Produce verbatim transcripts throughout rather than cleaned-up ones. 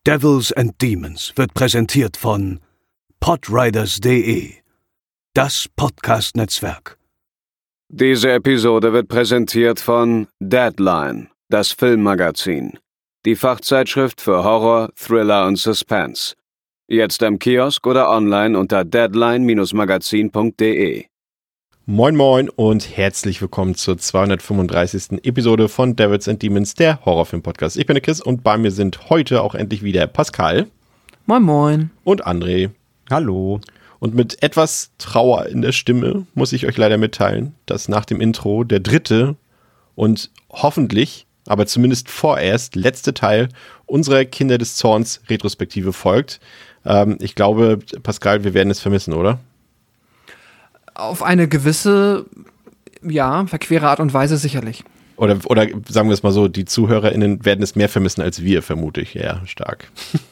Devils and Demons wird präsentiert von podriders punkt de, das Podcast-Netzwerk. Diese Episode wird präsentiert von Deadline, das Filmmagazin, die Fachzeitschrift für Horror, Thriller und Suspense. Jetzt im Kiosk oder online unter deadline Bindestrich magazin punkt de. Moin moin und herzlich willkommen zur zweihundertfünfunddreißigsten Episode von Devils and Demons, der Horrorfilm-Podcast. Ich bin der Chris und bei mir sind heute auch endlich wieder Pascal. Moin moin. Und André. Hallo. Und mit etwas Trauer in der Stimme muss ich euch leider mitteilen, dass nach dem Intro der dritte und hoffentlich, aber zumindest vorerst, letzte Teil unserer Kinder des Zorns Retrospektive folgt. Ähm, ich glaube, Pascal, wir werden es vermissen, oder? Auf eine gewisse, ja, verquere Art und Weise sicherlich. Oder, oder sagen wir es mal so, die ZuhörerInnen werden es mehr vermissen als wir, vermute ich. Ja, stark.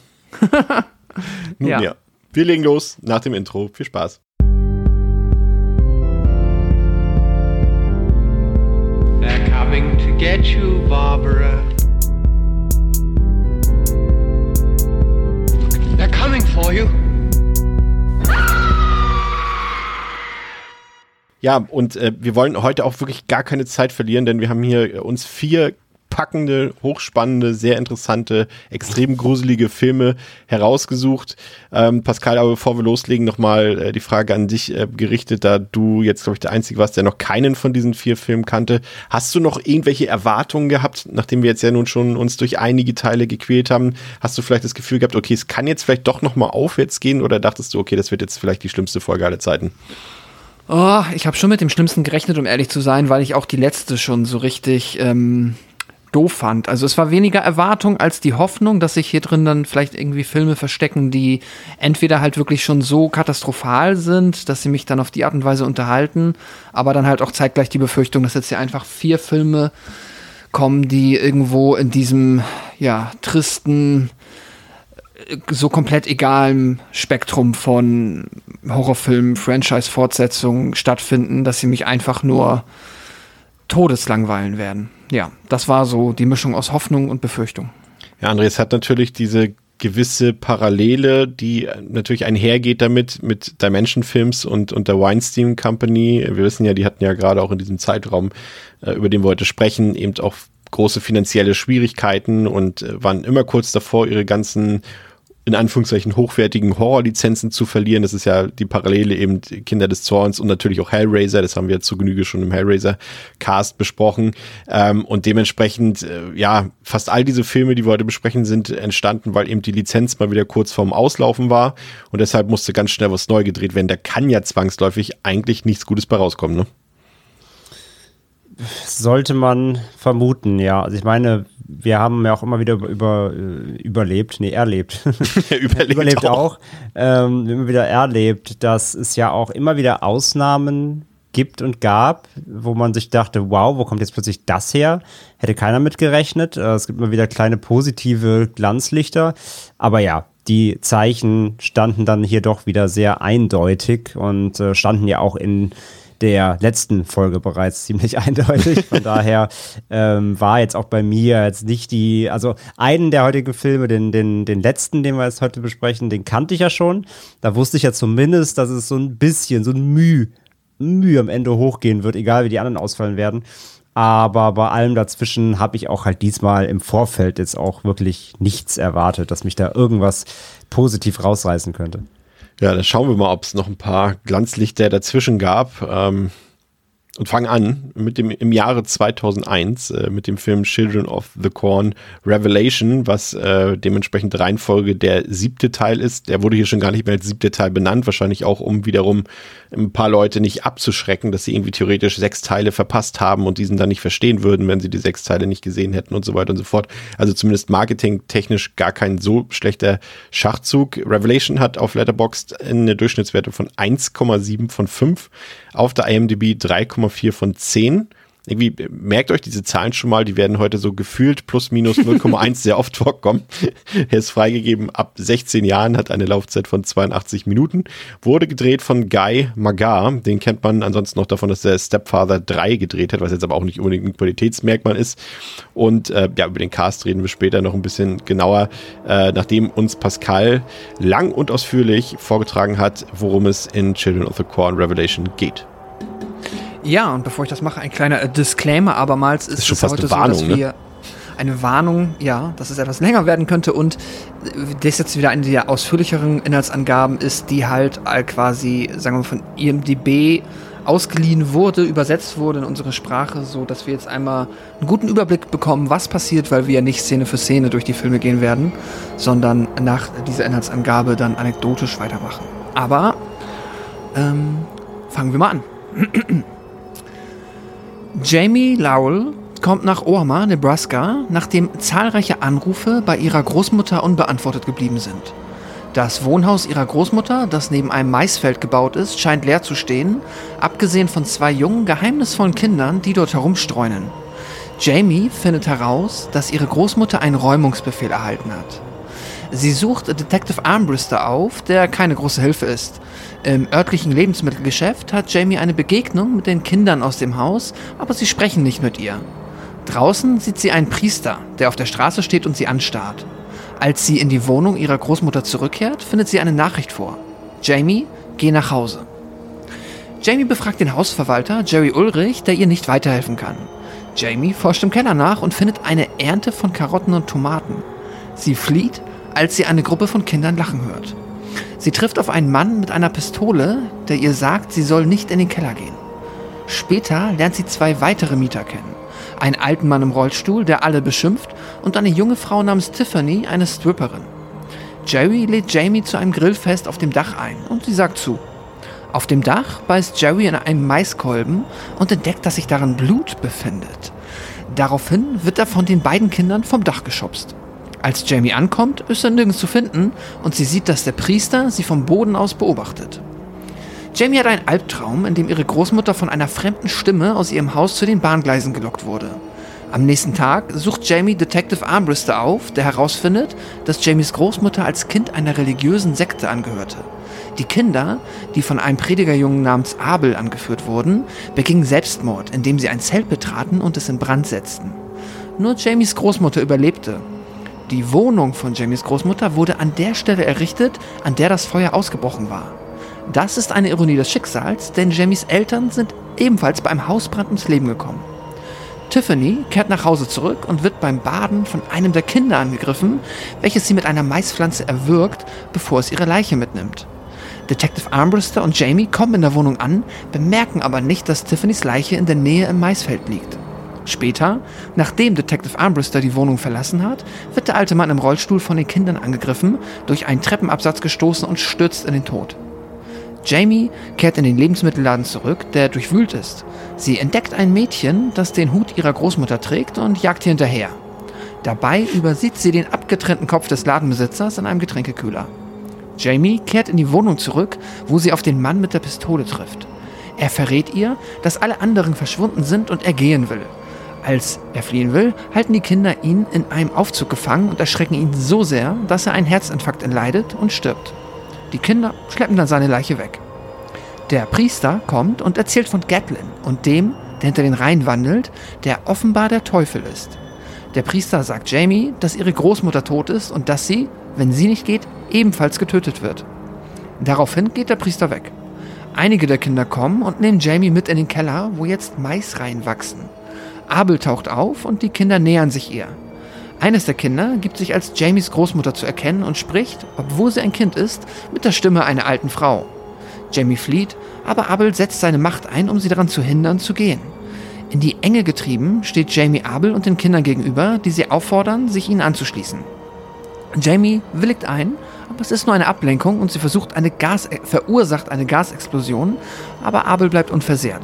Nun, ja. ja. Wir legen los nach dem Intro. Viel Spaß. They're coming to get you, Barbara. They're coming for you. Ja, und äh, wir wollen heute auch wirklich gar keine Zeit verlieren, denn wir haben hier äh, uns vier packende, hochspannende, sehr interessante, extrem gruselige Filme herausgesucht. Ähm, Pascal, aber bevor wir loslegen, nochmal äh, die Frage an dich äh, gerichtet, da du jetzt, glaube ich, der Einzige warst, der noch keinen von diesen vier Filmen kannte. Hast du noch irgendwelche Erwartungen gehabt, nachdem wir jetzt ja nun schon uns durch einige Teile gequält haben? Hast du vielleicht das Gefühl gehabt, okay, es kann jetzt vielleicht doch nochmal aufwärts gehen, oder dachtest du, okay, das wird jetzt vielleicht die schlimmste Folge aller Zeiten? Oh, ich habe schon mit dem Schlimmsten gerechnet, um ehrlich zu sein, weil ich auch die letzte schon so richtig ähm, doof fand. Also es war weniger Erwartung als die Hoffnung, dass sich hier drin dann vielleicht irgendwie Filme verstecken, die entweder halt wirklich schon so katastrophal sind, dass sie mich dann auf die Art und Weise unterhalten, aber dann halt auch zeitgleich die Befürchtung, dass jetzt hier einfach vier Filme kommen, die irgendwo in diesem, ja, tristen, so komplett egalem Spektrum von Horrorfilmen, Franchise-Fortsetzungen stattfinden, dass sie mich einfach nur todeslangweilen werden. Ja, das war so die Mischung aus Hoffnung und Befürchtung. Ja, André, es hat natürlich diese gewisse Parallele, die natürlich einhergeht damit, mit Dimension Films und, und der Weinstein Company. Wir wissen ja, die hatten ja gerade auch in diesem Zeitraum, äh, über den wir heute sprechen, eben auch große finanzielle Schwierigkeiten und äh, waren immer kurz davor, ihre ganzen in Anführungszeichen hochwertigen Horrorlizenzen zu verlieren. Das ist ja die Parallele eben Kinder des Zorns und natürlich auch Hellraiser. Das haben wir zu Genüge schon im Hellraiser-Cast besprochen. Ähm, und dementsprechend, äh, ja, fast all diese Filme, die wir heute besprechen, sind entstanden, weil eben die Lizenz mal wieder kurz vorm Auslaufen war. Und deshalb musste ganz schnell was neu gedreht werden. Da kann ja zwangsläufig eigentlich nichts Gutes bei rauskommen, ne? Sollte man vermuten, ja. Also ich meine, wir haben ja auch immer wieder über, über überlebt, nee, erlebt. überlebt, überlebt auch. auch. Ähm, immer wieder erlebt, dass es ja auch immer wieder Ausnahmen gibt und gab, wo man sich dachte, wow, wo kommt jetzt plötzlich das her? Hätte keiner mitgerechnet. Es gibt immer wieder kleine positive Glanzlichter. Aber ja, die Zeichen standen dann hier doch wieder sehr eindeutig und äh, standen ja auch in der letzten Folge bereits ziemlich eindeutig. Von daher ähm, war jetzt auch bei mir jetzt nicht die, also einen der heutigen Filme, den, den, den letzten, den wir jetzt heute besprechen, den kannte ich ja schon. Da wusste ich ja zumindest, dass es so ein bisschen, so ein Mühe, Mühe am Ende hochgehen wird, egal wie die anderen ausfallen werden. Aber bei allem dazwischen habe ich auch halt diesmal im Vorfeld jetzt auch wirklich nichts erwartet, dass mich da irgendwas positiv rausreißen könnte. Ja, dann schauen wir mal, ob es noch ein paar Glanzlichter dazwischen gab. Ähm, und fangen an mit dem im Jahre zweitausendeins äh, mit dem Film Children of the Corn Revelation, was äh, dementsprechend Reihenfolge der siebte Teil ist. Der wurde hier schon gar nicht mehr als siebter Teil benannt, wahrscheinlich auch, um wiederum ein paar Leute nicht abzuschrecken, dass sie irgendwie theoretisch sechs Teile verpasst haben und diesen dann nicht verstehen würden, wenn sie die sechs Teile nicht gesehen hätten und so weiter und so fort. Also zumindest marketingtechnisch gar kein so schlechter Schachzug. Revelation hat auf Letterboxd eine Durchschnittswerte von eins Komma sieben von fünf, auf der I M D B drei Komma vier von zehn. irgendwie, merkt euch diese Zahlen schon mal, die werden heute so gefühlt plus minus null Komma eins sehr oft vorkommen. Er ist freigegeben ab sechzehn Jahren, hat eine Laufzeit von zweiundachtzig Minuten, wurde gedreht von Guy Magar, den kennt man ansonsten noch davon, dass er Stepfather drei gedreht hat, was jetzt aber auch nicht unbedingt ein Qualitätsmerkmal ist. Und äh, ja, über den Cast reden wir später noch ein bisschen genauer, äh, nachdem uns Pascal lang und ausführlich vorgetragen hat, worum es in Children of the Corn Revelation geht. Ja, und bevor ich das mache, ein kleiner Disclaimer, abermals ist, ist schon es fast heute eine Warnung, so, dass wir ne? eine Warnung, ja, dass es etwas länger werden könnte und das jetzt wieder eine der ausführlicheren Inhaltsangaben ist, die halt quasi, sagen wir mal, von I M D B ausgeliehen wurde, übersetzt wurde in unsere Sprache, so dass wir jetzt einmal einen guten Überblick bekommen, was passiert, weil wir ja nicht Szene für Szene durch die Filme gehen werden, sondern nach dieser Inhaltsangabe dann anekdotisch weitermachen. Aber ähm, fangen wir mal an. Jamie Lowell kommt nach Omaha, Nebraska, nachdem zahlreiche Anrufe bei ihrer Großmutter unbeantwortet geblieben sind. Das Wohnhaus ihrer Großmutter, das neben einem Maisfeld gebaut ist, scheint leer zu stehen, abgesehen von zwei jungen, geheimnisvollen Kindern, die dort herumstreunen. Jamie findet heraus, dass ihre Großmutter einen Räumungsbefehl erhalten hat. Sie sucht Detective Armbruster auf, der keine große Hilfe ist. Im örtlichen Lebensmittelgeschäft hat Jamie eine Begegnung mit den Kindern aus dem Haus, aber sie sprechen nicht mit ihr. Draußen sieht sie einen Priester, der auf der Straße steht und sie anstarrt. Als sie in die Wohnung ihrer Großmutter zurückkehrt, findet sie eine Nachricht vor. Jamie, geh nach Hause. Jamie befragt den Hausverwalter, Jerry Ulrich, der ihr nicht weiterhelfen kann. Jamie forscht im Keller nach und findet eine Ernte von Karotten und Tomaten. Sie flieht, als sie eine Gruppe von Kindern lachen hört. Sie trifft auf einen Mann mit einer Pistole, der ihr sagt, sie soll nicht in den Keller gehen. Später lernt sie zwei weitere Mieter kennen. Einen alten Mann im Rollstuhl, der alle beschimpft, und eine junge Frau namens Tiffany, eine Stripperin. Jerry lädt Jamie zu einem Grillfest auf dem Dach ein und sie sagt zu. Auf dem Dach beißt Jerry in einen Maiskolben und entdeckt, dass sich darin Blut befindet. Daraufhin wird er von den beiden Kindern vom Dach geschubst. Als Jamie ankommt, ist er nirgends zu finden und sie sieht, dass der Priester sie vom Boden aus beobachtet. Jamie hat einen Albtraum, in dem ihre Großmutter von einer fremden Stimme aus ihrem Haus zu den Bahngleisen gelockt wurde. Am nächsten Tag sucht Jamie Detective Armbruster auf, der herausfindet, dass Jamies Großmutter als Kind einer religiösen Sekte angehörte. Die Kinder, die von einem Predigerjungen namens Abel angeführt wurden, begingen Selbstmord, indem sie ein Zelt betraten und es in Brand setzten. Nur Jamies Großmutter überlebte. Die Wohnung von Jamies Großmutter wurde an der Stelle errichtet, an der das Feuer ausgebrochen war. Das ist eine Ironie des Schicksals, denn Jamies Eltern sind ebenfalls bei einem Hausbrand ums Leben gekommen. Tiffany kehrt nach Hause zurück und wird beim Baden von einem der Kinder angegriffen, welches sie mit einer Maispflanze erwürgt, bevor es ihre Leiche mitnimmt. Detective Armbruster und Jamie kommen in der Wohnung an, bemerken aber nicht, dass Tiffany's Leiche in der Nähe im Maisfeld liegt. Später, nachdem Detective Armbruster die Wohnung verlassen hat, wird der alte Mann im Rollstuhl von den Kindern angegriffen, durch einen Treppenabsatz gestoßen und stürzt in den Tod. Jamie kehrt in den Lebensmittelladen zurück, der durchwühlt ist. Sie entdeckt ein Mädchen, das den Hut ihrer Großmutter trägt und jagt ihr hinterher. Dabei übersieht sie den abgetrennten Kopf des Ladenbesitzers in einem Getränkekühler. Jamie kehrt in die Wohnung zurück, wo sie auf den Mann mit der Pistole trifft. Er verrät ihr, dass alle anderen verschwunden sind und er gehen will. Als er fliehen will, halten die Kinder ihn in einem Aufzug gefangen und erschrecken ihn so sehr, dass er einen Herzinfarkt erleidet und stirbt. Die Kinder schleppen dann seine Leiche weg. Der Priester kommt und erzählt von Gatlin und dem, der hinter den Reihen wandelt, der offenbar der Teufel ist. Der Priester sagt Jamie, dass ihre Großmutter tot ist und dass sie, wenn sie nicht geht, ebenfalls getötet wird. Daraufhin geht der Priester weg. Einige der Kinder kommen und nehmen Jamie mit in den Keller, wo jetzt Maisreihen wachsen. Abel taucht auf und die Kinder nähern sich ihr. Eines der Kinder gibt sich als Jamies Großmutter zu erkennen und spricht, obwohl sie ein Kind ist, mit der Stimme einer alten Frau. Jamie flieht, aber Abel setzt seine Macht ein, um sie daran zu hindern, zu gehen. In die Enge getrieben steht Jamie Abel und den Kindern gegenüber, die sie auffordern, sich ihnen anzuschließen. Jamie willigt ein, aber es ist nur eine Ablenkung und sie versucht eine Gas- verursacht eine Gasexplosion, aber Abel bleibt unversehrt.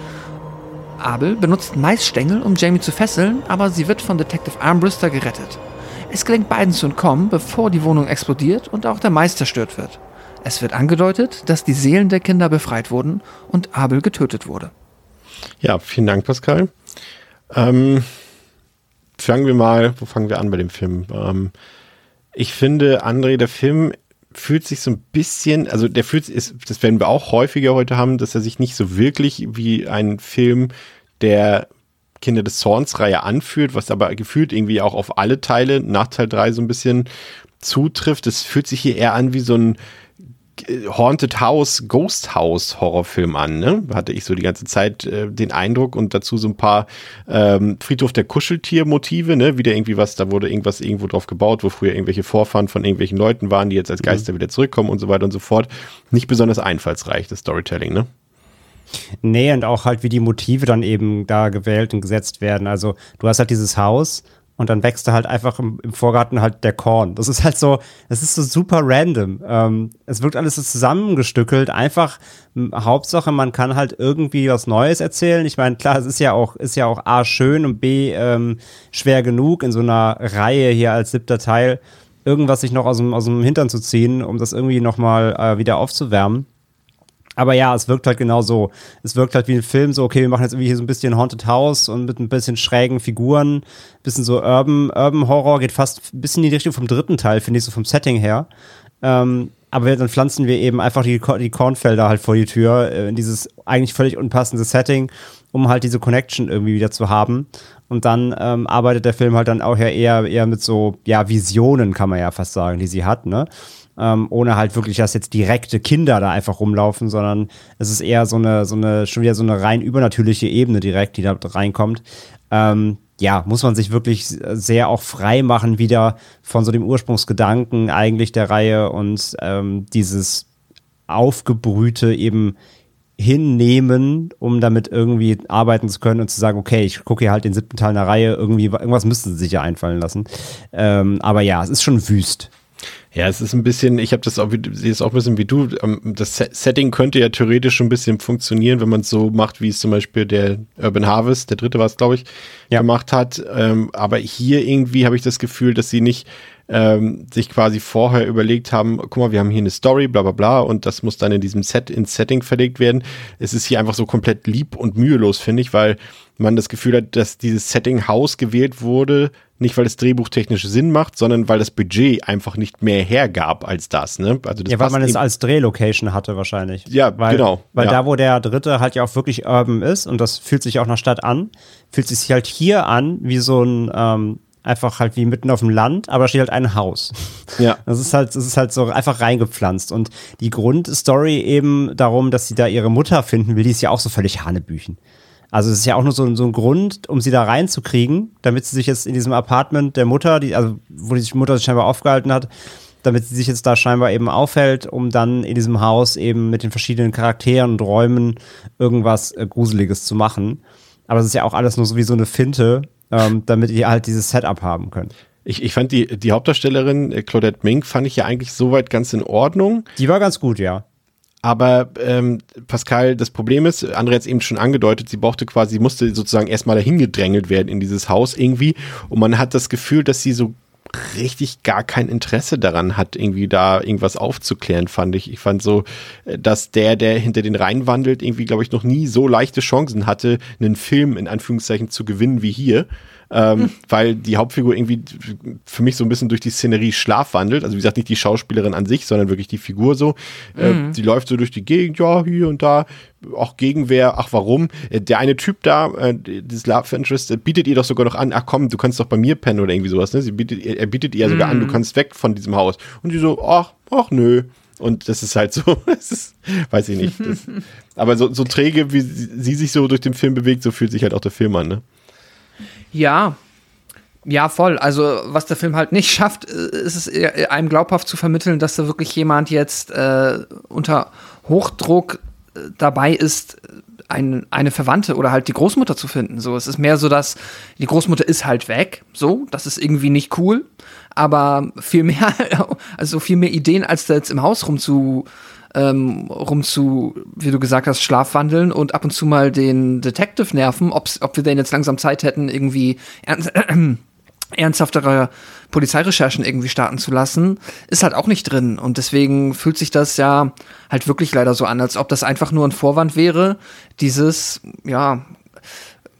Abel benutzt Maisstängel, um Jamie zu fesseln, aber sie wird von Detective Armbruster gerettet. Es gelingt beiden zu entkommen, bevor die Wohnung explodiert und auch der Mais zerstört wird. Es wird angedeutet, dass die Seelen der Kinder befreit wurden und Abel getötet wurde. Ja, vielen Dank, Pascal. Ähm, fangen wir mal, wo fangen wir an bei dem Film? Ähm, ich finde, André, der Film fühlt sich so ein bisschen, also der fühlt ist, das werden wir auch häufiger heute haben, dass er sich nicht so wirklich wie ein Film der Kinder des Zorns-Reihe anfühlt, was aber gefühlt irgendwie auch auf alle Teile nach Teil drei so ein bisschen zutrifft. Es fühlt sich hier eher an wie so ein Haunted House, Ghost House Horrorfilm an, ne? Hatte ich so die ganze Zeit äh, den Eindruck und dazu so ein paar ähm, Friedhof der Kuscheltier-Motive, ne? Wieder irgendwie was, da wurde irgendwas irgendwo drauf gebaut, wo früher irgendwelche Vorfahren von irgendwelchen Leuten waren, die jetzt als Geister mhm. wieder zurückkommen und so weiter und so fort. Nicht besonders einfallsreich, das Storytelling, ne? Nee, und auch halt, wie die Motive dann eben da gewählt und gesetzt werden. Also du hast halt dieses Haus und dann wächst da halt einfach im, im Vorgarten halt der Korn. Das ist halt so, das ist so super random. Ähm, es wirkt alles so zusammengestückelt. Einfach, m, Hauptsache, man kann halt irgendwie was Neues erzählen. Ich meine, klar, es ist ja auch, ist ja auch A, schön und B, ähm, schwer genug in so einer Reihe hier als siebter Teil irgendwas sich noch aus dem, aus dem Hintern zu ziehen, um das irgendwie nochmal äh, wieder aufzuwärmen. Aber ja, es wirkt halt genau so. Es wirkt halt wie ein Film, so, okay, wir machen jetzt irgendwie hier so ein bisschen Haunted House und mit ein bisschen schrägen Figuren, ein bisschen so Urban, Urban Horror, geht fast ein bisschen in die Richtung vom dritten Teil, finde ich, so vom Setting her. Ähm, aber dann pflanzen wir eben einfach die, die Kornfelder halt vor die Tür, äh, in dieses eigentlich völlig unpassende Setting, um halt diese Connection irgendwie wieder zu haben. Und dann ähm, arbeitet der Film halt dann auch ja eher, eher mit so, ja, Visionen, kann man ja fast sagen, die sie hat, ne? Ähm, ohne halt wirklich, dass jetzt direkte Kinder da einfach rumlaufen, sondern es ist eher so eine, so eine, schon wieder so eine rein übernatürliche Ebene direkt, die da reinkommt. Ähm, ja, muss man sich wirklich sehr auch frei machen wieder von so dem Ursprungsgedanken eigentlich der Reihe und ähm, dieses Aufgebrühte eben hinnehmen, um damit irgendwie arbeiten zu können und zu sagen, okay, ich gucke hier halt den siebten Teil einer Reihe, irgendwie, irgendwas müssten sie sich ja einfallen lassen. Ähm, aber ja, es ist schon wüst. Ja, es ist ein bisschen, ich habe das auch, sehe es auch ein bisschen wie du, das Setting könnte ja theoretisch schon ein bisschen funktionieren, wenn man es so macht, wie es zum Beispiel der Urban Harvest, der dritte war es, glaube ich, ja. gemacht hat. Ähm, aber hier irgendwie habe ich das Gefühl, dass sie nicht ähm, sich quasi vorher überlegt haben, guck mal, wir haben hier eine Story, bla bla bla, und das muss dann in diesem Set, ins Setting verlegt werden. Es ist hier einfach so komplett lieb und mühelos, finde ich, weil man das Gefühl hat, dass dieses Setting Haus gewählt wurde, nicht weil das Drehbuch technisch Sinn macht, sondern weil das Budget einfach nicht mehr hergab als das, ne? Also das ja, weil man es als Drehlocation hatte wahrscheinlich. Ja, weil, genau. Weil ja. da, wo der dritte halt ja auch wirklich urban ist und das fühlt sich auch nach Stadt an, fühlt sich halt hier an wie so ein, ähm, einfach halt wie mitten auf dem Land, aber da steht halt ein Haus. Ja. Das ist halt, das ist halt so einfach reingepflanzt und die Grundstory eben darum, dass sie da ihre Mutter finden will, die ist ja auch so völlig hanebüchen. Also es ist ja auch nur so, so ein Grund, um sie da reinzukriegen, damit sie sich jetzt in diesem Apartment der Mutter, die, also wo die Mutter sich scheinbar aufgehalten hat, damit sie sich jetzt da scheinbar eben aufhält, um dann in diesem Haus eben mit den verschiedenen Charakteren und Räumen irgendwas äh, Gruseliges zu machen. Aber es ist ja auch alles nur so wie so eine Finte, ähm, damit die halt dieses Setup haben können. Ich, ich fand die, die Hauptdarstellerin, äh, Claudette Mink, fand ich ja eigentlich soweit ganz in Ordnung. Die war ganz gut, ja. Aber ähm, Pascal, das Problem ist, André hat es eben schon angedeutet, sie brauchte quasi, sie musste sozusagen erstmal dahin gedrängelt werden in dieses Haus irgendwie, und man hat das Gefühl, dass sie so richtig gar kein Interesse daran hat, irgendwie da irgendwas aufzuklären, fand ich. Ich fand so, dass der, der hinter den Reihen wandelt, irgendwie, glaube ich, noch nie so leichte Chancen hatte, einen Film in Anführungszeichen zu gewinnen wie hier. Ähm, hm. Weil die Hauptfigur irgendwie für mich so ein bisschen durch die Szenerie schlafwandelt. Also wie gesagt, nicht die Schauspielerin an sich, sondern wirklich die Figur so. Mhm. Äh, die läuft so durch die Gegend, ja, hier und da. Auch Gegenwehr, ach warum? Äh, der eine Typ da, äh, dieses Love Interest, äh, bietet ihr doch sogar noch an, ach komm, du kannst doch bei mir pennen oder irgendwie sowas. Ne? Sie bietet, er bietet ihr sogar mhm. an, du kannst weg von diesem Haus. Und die so, ach, ach nö. Und das ist halt so, das ist, weiß ich nicht. Das, aber so, so träge, wie sie, sie sich so durch den Film bewegt, so fühlt sich halt auch der Film an, ne? Ja, ja, voll. Also, was der Film halt nicht schafft, ist es einem glaubhaft zu vermitteln, dass da wirklich jemand jetzt äh, unter Hochdruck äh, dabei ist, ein, eine Verwandte oder halt die Großmutter zu finden. So, es ist mehr so, dass die Großmutter ist halt weg. So, das ist irgendwie nicht cool. Aber viel mehr, also viel mehr Ideen, als da jetzt im Haus rumzu Ähm, rum zu, wie du gesagt hast, schlafwandeln und ab und zu mal den Detective nerven, ob's, ob wir denn jetzt langsam Zeit hätten, irgendwie ernst, äh, äh, ernsthaftere Polizeirecherchen irgendwie starten zu lassen, ist halt auch nicht drin. Und deswegen fühlt sich das ja halt wirklich leider so an, als ob das einfach nur ein Vorwand wäre, dieses, ja,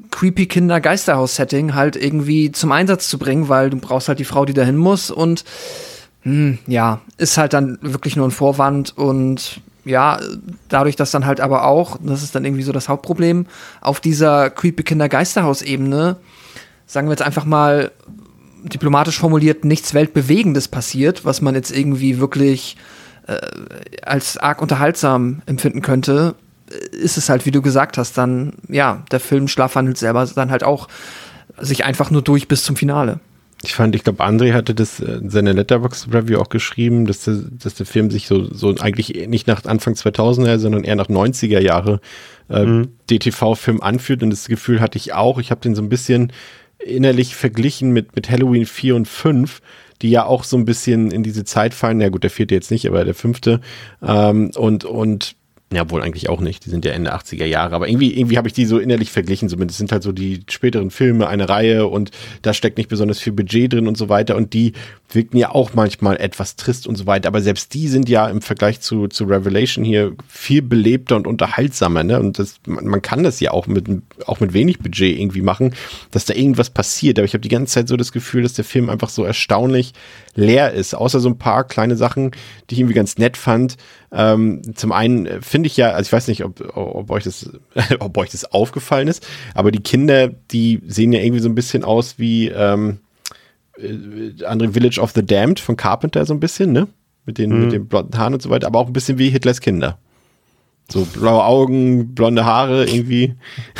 creepy Kinder-Geisterhaus-Setting halt irgendwie zum Einsatz zu bringen, weil du brauchst halt die Frau, die dahin muss und hm, ja, ist halt dann wirklich nur ein Vorwand und ja, dadurch, dass dann halt aber auch, das ist dann irgendwie so das Hauptproblem, auf dieser creepy Kinder-Geisterhaus-Ebene, sagen wir jetzt einfach mal diplomatisch formuliert, nichts Weltbewegendes passiert, was man jetzt irgendwie wirklich äh, als arg unterhaltsam empfinden könnte, ist es halt, wie du gesagt hast, dann, ja, der Film schlafwandelt selber dann halt auch sich einfach nur durch bis zum Finale. Ich fand, ich glaube, André hatte das in seiner Letterboxd-Review auch geschrieben, dass der, dass der Film sich so, so eigentlich nicht nach Anfang zweitausender, sondern eher nach neunziger Jahre äh, mhm. D T V-Film anfühlt. Und das Gefühl hatte ich auch. Ich habe den so ein bisschen innerlich verglichen mit, mit Halloween vier und fünf, die ja auch so ein bisschen in diese Zeit fallen. Ja gut, der vierte jetzt nicht, aber der fünfte. Ähm, und, und ja, wohl eigentlich auch nicht. Die sind ja Ende achtziger Jahre. Aber irgendwie, irgendwie habe ich die so innerlich verglichen. Zumindest sind halt so die späteren Filme, eine Reihe und da steckt nicht besonders viel Budget drin und so weiter. Und die wirken ja auch manchmal etwas trist und so weiter. Aber selbst die sind ja im Vergleich zu, zu Revelation hier viel belebter und unterhaltsamer. Ne? Und das, man, man kann das ja auch mit, auch mit wenig Budget irgendwie machen, dass da irgendwas passiert. Aber ich habe die ganze Zeit so das Gefühl, dass der Film einfach so erstaunlich leer ist. Außer so ein paar kleine Sachen, die ich irgendwie ganz nett fand. Ähm, zum einen finde ich ja, also ich weiß nicht, ob, ob euch das, ob euch das aufgefallen ist, aber die Kinder, die sehen ja irgendwie so ein bisschen aus wie ähm, äh, andere Village of the Damned von Carpenter so ein bisschen, ne? Mit den, mhm. mit den blonden Haaren und so weiter, aber auch ein bisschen wie Hitlers Kinder. So blaue Augen, blonde Haare irgendwie.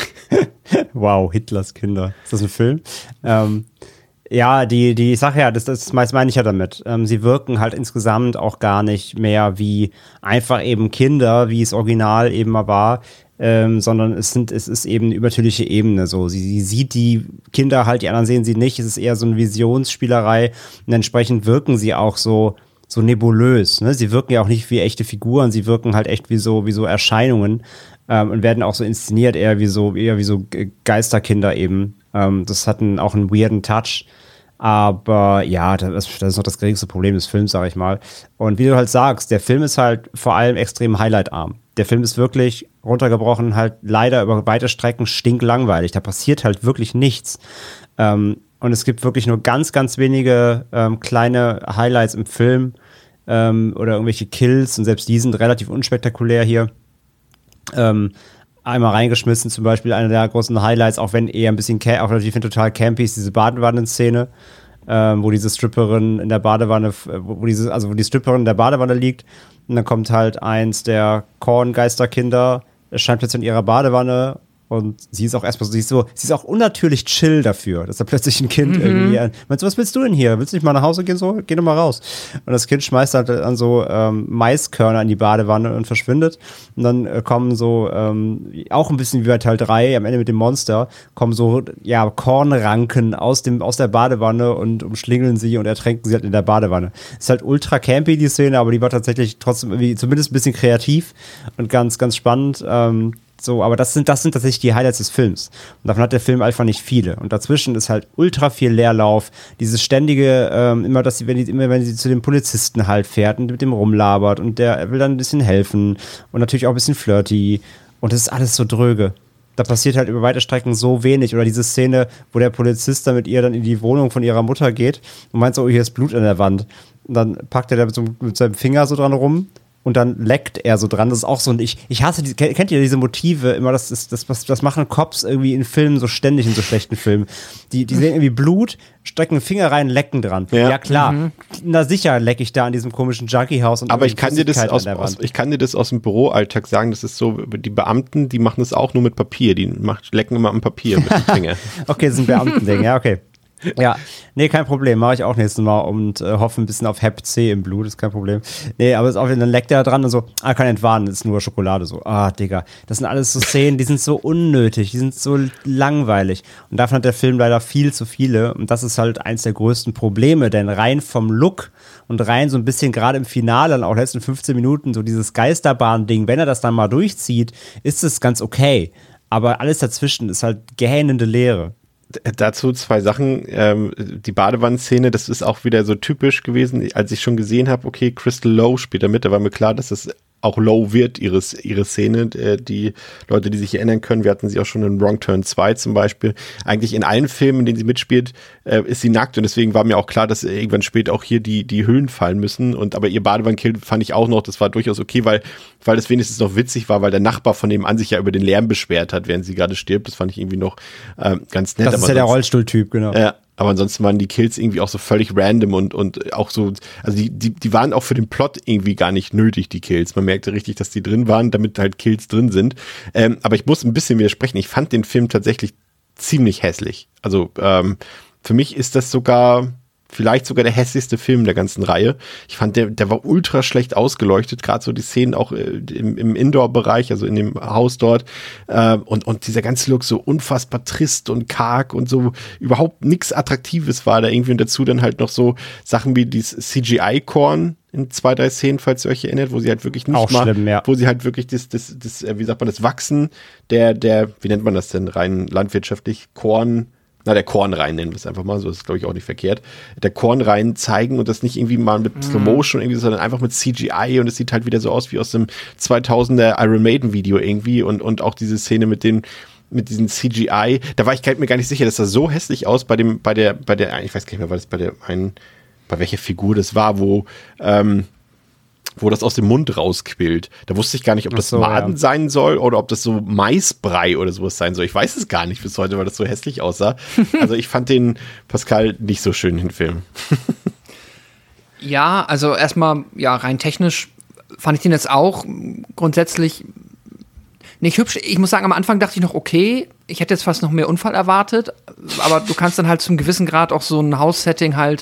Wow, Hitlers Kinder. Ist das ein Film? Ähm, Ja, die, die Sache, ja, das, das meine ich ja damit. Ähm, sie wirken halt insgesamt auch gar nicht mehr wie einfach eben Kinder, wie es original eben mal war, ähm, sondern es sind, es ist eben eine übertürliche Ebene, so. Sie, sie sieht die Kinder halt, die anderen sehen sie nicht. Es ist eher so eine Visionsspielerei und entsprechend wirken sie auch so, so nebulös, ne? Sie wirken ja auch nicht wie echte Figuren, sie wirken halt echt wie so, wie so Erscheinungen, ähm, und werden auch so inszeniert, eher wie so, eher wie so Geisterkinder eben. Ähm, das hat einen, auch einen weirden Touch. Aber ja, das, das ist noch das geringste Problem des Films, sag ich mal. Und wie du halt sagst, der Film ist halt vor allem extrem highlightarm. Der Film ist wirklich runtergebrochen, halt leider über weite Strecken stinklangweilig. Da passiert halt wirklich nichts. Ähm, und es gibt wirklich nur ganz, ganz wenige ähm, kleine Highlights im Film ähm, oder irgendwelche Kills. Und selbst die sind relativ unspektakulär hier. Ähm, einmal reingeschmissen, zum Beispiel einer der großen Highlights, auch wenn eher ein bisschen, ca- auch ich finde total campy, ist diese Badewannen-Szene, ähm, wo diese Stripperin in der Badewanne, wo diese, also wo die Stripperin in der Badewanne liegt und dann kommt halt eins der Korn-Geisterkinder, erscheint plötzlich in ihrer Badewanne und sie ist auch erstmal so, sie ist so, sie ist auch unnatürlich chill dafür, dass da plötzlich ein Kind mhm. irgendwie an, meinst du, was willst du denn hier? Willst du nicht mal nach Hause gehen? So, geh doch mal raus. Und das Kind schmeißt halt an so ähm, Maiskörner in die Badewanne und verschwindet. Und dann äh, kommen so, ähm, auch ein bisschen wie bei Teil drei, am Ende mit dem Monster, kommen so, ja, Kornranken aus dem, aus der Badewanne und umschlingeln sie und ertränken sie halt in der Badewanne. Ist halt ultra campy, die Szene, aber die war tatsächlich trotzdem irgendwie zumindest ein bisschen kreativ und ganz, ganz spannend. Ähm, So, aber das sind, das sind tatsächlich die Highlights des Films. Und davon hat der Film einfach nicht viele. Und dazwischen ist halt ultra viel Leerlauf. Dieses ständige, ähm, immer, dass sie, wenn die, immer wenn sie zu dem Polizisten halt fährt und mit dem rumlabert und der will dann ein bisschen helfen und natürlich auch ein bisschen flirty. Und das ist alles so dröge. Da passiert halt über weite Strecken so wenig. Oder diese Szene, wo der Polizist dann mit ihr dann in die Wohnung von ihrer Mutter geht und meint so, oh, hier ist Blut an der Wand. Und dann packt er da mit, so, mit seinem Finger so dran rum. Und dann leckt er so dran. Das ist auch so ein, ich, ich hasse, die, kennt ihr diese Motive immer, das, das, das, das, das machen Cops irgendwie in Filmen so ständig, in so schlechten Filmen. Die, die sehen irgendwie Blut, strecken den Finger rein, lecken dran. Ja, ja klar. Mhm. Na sicher lecke ich da an diesem komischen Junkie-Haus. Und aber ich kann dir das aus, aus, ich kann dir das aus dem Büroalltag sagen, das ist so, die Beamten, die machen das auch nur mit Papier. Die macht, lecken immer am Papier mit dem Finger. Okay, das ist ein Beamtending, ja, okay. Ja, nee, kein Problem, mache ich auch nächstes Mal und äh, hoffe ein bisschen auf Hep C im Blut, ist kein Problem. Nee, aber ist auch, dann leckt er dran und so, ah, kann entwarnen, ist nur Schokolade, so, ah, Digga. Das sind alles so Szenen, die sind so unnötig, die sind so langweilig. Und davon hat der Film leider viel zu viele und das ist halt eins der größten Probleme, denn rein vom Look und rein so ein bisschen gerade im Finale, dann auch letzten fünfzehn Minuten, so dieses Geisterbahn-Ding, wenn er das dann mal durchzieht, ist es ganz okay. Aber alles dazwischen ist halt gähnende Leere. Dazu zwei Sachen. Ähm, die Badewannenszene, das ist auch wieder so typisch gewesen, als ich schon gesehen habe, okay, Crystal Lowe spielt da mit, da war mir klar, dass das auch low wird, ihre, ihre Szene. Die Leute, die sich erinnern können, wir hatten sie auch schon in Wrong Turn zwei zum Beispiel. Eigentlich in allen Filmen, in denen sie mitspielt, ist sie nackt und deswegen war mir auch klar, dass irgendwann später auch hier die, die Hüllen fallen müssen. Und aber ihr Badewannenkill fand ich auch noch, das war durchaus okay, weil, weil das wenigstens noch witzig war, weil der Nachbar von nebenan sich ja über den Lärm beschwert hat, während sie gerade stirbt. Das fand ich irgendwie noch ähm, ganz nett. Das ist aber ja der sonst, Rollstuhltyp, genau. Ja. Aber ansonsten waren die Kills irgendwie auch so völlig random und, und auch so, also die, die, die waren auch für den Plot irgendwie gar nicht nötig, die Kills. Man merkte richtig, dass die drin waren, damit halt Kills drin sind. Ähm, aber ich muss ein bisschen widersprechen. Ich fand den Film tatsächlich ziemlich hässlich. Also ähm, für mich ist das sogar vielleicht sogar der hässlichste Film der ganzen Reihe. Ich fand, der, der war ultra schlecht ausgeleuchtet, gerade so die Szenen auch äh, im, im Indoor-Bereich, also in dem Haus dort. Äh, und, und dieser ganze Look so unfassbar trist und karg und so überhaupt nichts Attraktives war da irgendwie. Und dazu dann halt noch so Sachen wie dieses C G I-Korn in zwei, drei Szenen, falls ihr euch erinnert, wo sie halt wirklich nicht auch mal, schlimm, ja. wo sie halt wirklich das, das, das, wie sagt man, das Wachsen der, der, wie nennt man das denn rein landwirtschaftlich, Korn, na, der Kornreihen nennen wir es einfach mal, so ist glaube ich auch nicht verkehrt, der Kornreihen zeigen und das nicht irgendwie mal mit Slow Motion irgendwie, sondern einfach mit C G I und es sieht halt wieder so aus wie aus dem zweitausender Iron Maiden Video irgendwie und, und auch diese Szene mit den mit diesem C G I, da war ich mir gar nicht sicher, das sah so hässlich aus bei dem, bei der, bei der, ich weiß gar nicht mehr, war das bei der, ein, bei welcher Figur das war, wo, ähm, wo das aus dem Mund rausquillt. Da wusste ich gar nicht, ob das so, Maden ja. sein soll oder ob das so Maisbrei oder sowas sein soll. Ich weiß es gar nicht bis heute, weil das so hässlich aussah. Also ich fand den Pascal nicht so schön, den Film. Ja, also erstmal, ja, rein technisch fand ich den jetzt auch grundsätzlich nicht hübsch. Ich muss sagen, am Anfang dachte ich noch, okay, ich hätte jetzt fast noch mehr Unfall erwartet, aber du kannst dann halt zum gewissen Grad auch so ein Haussetting halt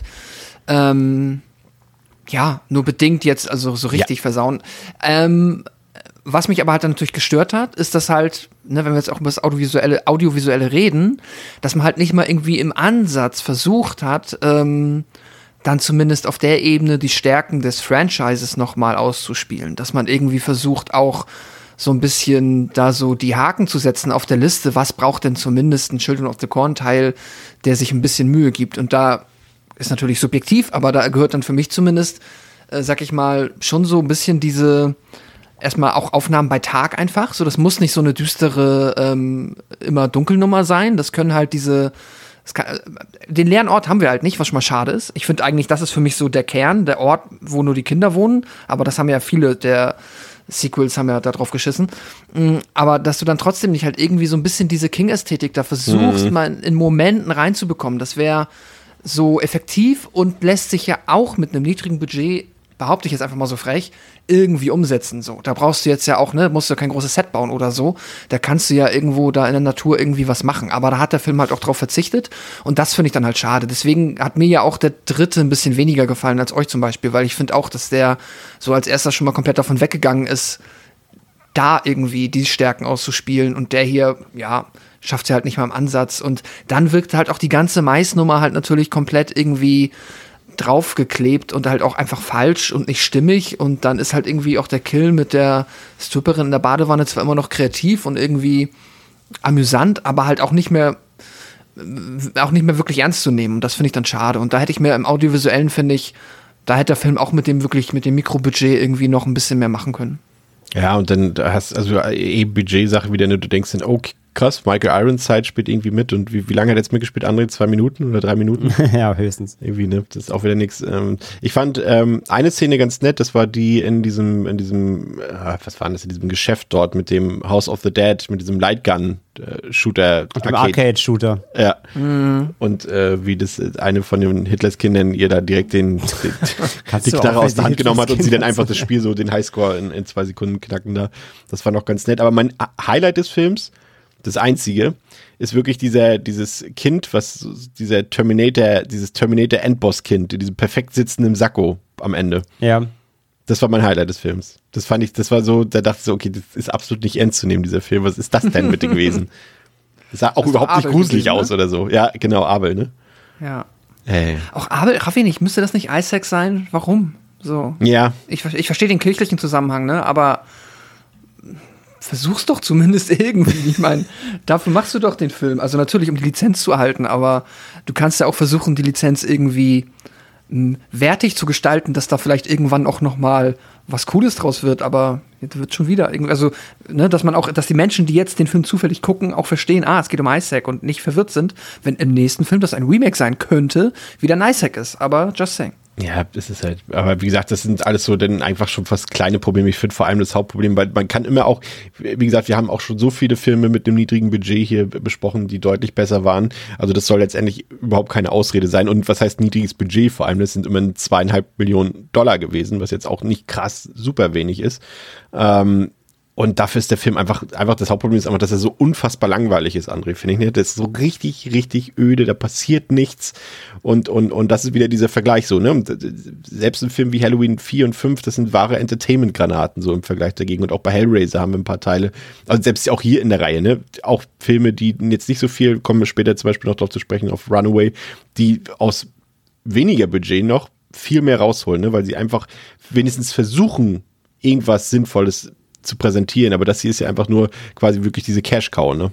ähm, ja, nur bedingt jetzt, also so richtig ja. versauen. Ähm, was mich aber halt dann natürlich gestört hat, ist, dass halt, ne, wenn wir jetzt auch über das Audiovisuelle, Audiovisuelle reden, dass man halt nicht mal irgendwie im Ansatz versucht hat, ähm, dann zumindest auf der Ebene die Stärken des Franchises nochmal auszuspielen. Dass man irgendwie versucht, auch so ein bisschen da so die Haken zu setzen auf der Liste, was braucht denn zumindest ein Children of the Corn-Teil, der sich ein bisschen Mühe gibt. Und da ist natürlich subjektiv, aber da gehört dann für mich zumindest, äh, sag ich mal, schon so ein bisschen diese, erstmal auch Aufnahmen bei Tag einfach. So, das muss nicht so eine düstere, ähm, immer Dunkelnummer sein. Das können halt diese, das kann, äh, den leeren Ort haben wir halt nicht, was schon mal schade ist. Ich finde eigentlich, das ist für mich so der Kern, der Ort, wo nur die Kinder wohnen. Aber das haben ja viele der Sequels haben ja da drauf geschissen. Aber dass du dann trotzdem nicht halt irgendwie so ein bisschen diese King-Ästhetik da versuchst, mhm. mal in Momenten reinzubekommen, das wäre so effektiv und lässt sich ja auch mit einem niedrigen Budget, behaupte ich jetzt einfach mal so frech, irgendwie umsetzen. So, da brauchst du jetzt ja auch, ne, musst du kein großes Set bauen oder so. Da kannst du ja irgendwo da in der Natur irgendwie was machen. Aber da hat der Film halt auch drauf verzichtet und das finde ich dann halt schade. Deswegen hat mir ja auch der dritte ein bisschen weniger gefallen als euch zum Beispiel, weil ich finde auch, dass der so als erster schon mal komplett davon weggegangen ist, da irgendwie die Stärken auszuspielen und der hier, ja, schafft sie halt nicht mal im Ansatz. Und dann wirkt halt auch die ganze Mais-Nummer halt natürlich komplett irgendwie draufgeklebt und halt auch einfach falsch und nicht stimmig. Und dann ist halt irgendwie auch der Kill mit der Stripperin in der Badewanne zwar immer noch kreativ und irgendwie amüsant, aber halt auch nicht mehr auch nicht mehr wirklich ernst zu nehmen. Und das finde ich dann schade. Und da hätte ich mir im Audiovisuellen, finde ich, da hätte der Film auch mit dem wirklich, mit dem Mikrobudget irgendwie noch ein bisschen mehr machen können. Ja, und dann hast du also eh Budget-Sache wieder, du denkst dann, oh, krass, Michael Ironside spielt irgendwie mit und wie, wie lange hat er jetzt mitgespielt? Andere zwei Minuten oder drei Minuten? Ja, höchstens. Irgendwie, ne? Das ist auch wieder nichts. Ähm, ich fand ähm, eine Szene ganz nett, das war die in diesem, in diesem, äh, was war das, in diesem Geschäft dort mit dem House of the Dead, mit diesem Lightgun-Shooter. Mit dem Arcade-Shooter. Ja. Mhm. Und äh, wie das eine von den Hitlers Kindern ihr da direkt den, den die Gitarre aus der Hand genommen hat und sie dann einfach das Spiel so, den Highscore in, in zwei Sekunden knacken da. Das war noch ganz nett. Aber mein Highlight des Films, das einzige, ist wirklich dieser, dieses Kind, was, dieser Terminator, dieses Terminator-Endboss-Kind, diesem perfekt sitzenden Sakko am Ende. Ja. Das war mein Highlight des Films. Das fand ich, das war so, da dachte ich so, okay, das ist absolut nicht ernst zu nehmen, dieser Film. Was ist das denn bitte gewesen? Das sah auch das überhaupt nicht gruselig gewesen, aus, ne? Oder so. Ja, genau, Abel, ne? Ja. Hey. Auch Abel, Raffi nicht, müsste das nicht Isaac sein? Warum? So. Ja. Ich, ich verstehe den kirchlichen Zusammenhang, ne? Aber versuch's doch zumindest irgendwie. Ich meine, dafür machst du doch den Film. Also natürlich, um die Lizenz zu erhalten, aber du kannst ja auch versuchen, die Lizenz irgendwie m, wertig zu gestalten, dass da vielleicht irgendwann auch noch mal was Cooles draus wird. Aber jetzt wird schon wieder irgendwie, also, ne, dass man auch, dass die Menschen, die jetzt den Film zufällig gucken, auch verstehen, ah, es geht um Isaac und nicht verwirrt sind, wenn im nächsten Film, das ein Remake sein könnte, wieder ein Isaac ist. Aber just saying. Ja, das ist halt, aber wie gesagt, das sind alles so dann einfach schon fast kleine Probleme. Ich finde vor allem das Hauptproblem, weil man kann immer auch, wie gesagt, wir haben auch schon so viele Filme mit einem niedrigen Budget hier besprochen, die deutlich besser waren. Also das soll letztendlich überhaupt keine Ausrede sein. Und was heißt niedriges Budget? Vor allem, das sind immerhin zweieinhalb Millionen Dollar gewesen, was jetzt auch nicht krass super wenig ist. Ähm, Und dafür ist der Film einfach, einfach das Hauptproblem ist einfach, dass er so unfassbar langweilig ist, André, finde ich. Ne? Das ist so richtig, richtig öde, da passiert nichts. Und, und, und das ist wieder dieser Vergleich so, ne? Und selbst ein Film wie Halloween vier und fünf, das sind wahre Entertainment-Granaten so im Vergleich dagegen. Und auch bei Hellraiser haben wir ein paar Teile. Also selbst auch hier in der Reihe, ne? Auch Filme, die jetzt nicht so viel, kommen wir später zum Beispiel noch drauf zu sprechen, auf Runaway, die aus weniger Budget noch viel mehr rausholen, ne? Weil sie einfach wenigstens versuchen, irgendwas Sinnvolles zu präsentieren, aber das hier ist ja einfach nur quasi wirklich diese Cash-Cow, ne?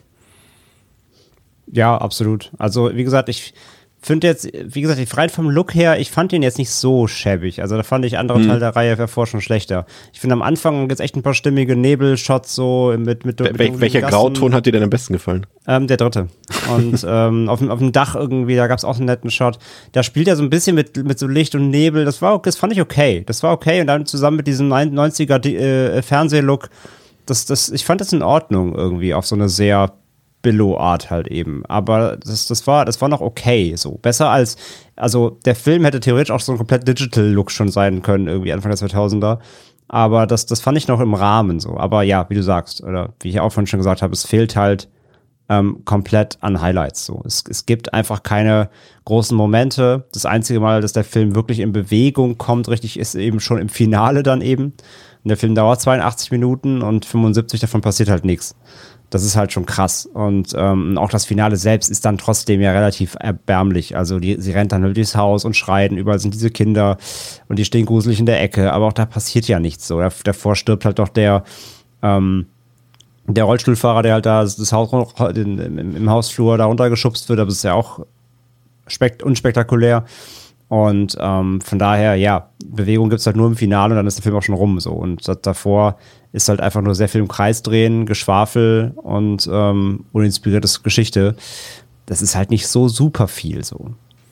Ja, absolut. Also, wie gesagt, ich finde jetzt, wie gesagt, ich rein vom Look her, ich fand ihn jetzt nicht so schäbig. Also, da fand ich andere hm. Teile der Reihe davor schon schlechter. Ich finde, am Anfang gibt es echt ein paar stimmige Nebelshots so mit, mit, mit Wel- Welcher Gassen. Grauton hat dir denn am besten gefallen? Ähm, der dritte. Und ähm, auf, dem, auf dem Dach irgendwie, da gab es auch einen netten Shot. Da spielt er so ein bisschen mit, mit so Licht und Nebel. Das war, das fand ich okay. Das war okay. Und dann zusammen mit diesem neunziger äh, Fernsehlook, das, das, ich fand das in Ordnung irgendwie, auf so eine sehr Billo-Art halt eben. Aber das, das, war, das war noch okay so. Besser als, also der Film hätte theoretisch auch so ein komplett Digital-Look schon sein können, irgendwie Anfang der zweitausender. Aber das, das fand ich noch im Rahmen so. Aber ja, wie du sagst, oder wie ich auch vorhin schon gesagt habe, es fehlt halt ähm, komplett an Highlights. So. Es, es gibt einfach keine großen Momente. Das einzige Mal, dass der Film wirklich in Bewegung kommt, richtig, ist eben schon im Finale dann eben. Und der Film dauert zweiundachtzig Minuten und fünfundsiebzig davon passiert halt nichts. Das ist halt schon krass. Und ähm, auch das Finale selbst ist dann trotzdem ja relativ erbärmlich. Also die, sie rennt dann halt durchs Haus und schreien. Überall sind diese Kinder und die stehen gruselig in der Ecke. Aber auch da passiert ja nichts. So. Davor stirbt halt doch der, ähm, der Rollstuhlfahrer, der halt da das Haus im, im Hausflur da runtergeschubst wird. Aber das ist ja auch spekt- unspektakulär. Und ähm, von daher, ja, Bewegung gibt es halt nur im Finale und dann ist der Film auch schon rum. So. Und das, davor ist halt einfach nur sehr viel im Kreis drehen, Geschwafel und ähm, uninspirierte Geschichte. Das ist halt nicht so super viel so.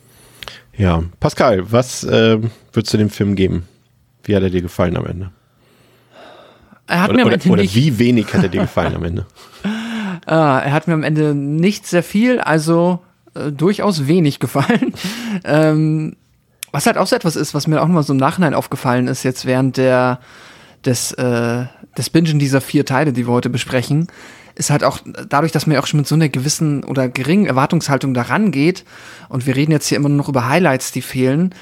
Ja, Pascal, was äh, würdest du dem Film geben? Wie hat er dir gefallen am Ende? Er hat oder, mir am oder, Ende oder nicht wie wenig hat er dir gefallen am Ende? ah, er hat mir am Ende nicht sehr viel, also äh, durchaus wenig gefallen. ähm, was halt auch so etwas ist, was mir auch nochmal so im Nachhinein aufgefallen ist, jetzt während der des, äh, des Bingen dieser vier Teile, die wir heute besprechen, ist halt auch dadurch, dass man ja auch schon mit so einer gewissen oder geringen Erwartungshaltung daran geht, und wir reden jetzt hier immer nur noch über Highlights, die fehlen.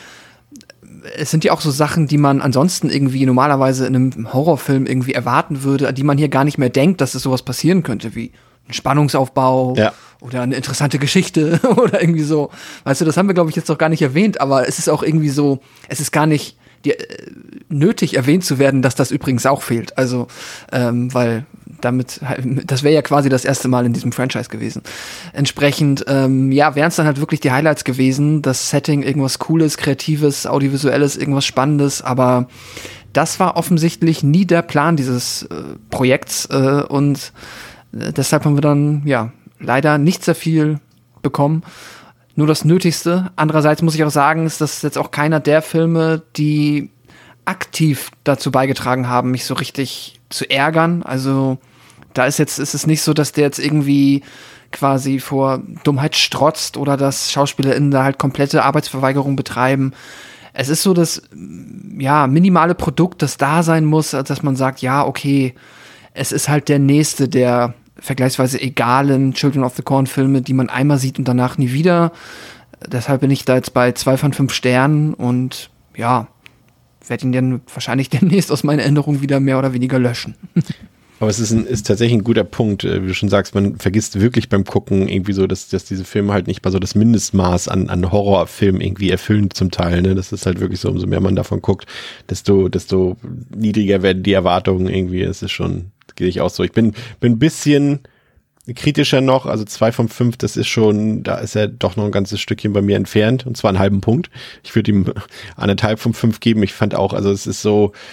Es sind ja auch so Sachen, die man ansonsten irgendwie normalerweise in einem Horrorfilm irgendwie erwarten würde, an die man hier gar nicht mehr denkt, dass es sowas passieren könnte, wie ein Spannungsaufbau ja. oder eine interessante Geschichte oder irgendwie so. Weißt du, das haben wir, glaube ich, jetzt noch gar nicht erwähnt, aber es ist auch irgendwie so, es ist gar nicht die, äh, nötig erwähnt zu werden, dass das übrigens auch fehlt. Also, ähm, weil damit, das wäre ja quasi das erste Mal in diesem Franchise gewesen. Entsprechend, ähm, ja, wären es dann halt wirklich die Highlights gewesen, das Setting, irgendwas Cooles, Kreatives, Audiovisuelles, irgendwas Spannendes, aber das war offensichtlich nie der Plan dieses äh, Projekts äh, und äh, deshalb haben wir dann, ja, leider nicht sehr viel bekommen. Nur das Nötigste. Andererseits muss ich auch sagen, ist das jetzt auch keiner der Filme, die aktiv dazu beigetragen haben, mich so richtig zu ärgern. Also da ist jetzt, ist es nicht so, dass der jetzt irgendwie quasi vor Dummheit strotzt oder dass SchauspielerInnen da halt komplette Arbeitsverweigerung betreiben. Es ist so das, ja, minimale Produkt, das da sein muss, dass man sagt, ja, okay, es ist halt der nächste der vergleichsweise egalen Children of the Corn Filme, die man einmal sieht und danach nie wieder. Deshalb bin ich da jetzt bei zwei von fünf Sternen und ja, werde ihn dann wahrscheinlich demnächst aus meiner Erinnerung wieder mehr oder weniger löschen. Aber es ist, ein, ist tatsächlich ein guter Punkt, wie du schon sagst, man vergisst wirklich beim Gucken irgendwie so, dass, dass diese Filme halt nicht mal so das Mindestmaß an, an Horrorfilmen irgendwie erfüllen zum Teil, ne? Das ist halt wirklich so, umso mehr man davon guckt, desto, desto niedriger werden die Erwartungen irgendwie, es ist schon, gehe ich auch so. Ich bin, bin ein bisschen kritischer noch, also zwei von fünf, das ist schon, da ist er doch noch ein ganzes Stückchen bei mir entfernt, und zwar einen halben Punkt. Ich würde ihm anderthalb von fünf geben. Ich fand auch, also es ist so,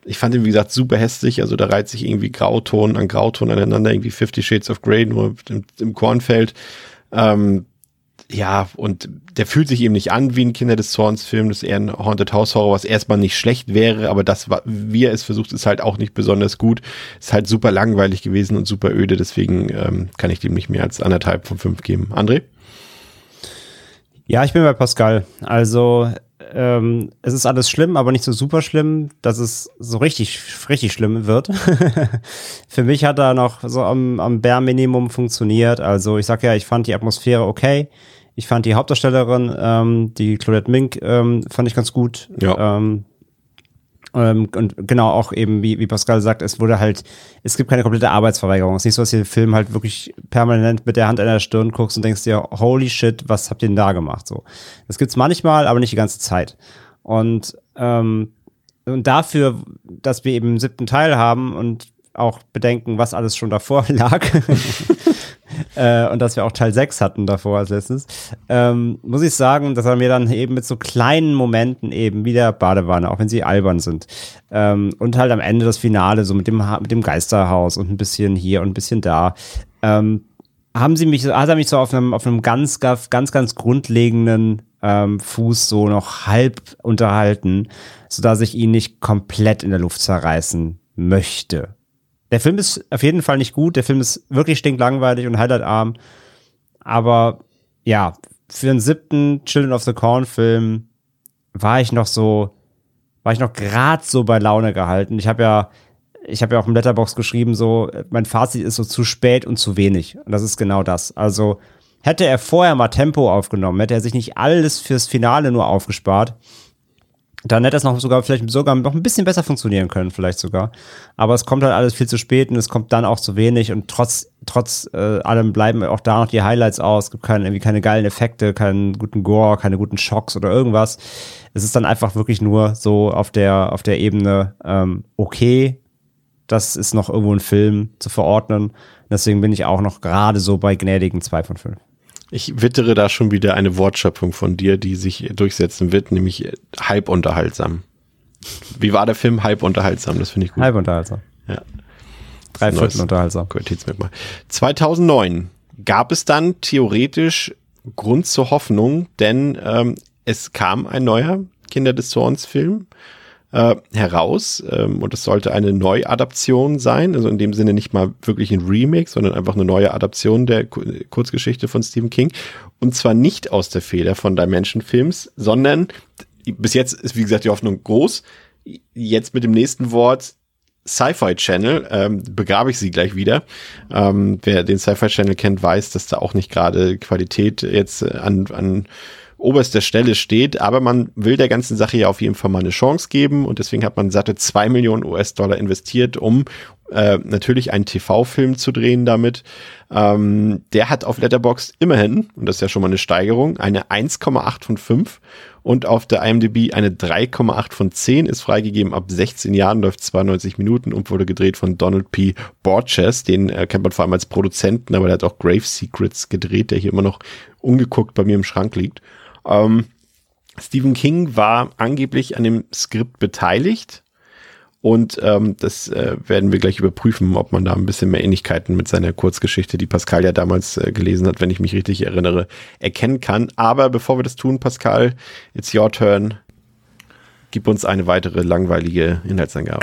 ich fand ihn, wie gesagt, super hässlich. Also da reiht sich irgendwie Grauton an Grauton aneinander, irgendwie Fifty Shades of Grey, nur im, im Kornfeld. Ähm, ja, und der fühlt sich eben nicht an wie ein Kinder des Zorns Film. Das ist eher ein Haunted House Horror, was erstmal nicht schlecht wäre, aber das, wie er es versucht, ist halt auch nicht besonders gut. Ist halt super langweilig gewesen und super öde, deswegen ähm, kann ich dem nicht mehr als anderthalb von fünf geben. André? Ja, ich bin bei Pascal. Also ähm, es ist alles schlimm, aber nicht so super schlimm, dass es so richtig, richtig schlimm wird. Für mich hat er noch so am, am Bare Minimum funktioniert. Also ich sag ja, ich fand die Atmosphäre okay. Ich fand die Hauptdarstellerin, ähm, die Claudette Mink, ähm, fand ich ganz gut. Ja. Ähm, ähm, und genau auch eben, wie, wie Pascal sagt, es wurde halt, es gibt keine komplette Arbeitsverweigerung. Es ist nicht so, dass du den Film halt wirklich permanent mit der Hand an der Stirn guckst und denkst dir, holy shit, was habt ihr denn da gemacht? So, das gibt's manchmal, aber nicht die ganze Zeit. Und, ähm, und dafür, dass wir eben einen siebten Teil haben und auch bedenken, was alles schon davor lag, äh, und dass wir auch Teil sechs hatten davor als letztes, ähm, muss ich sagen, dass er mir dann eben mit so kleinen Momenten eben wieder Badewanne, auch wenn sie albern sind, ähm, und halt am Ende das Finale so mit dem, mit dem Geisterhaus und ein bisschen hier und ein bisschen da, ähm, haben sie mich, hat er mich so auf einem, auf einem ganz, ganz, ganz grundlegenden ähm, Fuß so noch halb unterhalten, sodass ich ihn nicht komplett in der Luft zerreißen möchte. Der Film ist auf jeden Fall nicht gut, der Film ist wirklich stinklangweilig und highlightarm, aber ja, für den siebten Children of the Corn Film war ich noch so, war ich noch gerade so bei Laune gehalten. Ich habe ja, ich habe ja auch im Letterboxd geschrieben, so, mein Fazit ist so zu spät und zu wenig. Und das ist genau das. Also, hätte er vorher mal Tempo aufgenommen, hätte er sich nicht alles fürs Finale nur aufgespart, dann hätte es noch sogar vielleicht sogar noch ein bisschen besser funktionieren können, vielleicht sogar. Aber es kommt halt alles viel zu spät und es kommt dann auch zu wenig und trotz trotz äh, allem bleiben auch da noch die Highlights aus. Es gibt keine, irgendwie keine geilen Effekte, keinen guten Gore, keine guten Schocks oder irgendwas. Es ist dann einfach wirklich nur so auf der auf der Ebene ähm, okay, das ist noch irgendwo ein Film zu verordnen. Deswegen bin ich auch noch gerade so bei gnädigen zwei von fünf. Ich wittere da schon wieder eine Wortschöpfung von dir, die sich durchsetzen wird, nämlich halb unterhaltsam. Wie war der Film? Halb unterhaltsam, das finde ich gut. Halb unterhaltsam. Ja. Drei Viertel unterhaltsam. Qualitätsmerkmal. zweitausendneun gab es dann theoretisch Grund zur Hoffnung, denn ähm, es kam ein neuer Kinder des Zorns Film äh, heraus ähm, und es sollte eine Neuadaption sein, also in dem Sinne nicht mal wirklich ein Remake, sondern einfach eine neue Adaption der Ku- Kurzgeschichte von Stephen King und zwar nicht aus der Feder von Dimension Films, sondern bis jetzt ist wie gesagt die Hoffnung groß, jetzt mit dem nächsten Wort Sci-Fi Channel, ähm, begrabe ich sie gleich wieder. Ähm, wer den Sci-Fi Channel kennt, weiß, dass da auch nicht gerade Qualität jetzt an, an oberster Stelle steht, aber man will der ganzen Sache ja auf jeden Fall mal eine Chance geben und deswegen hat man satte zwei Millionen US-Dollar investiert, um äh, natürlich einen T V-Film zu drehen damit. Ähm, der hat auf Letterboxd immerhin, und das ist ja schon mal eine Steigerung, eine eins Komma acht von fünf und auf der I M D B eine drei Komma acht von zehn, ist freigegeben ab sechzehn Jahren, läuft zweiundneunzig Minuten und wurde gedreht von Donald P. Borges, den äh, kennt man vor allem als Produzenten, aber der hat auch Grave Secrets gedreht, der hier immer noch ungeguckt bei mir im Schrank liegt. Ähm, Stephen King war angeblich an dem Skript beteiligt und ähm, das äh, werden wir gleich überprüfen, ob man da ein bisschen mehr Ähnlichkeiten mit seiner Kurzgeschichte, die Pascal ja damals äh, gelesen hat, wenn ich mich richtig erinnere, erkennen kann. Aber bevor wir das tun, Pascal, it's your turn. Gib uns eine weitere langweilige Inhaltsangabe.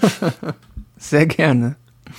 Sehr gerne.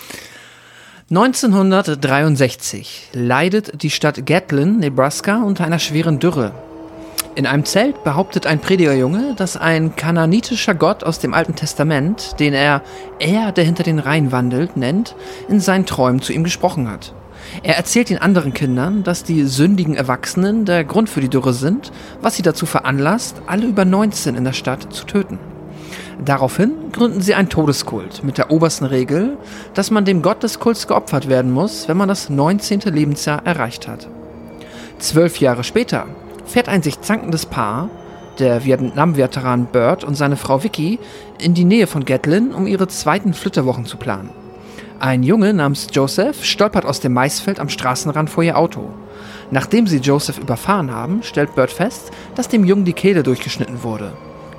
neunzehnhundertdreiundsechzig leidet die Stadt Gatlin, Nebraska, unter einer schweren Dürre. In einem Zelt behauptet ein Predigerjunge, dass ein kananitischer Gott aus dem Alten Testament, den er Er, der hinter den Reihen wandelt, nennt, in seinen Träumen zu ihm gesprochen hat. Er erzählt den anderen Kindern, dass die sündigen Erwachsenen der Grund für die Dürre sind, was sie dazu veranlasst, alle über neunzehn in der Stadt zu töten. Daraufhin gründen sie einen Todeskult mit der obersten Regel, dass man dem Gott des Kults geopfert werden muss, wenn man das neunzehnte Lebensjahr erreicht hat. Zwölf Jahre später fährt ein sich zankendes Paar, der Vietnam-Veteran Burt und seine Frau Vicky, in die Nähe von Gatlin, um ihre zweiten Flitterwochen zu planen. Ein Junge namens Joseph stolpert aus dem Maisfeld am Straßenrand vor ihr Auto. Nachdem sie Joseph überfahren haben, stellt Burt fest, dass dem Jungen die Kehle durchgeschnitten wurde.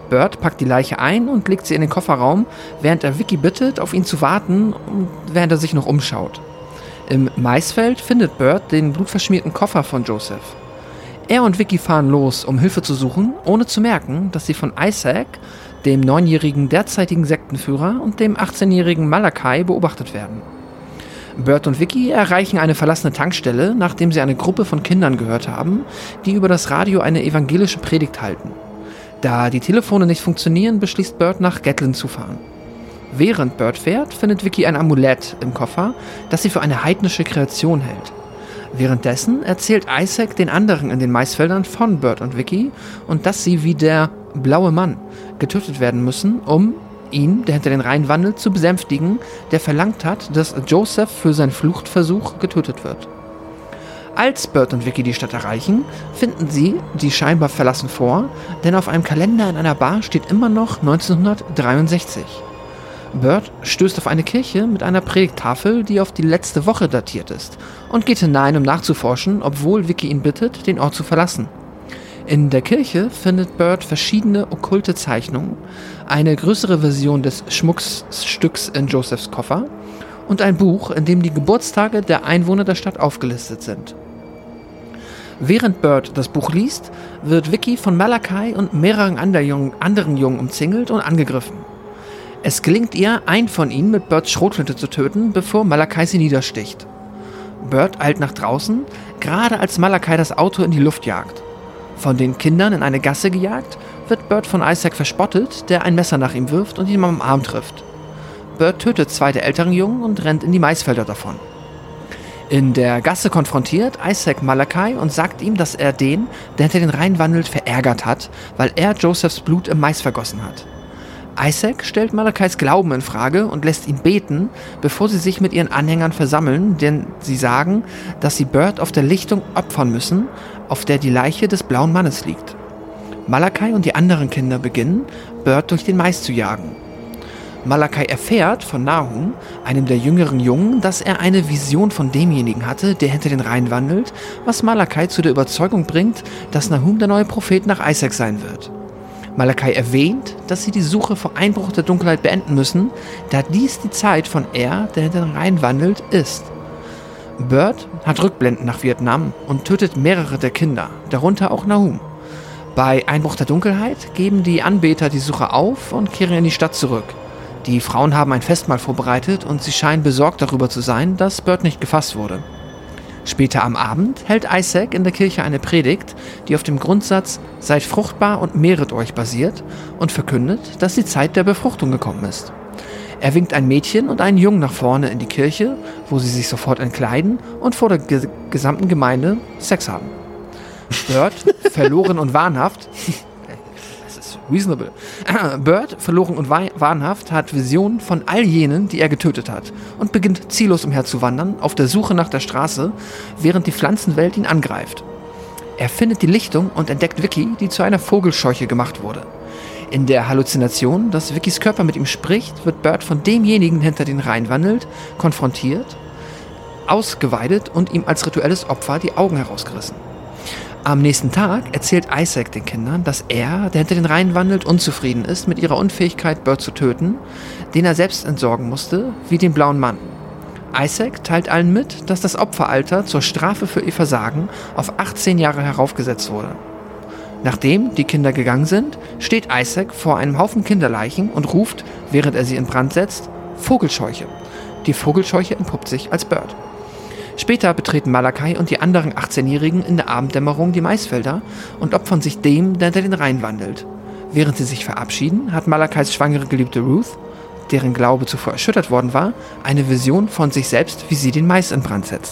Bert packt die Leiche ein und legt sie in den Kofferraum, während er Vicky bittet, auf ihn zu warten, während er sich noch umschaut. Im Maisfeld findet Bert den blutverschmierten Koffer von Joseph. Er und Vicky fahren los, um Hilfe zu suchen, ohne zu merken, dass sie von Isaac, dem neunjährigen derzeitigen Sektenführer, und dem achtzehnjährigen Malachi beobachtet werden. Bert und Vicky erreichen eine verlassene Tankstelle, nachdem sie eine Gruppe von Kindern gehört haben, die über das Radio eine evangelische Predigt halten. Da die Telefone nicht funktionieren, beschließt Bert, nach Gatlin zu fahren. Während Bert fährt, findet Vicky ein Amulett im Koffer, das sie für eine heidnische Kreation hält. Währenddessen erzählt Isaac den anderen in den Maisfeldern von Bert und Vicky und dass sie wie der blaue Mann getötet werden müssen, um ihn, der hinter den Reihen wandelt, zu besänftigen, der verlangt hat, dass Joseph für seinen Fluchtversuch getötet wird. Als Bert und Vicky die Stadt erreichen, finden sie die scheinbar verlassen vor, denn auf einem Kalender in einer Bar steht immer noch neunzehnhundertdreiundsechzig. Bert stößt auf eine Kirche mit einer Predigttafel, die auf die letzte Woche datiert ist, und geht hinein, um nachzuforschen, obwohl Vicky ihn bittet, den Ort zu verlassen. In der Kirche findet Bert verschiedene okkulte Zeichnungen, eine größere Version des Schmuckstücks in Josephs Koffer und ein Buch, in dem die Geburtstage der Einwohner der Stadt aufgelistet sind. Während Bert das Buch liest, wird Vicky von Malachi und mehreren anderen Jungen umzingelt und angegriffen. Es gelingt ihr, einen von ihnen mit Berts Schrotflinte zu töten, bevor Malachi sie niedersticht. Bert eilt nach draußen, gerade als Malachi das Auto in die Luft jagt. Von den Kindern in eine Gasse gejagt, wird Bert von Isaac verspottet, der ein Messer nach ihm wirft und ihn am Arm trifft. Bert tötet zwei der älteren Jungen und rennt in die Maisfelder davon. In der Gasse konfrontiert Isaac Malachi und sagt ihm, dass er den, der hinter den Reihen wandelt, verärgert hat, weil er Josephs Blut im Mais vergossen hat. Isaac stellt Malachis Glauben in Frage und lässt ihn beten, bevor sie sich mit ihren Anhängern versammeln, denn sie sagen, dass sie Bert auf der Lichtung opfern müssen, auf der die Leiche des blauen Mannes liegt. Malachi und die anderen Kinder beginnen, Bert durch den Mais zu jagen. Malachi erfährt von Nahum, einem der jüngeren Jungen, dass er eine Vision von demjenigen hatte, der hinter den Reihen wandelt, was Malachi zu der Überzeugung bringt, dass Nahum der neue Prophet nach Isaac sein wird. Malachi erwähnt, dass sie die Suche vor Einbruch der Dunkelheit beenden müssen, da dies die Zeit von er, der hinter den Reihen wandelt, ist. Bert hat Rückblenden nach Vietnam und tötet mehrere der Kinder, darunter auch Nahum. Bei Einbruch der Dunkelheit geben die Anbeter die Suche auf und kehren in die Stadt zurück. Die Frauen haben ein Festmahl vorbereitet und sie scheinen besorgt darüber zu sein, dass Bert nicht gefasst wurde. Später am Abend hält Isaac in der Kirche eine Predigt, die auf dem Grundsatz "Seid fruchtbar und mehret euch" basiert und verkündet, dass die Zeit der Befruchtung gekommen ist. Er winkt ein Mädchen und einen Jungen nach vorne in die Kirche, wo sie sich sofort entkleiden und vor der ge- gesamten Gemeinde Sex haben. Bert, verloren und wahnhaft, das ist reasonable, Bert, verloren und wahnhaft, hat Visionen von all jenen, die er getötet hat, und beginnt ziellos umherzuwandern, auf der Suche nach der Straße, während die Pflanzenwelt ihn angreift. Er findet die Lichtung und entdeckt Vicky, die zu einer Vogelscheuche gemacht wurde. In der Halluzination, dass Vickys Körper mit ihm spricht, wird Bert von demjenigen, hinter den Reihen wandelt, konfrontiert, ausgeweidet und ihm als rituelles Opfer die Augen herausgerissen. Am nächsten Tag erzählt Isaac den Kindern, dass er, der hinter den Reihen wandelt, unzufrieden ist mit ihrer Unfähigkeit, Bert zu töten, den er selbst entsorgen musste, wie den blauen Mann. Isaac teilt allen mit, dass das Opferalter zur Strafe für ihr Versagen auf achtzehn Jahre heraufgesetzt wurde. Nachdem die Kinder gegangen sind, steht Isaac vor einem Haufen Kinderleichen und ruft, während er sie in Brand setzt, Vogelscheuche. Die Vogelscheuche entpuppt sich als Bert. Später betreten Malachi und die anderen achtzehnjährigen in der Abenddämmerung die Maisfelder und opfern sich dem, der hinter den Reihen wandelt. Während sie sich verabschieden, hat Malachis schwangere Geliebte Ruth, deren Glaube zuvor erschüttert worden war, eine Vision von sich selbst, wie sie den Mais in Brand setzt.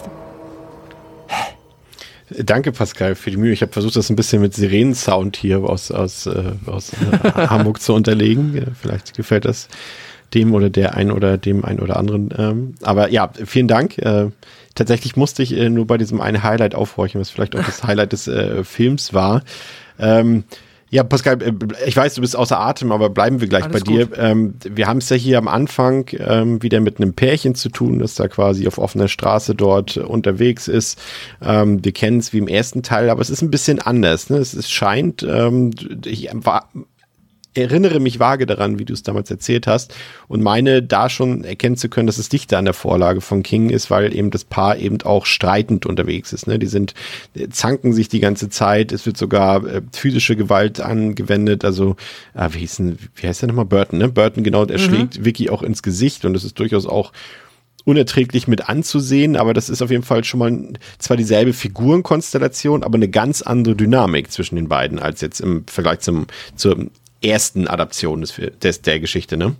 Danke, Pascal, für die Mühe. Ich habe versucht, das ein bisschen mit Sirenensound hier aus, aus, äh, aus äh, Hamburg zu unterlegen. Vielleicht gefällt das dem oder der einen oder dem einen oder anderen. Ähm, aber ja, vielen Dank. Äh, tatsächlich musste ich äh, nur bei diesem einen Highlight aufhorchen, was vielleicht auch das Highlight des äh, Films war. Ähm, ja, Pascal, ich weiß, du bist außer Atem, aber bleiben wir gleich Alles bei gut. dir. Ähm, wir haben es ja hier am Anfang ähm, wieder mit einem Pärchen zu tun, das da quasi auf offener Straße dort unterwegs ist. Ähm, wir kennen es wie im ersten Teil, aber es ist ein bisschen anders. Ne? Es, es scheint, ähm, ich war erinnere mich vage daran, wie du es damals erzählt hast und meine da schon erkennen zu können, dass es dichter an der Vorlage von King ist, weil eben das Paar eben auch streitend unterwegs ist. Ne? Die sind, zanken sich die ganze Zeit, es wird sogar äh, physische Gewalt angewendet, also äh, wie, hieß denn, wie heißt der nochmal? Burton, ne? Burton, genau, der mhm. schlägt Vicky auch ins Gesicht und das ist durchaus auch unerträglich mit anzusehen, aber das ist auf jeden Fall schon mal zwar dieselbe Figurenkonstellation, aber eine ganz andere Dynamik zwischen den beiden als jetzt im Vergleich zum, zur ersten Adaption des, des, der Geschichte, ne?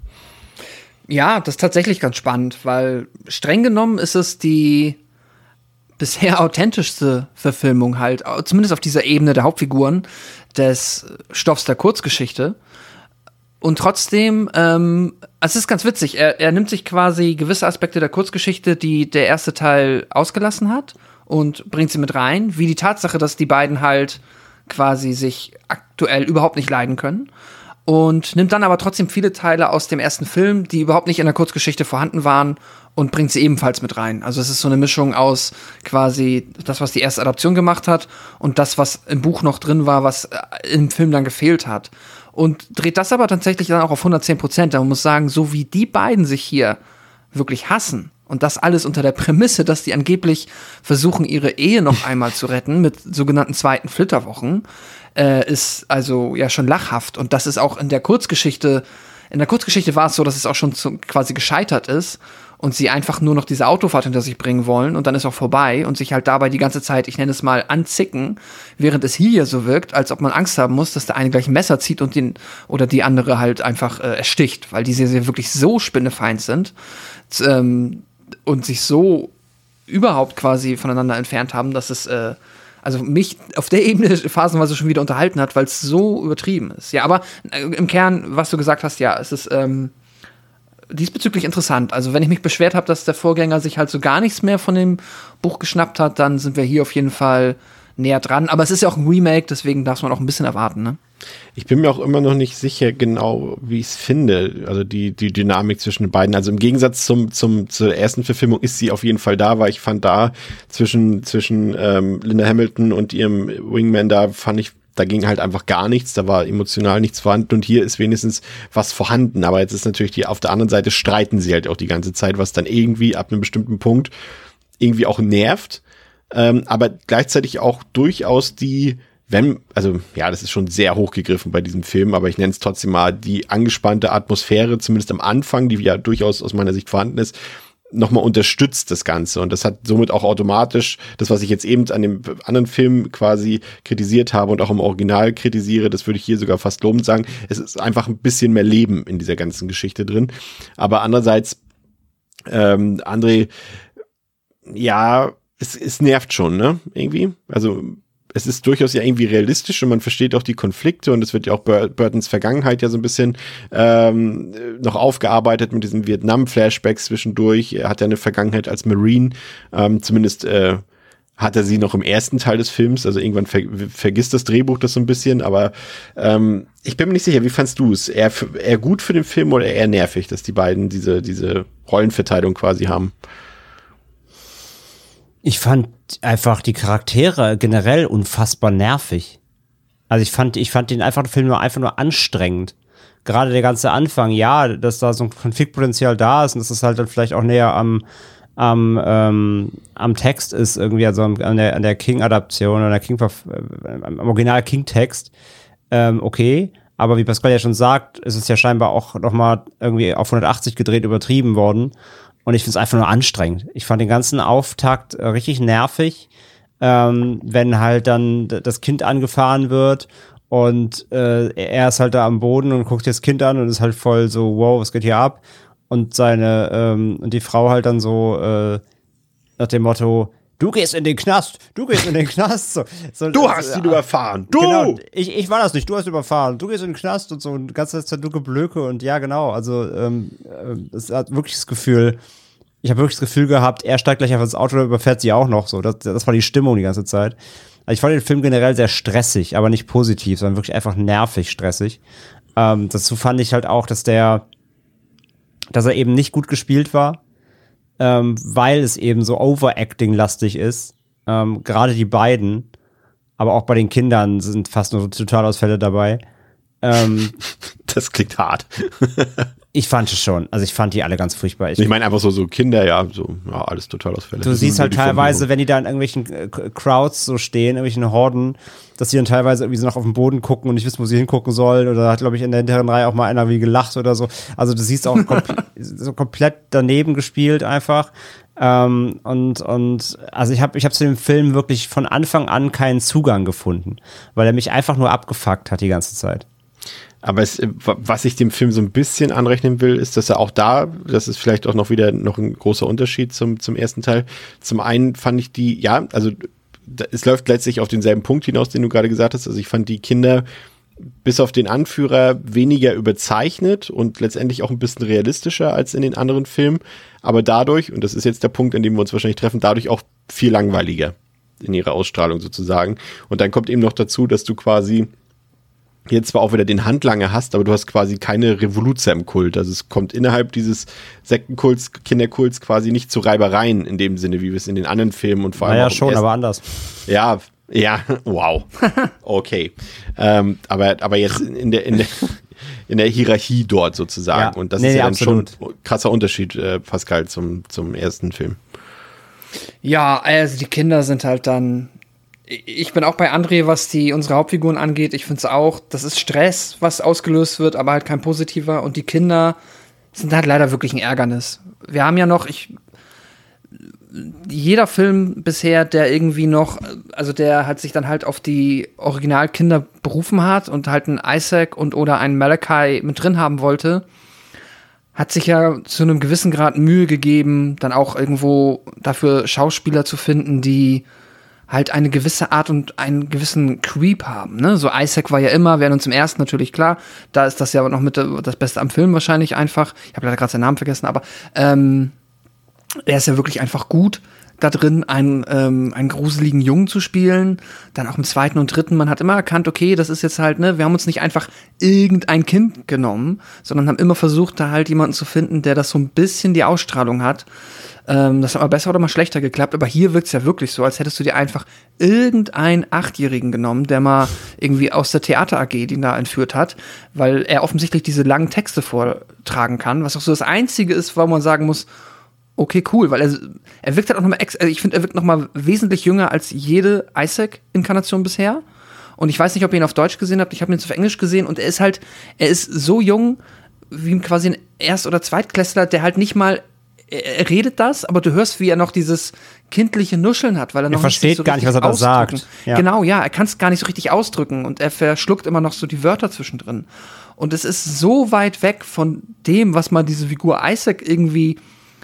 Ja, das ist tatsächlich ganz spannend, weil streng genommen ist es die bisher authentischste Verfilmung halt, zumindest auf dieser Ebene der Hauptfiguren des Stoffs der Kurzgeschichte. Und trotzdem, ähm, also es ist ganz witzig, er, er nimmt sich quasi gewisse Aspekte der Kurzgeschichte, die der erste Teil ausgelassen hat und bringt sie mit rein, wie die Tatsache, dass die beiden halt quasi sich aktuell überhaupt nicht leiden können und nimmt dann aber trotzdem viele Teile aus dem ersten Film, die überhaupt nicht in der Kurzgeschichte vorhanden waren und bringt sie ebenfalls mit rein. Also es ist so eine Mischung aus quasi das, was die erste Adaption gemacht hat und das, was im Buch noch drin war, was im Film dann gefehlt hat. Und dreht das aber tatsächlich dann auch auf hundertzehn Prozent. Man muss sagen, so wie die beiden sich hier wirklich hassen und das alles unter der Prämisse, dass die angeblich versuchen, ihre Ehe noch einmal zu retten mit sogenannten zweiten Flitterwochen, äh, ist also ja schon lachhaft. Und das ist auch in der Kurzgeschichte, in der Kurzgeschichte war es so, dass es auch schon zu, quasi gescheitert ist und sie einfach nur noch diese Autofahrt hinter sich bringen wollen und dann ist auch vorbei und sich halt dabei die ganze Zeit, ich nenne es mal, anzicken, während es hier so wirkt, als ob man Angst haben muss, dass der eine gleich ein Messer zieht und den oder die andere halt einfach äh, ersticht, weil die sehr, sehr wirklich so spinnefeind sind ähm, und sich so überhaupt quasi voneinander entfernt haben, dass es äh, also mich auf der Ebene phasenweise schon wieder unterhalten hat, weil es so übertrieben ist. Ja, aber äh, im Kern, was du gesagt hast, ja, es ist ähm, diesbezüglich interessant. Also wenn ich mich beschwert habe, dass der Vorgänger sich halt so gar nichts mehr von dem Buch geschnappt hat, dann sind wir hier auf jeden Fall näher dran. Aber es ist ja auch ein Remake, deswegen darf man auch ein bisschen erwarten, ne? Ich bin mir auch immer noch nicht sicher genau, wie ich es finde, also die, die Dynamik zwischen den beiden. Also im Gegensatz zum, zum, zur ersten Verfilmung ist sie auf jeden Fall da, weil ich fand da zwischen, zwischen ähm, Linda Hamilton und ihrem Wingman, da fand ich, da ging halt einfach gar nichts, da war emotional nichts vorhanden und hier ist wenigstens was vorhanden. Aber jetzt ist natürlich die, auf der anderen Seite streiten sie halt auch die ganze Zeit, was dann irgendwie ab einem bestimmten Punkt irgendwie auch nervt, ähm, aber gleichzeitig auch durchaus die, wenn, also ja, das ist schon sehr hochgegriffen bei diesem Film, aber ich nenne es trotzdem mal die angespannte Atmosphäre, zumindest am Anfang, die ja durchaus aus meiner Sicht vorhanden ist, nochmal unterstützt das Ganze. Und das hat somit auch automatisch das, was ich jetzt eben an dem anderen Film quasi kritisiert habe und auch im Original kritisiere, das würde ich hier sogar fast lobend sagen, es ist einfach ein bisschen mehr Leben in dieser ganzen Geschichte drin. Aber andererseits, ähm, André, ja, es, es nervt schon, ne, irgendwie. Also es ist durchaus ja irgendwie realistisch und man versteht auch die Konflikte und es wird ja auch Bur- Burtons Vergangenheit ja so ein bisschen ähm, noch aufgearbeitet mit diesen Vietnam-Flashbacks zwischendurch. Er hat ja eine Vergangenheit als Marine, ähm, zumindest äh, hat er sie noch im ersten Teil des Films, also irgendwann ver- vergisst das Drehbuch das so ein bisschen, aber ähm, ich bin mir nicht sicher, wie fandst du es? Eher, f- eher gut für den Film oder eher nervig, dass die beiden diese, diese Rollenverteilung quasi haben? Ich fand einfach die Charaktere generell unfassbar nervig. Also ich fand, ich fand den einfach den Film nur einfach nur anstrengend. Gerade der ganze Anfang, ja, dass da so ein Konfliktpotenzial da ist und dass es halt dann vielleicht auch näher am, am, ähm, am Text ist, irgendwie, also an der, an der King-Adaption, an der King, äh, am Original King-Text, ähm, okay. Aber wie Pascal ja schon sagt, ist es ja scheinbar auch nochmal irgendwie auf hundertachtzig gedreht, übertrieben worden. Und ich finde es einfach nur anstrengend. Ich fand den ganzen Auftakt äh, richtig nervig, ähm, wenn halt dann d- das Kind angefahren wird und äh, er ist halt da am Boden und guckt das Kind an und ist halt voll so, wow, was geht hier ab? Und seine, ähm, und die Frau halt dann so äh, nach dem Motto, du gehst in den Knast, du gehst in den Knast. So, so, Du so, hast ihn äh, überfahren, du! Genau, ich, ich war das nicht, du hast überfahren, du gehst in den Knast und so, und die ganze Zeit nur Geblöke und ja, genau, also ähm, äh, es hat wirklich das Gefühl, ich habe wirklich das Gefühl gehabt, er steigt gleich auf ins Auto und überfährt sie auch noch so, das, das war die Stimmung die ganze Zeit. Also ich fand den Film generell sehr stressig, aber nicht positiv, sondern wirklich einfach nervig stressig. Ähm, dazu fand ich halt auch, dass der, dass er eben nicht gut gespielt war, ähm, weil es eben so Overacting-lastig ist. Ähm, gerade die beiden, aber auch bei den Kindern sind fast nur so Totalausfälle dabei. Ähm, Das klingt hart. Ich fand es schon. Also ich fand die alle ganz furchtbar. Ich, ich meine einfach so, so Kinder, ja, so, ja, alles Totalausfälle. Du siehst halt teilweise, wenn die da in irgendwelchen äh, Crowds so stehen, irgendwelchen Horden, dass die dann teilweise irgendwie so noch auf den Boden gucken und nicht wissen, wo sie hingucken sollen. Oder da hat, glaube ich, in der hinteren Reihe auch mal einer wie gelacht oder so. Also du siehst auch kompl- so komplett daneben gespielt einfach. Ähm, und, und also ich habe ich hab zu dem Film wirklich von Anfang an keinen Zugang gefunden, weil er mich einfach nur abgefuckt hat die ganze Zeit. Aber es, was ich dem Film so ein bisschen anrechnen will, ist, dass er auch da, das ist vielleicht auch noch wieder noch ein großer Unterschied zum, zum ersten Teil. Zum einen fand ich die, ja, also es läuft letztlich auf denselben Punkt hinaus, den du gerade gesagt hast. Also ich fand die Kinder bis auf den Anführer weniger überzeichnet und letztendlich auch ein bisschen realistischer als in den anderen Filmen. Aber dadurch, und das ist jetzt der Punkt, an dem wir uns wahrscheinlich treffen, dadurch auch viel langweiliger in ihrer Ausstrahlung sozusagen. Und dann kommt eben noch dazu, dass du quasi jetzt zwar auch wieder den Handlanger hast, aber du hast quasi keine Revolution im Kult. Also es kommt innerhalb dieses Sektenkults, Kinderkults quasi nicht zu Reibereien in dem Sinne, wie wir es in den anderen Filmen und vor allem naja, auch im schon, ersten, aber anders. Ja, ja, wow. Okay. ähm, aber, aber jetzt in der, in der, in der Hierarchie dort sozusagen. Ja. Und das Nee, ist ja nee, dann absolut. schon ein krasser Unterschied, äh, Pascal, zum, zum ersten Film. Ja, also die Kinder sind halt dann. Ich bin auch bei André, was die unsere Hauptfiguren angeht. Ich finde es auch, das ist Stress, was ausgelöst wird, aber halt kein positiver. Und die Kinder sind halt leider wirklich ein Ärgernis. Wir haben ja noch, ich, jeder Film bisher, der irgendwie noch, also der halt sich dann halt auf die Originalkinder berufen hat und halt einen Isaac und oder einen Malachi mit drin haben wollte, hat sich ja zu einem gewissen Grad Mühe gegeben, dann auch irgendwo dafür Schauspieler zu finden, die halt eine gewisse Art und einen gewissen Creep haben, ne? So Isaac war ja immer, während uns im ersten natürlich klar, da ist das ja noch mit das Beste am Film wahrscheinlich einfach. Ich habe leider gerade seinen Namen vergessen, aber ähm, er ist ja wirklich einfach gut da drin, einen, ähm, einen gruseligen Jungen zu spielen. Dann auch im zweiten und dritten, man hat immer erkannt, okay, das ist jetzt halt, ne, wir haben uns nicht einfach irgendein Kind genommen, sondern haben immer versucht, da halt jemanden zu finden, der das so ein bisschen die Ausstrahlung hat. Ähm, das hat mal besser oder mal schlechter geklappt, aber hier wirkt's ja wirklich so, als hättest du dir einfach irgendeinen Achtjährigen genommen, der mal irgendwie aus der Theater A G den da entführt hat, weil er offensichtlich diese langen Texte vortragen kann, was auch so das Einzige ist, wo man sagen muss, okay, cool, weil er, er wirkt halt auch nochmal, also ich finde, er wirkt nochmal wesentlich jünger als jede Isaac-Inkarnation bisher. Und ich weiß nicht, ob ihr ihn auf Deutsch gesehen habt, ich habe ihn jetzt auf Englisch gesehen und er ist halt, er ist so jung, wie quasi ein Erst- oder Zweitklässler, der halt nicht mal, er, er redet das, aber du hörst, wie er noch dieses kindliche Nuscheln hat, weil er noch er versteht nicht so gar nicht, was er da sagt. Ja. Genau, ja, er kann es gar nicht so richtig ausdrücken und er verschluckt immer noch so die Wörter zwischendrin. Und es ist so weit weg von dem, was man diese Figur Isaac irgendwie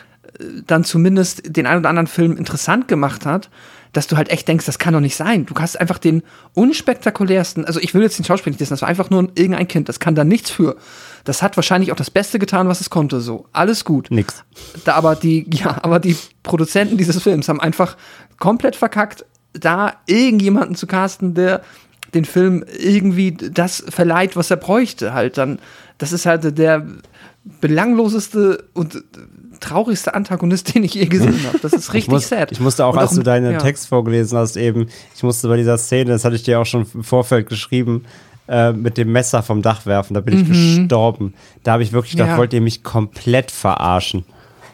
dann zumindest den einen oder anderen Film interessant gemacht hat, dass du halt echt denkst, das kann doch nicht sein. Du hast einfach den unspektakulärsten, also ich will jetzt den Schauspieler nicht wissen, das war einfach nur irgendein Kind, das kann da nichts für. Das hat wahrscheinlich auch das Beste getan, was es konnte, so. Alles gut. Nix. Da aber die, ja, aber die Produzenten dieses Films haben einfach komplett verkackt, da irgendjemanden zu casten, der den Film irgendwie das verleiht, was er bräuchte, halt dann. Das ist halt der belangloseste und traurigste Antagonist, den ich je gesehen habe. Das ist richtig ich muss, sad. Ich musste auch, und als auch, du deinen ja. Text vorgelesen hast eben, ich musste bei dieser Szene, das hatte ich dir auch schon im Vorfeld geschrieben, äh, mit dem Messer vom Dach werfen, da bin ich Mhm. gestorben. Da habe ich wirklich gedacht, Ja. wollt ihr mich komplett verarschen?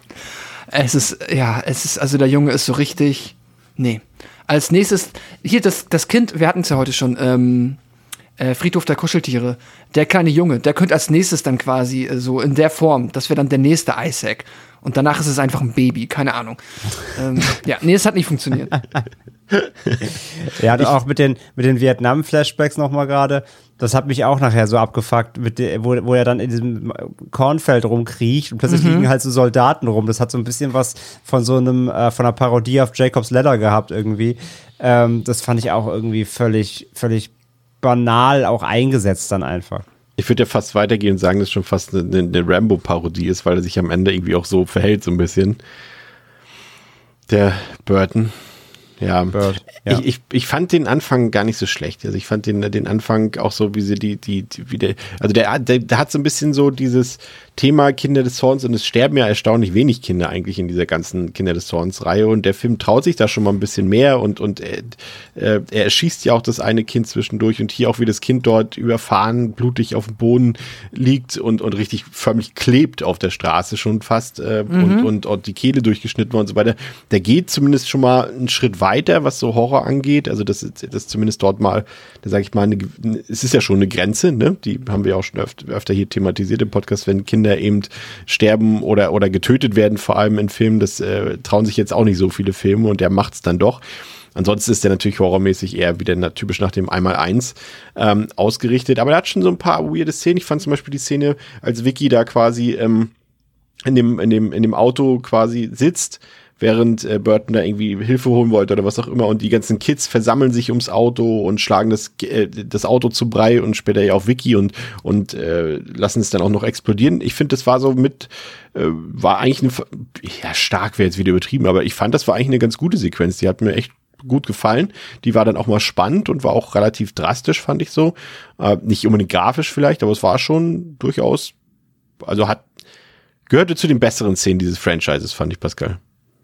Es ist, ja, es ist, also der Junge ist so richtig, nee. Als nächstes, hier das, das Kind, wir hatten es ja heute schon, ähm, äh, Friedhof der Kuscheltiere, der kleine Junge, der könnte als nächstes dann quasi äh, so in der Form, das wäre dann der nächste Isaac. Und danach ist es einfach ein Baby, keine Ahnung. ähm, ja, nee, es hat nicht funktioniert. Ja, und auch mit den, mit den Vietnam-Flashbacks nochmal gerade, das hat mich auch nachher so abgefuckt, mit der, wo, wo er dann in diesem Kornfeld rumkriecht und plötzlich Mhm. liegen halt so Soldaten rum. Das hat so ein bisschen was von so einem, äh, von einer Parodie auf Jacob's Ladder gehabt irgendwie. Ähm, das fand ich auch irgendwie völlig, völlig banal auch eingesetzt dann einfach. Ich würde ja fast weitergehen und sagen, dass es schon fast eine, eine Rambo-Parodie ist, weil er sich am Ende irgendwie auch so verhält, so ein bisschen. Der Burton. Ja, Bird, ja. Ich, ich, ich fand den Anfang gar nicht so schlecht. Also ich fand den, den Anfang auch so, wie sie die, die, die wie der, also der, der, der hat so ein bisschen so dieses Thema Kinder des Zorns und es sterben ja erstaunlich wenig Kinder eigentlich in dieser ganzen Kinder des Zorns-Reihe und der Film traut sich da schon mal ein bisschen mehr und, und er, äh, er erschießt ja auch das eine Kind zwischendurch und hier auch wie das Kind dort überfahren, blutig auf dem Boden liegt und, und richtig förmlich klebt auf der Straße schon fast äh, mhm. und, und, und die Kehle durchgeschnitten war und so weiter. Der geht zumindest schon mal einen Schritt weiter, was so Horror angeht. Also das ist das zumindest dort mal, da sage ich mal, eine, es ist ja schon eine Grenze, ne? Die haben wir auch schon öfter, öfter hier thematisiert im Podcast, wenn Kinder eben sterben oder, oder getötet werden, vor allem in Filmen. Das äh, trauen sich jetzt auch nicht so viele Filme und der macht's dann doch. Ansonsten ist der natürlich horrormäßig eher wieder na, typisch nach dem Einmal-Eins ähm, ausgerichtet. Aber er hat schon so ein paar weirde Szenen. Ich fand zum Beispiel die Szene, als Vicky da quasi ähm, in dem, in dem, in dem Auto quasi sitzt, während äh, Burton da irgendwie Hilfe holen wollte oder was auch immer und die ganzen Kids versammeln sich ums Auto und schlagen das, äh, das Auto zu Brei und später ja auch Vicky und, und äh, lassen es dann auch noch explodieren. Ich finde, das war so mit, äh, war eigentlich eine, ja stark wäre jetzt wieder übertrieben, aber ich fand, das war eigentlich eine ganz gute Sequenz. Die hat mir echt gut gefallen. Die war dann auch mal spannend und war auch relativ drastisch, fand ich so. Äh, nicht unbedingt grafisch vielleicht, aber es war schon durchaus, also hat, gehörte zu den besseren Szenen dieses Franchises, fand ich, Pascal.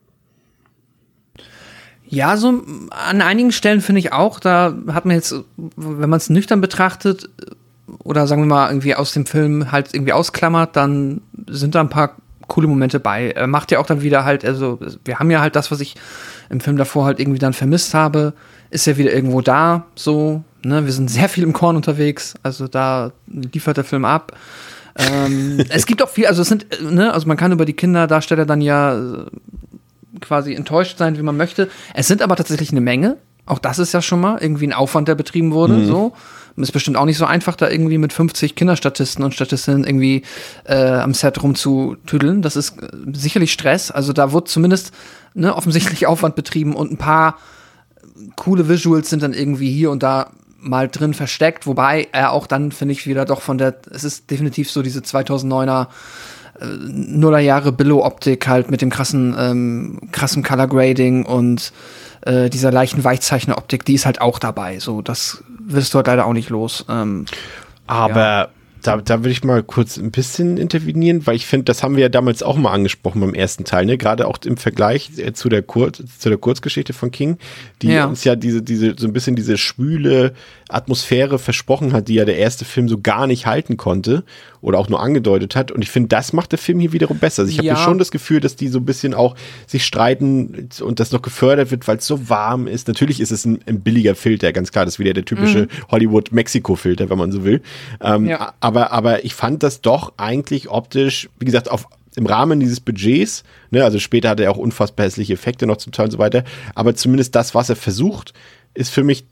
Ja, so an einigen Stellen finde ich auch, da hat man jetzt, wenn man es nüchtern betrachtet oder sagen wir mal irgendwie aus dem Film halt irgendwie ausklammert, dann sind da ein paar coole Momente bei. Er macht ja auch dann wieder halt, also wir haben ja halt das, was ich im Film davor halt irgendwie dann vermisst habe, ist ja wieder irgendwo da, so, ne, wir sind sehr viel im Korn unterwegs, also da liefert der Film ab. ähm, es gibt auch viel, also es sind, ne, also man kann über die Kinderdarsteller dann ja quasi enttäuscht sein, wie man möchte. Es sind aber tatsächlich eine Menge. Auch das ist ja schon mal irgendwie ein Aufwand, der betrieben wurde. Mhm. So. Ist bestimmt auch nicht so einfach, da irgendwie mit fünfzig Kinderstatisten und Statistinnen irgendwie äh, am Set rumzutüdeln. Das ist äh, sicherlich Stress. Also da wird zumindest ne, offensichtlich Aufwand betrieben und ein paar coole Visuals sind dann irgendwie hier und da mal drin versteckt. Wobei er auch dann, finde ich, wieder doch von der, es ist definitiv so diese zweitausenddeuner Nullerjahre Billo-Optik halt mit dem krassen, ähm, krassen Color Grading und äh, dieser leichten Weichzeichner-Optik, die ist halt auch dabei. So, das wirst du halt leider auch nicht los. Ähm, Aber ja. da, da würde ich mal kurz ein bisschen intervenieren, weil ich finde, das haben wir ja damals auch mal angesprochen beim ersten Teil, ne? Gerade auch im Vergleich äh, zu der Kurz, zu der Kurzgeschichte von King, die ja. uns ja diese, diese, so ein bisschen diese schwüle Atmosphäre versprochen hat, die ja der erste Film so gar nicht halten konnte oder auch nur angedeutet hat. Und ich finde, das macht der Film hier wiederum besser. Also ich habe ja. schon das Gefühl, dass die so ein bisschen auch sich streiten und das noch gefördert wird, weil es so warm ist. Natürlich ist es ein, ein billiger Filter, ganz klar. Das ist wieder der typische mhm. Hollywood-Mexiko-Filter, wenn man so will. Ähm, ja. aber, aber ich fand das doch eigentlich optisch, wie gesagt, auf im Rahmen dieses Budgets, ne, also später hat er auch unfassbar hässliche Effekte noch zum Teil und so weiter, aber zumindest das, was er versucht, ist für mich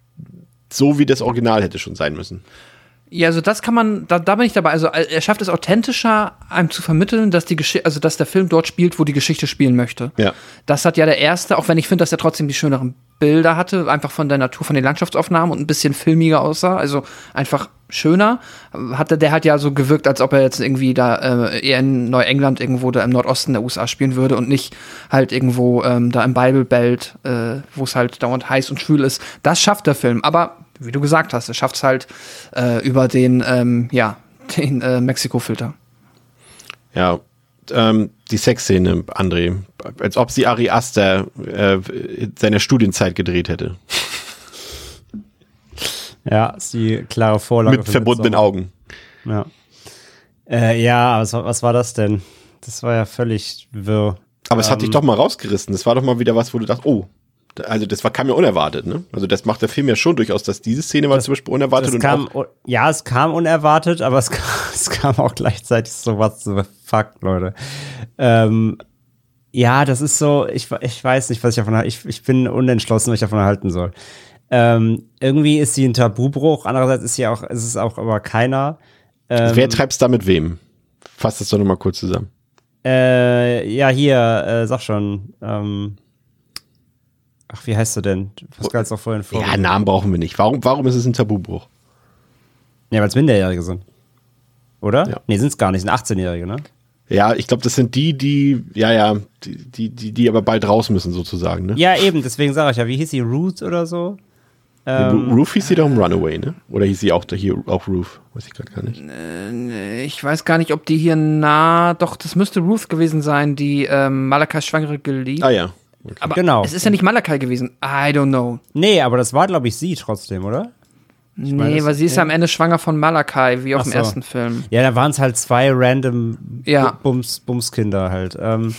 so, wie das Original hätte schon sein müssen. Ja, also das kann man, da, da bin ich dabei. Also er schafft es authentischer, einem zu vermitteln, dass die Geschichte, also dass der Film dort spielt, wo die Geschichte spielen möchte. Ja. Das hat ja der erste, auch wenn ich finde, dass er trotzdem die schöneren Bilder hatte, einfach von der Natur, von den Landschaftsaufnahmen und ein bisschen filmiger aussah, also einfach schöner. Hatte der halt ja so gewirkt, als ob er jetzt irgendwie da äh, eher in Neuengland irgendwo da im Nordosten der U S A spielen würde und nicht halt irgendwo ähm, da im Bible Belt, äh, wo es halt dauernd heiß und schwül ist. Das schafft der Film, aber wie du gesagt hast, er schafft es halt äh, über den, ähm, ja, den äh, Mexiko-Filter. Ja, ähm, die Sexszene, André, als ob sie Ari Aster äh, in seiner Studienzeit gedreht hätte. Ja, ist die klare Vorlage. Mit verbundenen Augen. Ja, äh, ja, was, was war das denn? Das war ja völlig wirr. Aber es ähm, hat dich doch mal rausgerissen. Das war doch mal wieder was, wo du dachtest, oh, also das war, kam ja unerwartet, ne? Also das macht der Film ja schon durchaus, dass diese Szene war das, zum Beispiel unerwartet. Das kam, und auch ja, es kam unerwartet, aber es kam, es kam auch gleichzeitig so was, so fuck, Leute. Ähm, ja, das ist so, ich, ich weiß nicht, was ich davon halte. Ich, ich bin unentschlossen, was ich davon halten soll. Ähm, irgendwie ist sie ein Tabubruch, andererseits ist sie auch, ist es auch aber keiner. Ähm, Wer treibt's da mit wem? Fass das doch nochmal kurz zusammen. Äh, ja, hier, äh, sag schon, ähm, ach, wie heißt du denn? Pascal hat's auch vorhin vor. Ja, Namen brauchen wir nicht. Warum, warum ist es ein Tabubruch? Ja, weil es Minderjährige sind. Oder? Ja. Nee, sind es gar nicht, sind achtzehnjährige, ne? Ja, ich glaube, das sind die, die, ja, ja, die, die, die aber bald raus müssen, sozusagen, ne? Ja, eben, deswegen sage ich ja, wie hieß sie, Ruth oder so? Ähm, Ruth hieß sie doch im Runaway, ne? Oder hieß sie auch hier auch Ruth? Weiß ich gerade gar nicht. Äh, ich weiß gar nicht, ob die hier nah, doch, das müsste Ruth gewesen sein, die ähm, Malakais Schwangere geliebt. Ah ja. Okay. Aber genau. Es ist ja nicht Malakai gewesen. I don't know. Nee, aber das war, glaube ich, sie trotzdem, oder? Ich nee, meine, weil sie ist ja am Ende schwanger von Malakai, wie auch Ach im so. ersten Film. Ja, da waren es halt zwei random Ja. Bums, Bumskinder halt. Ähm,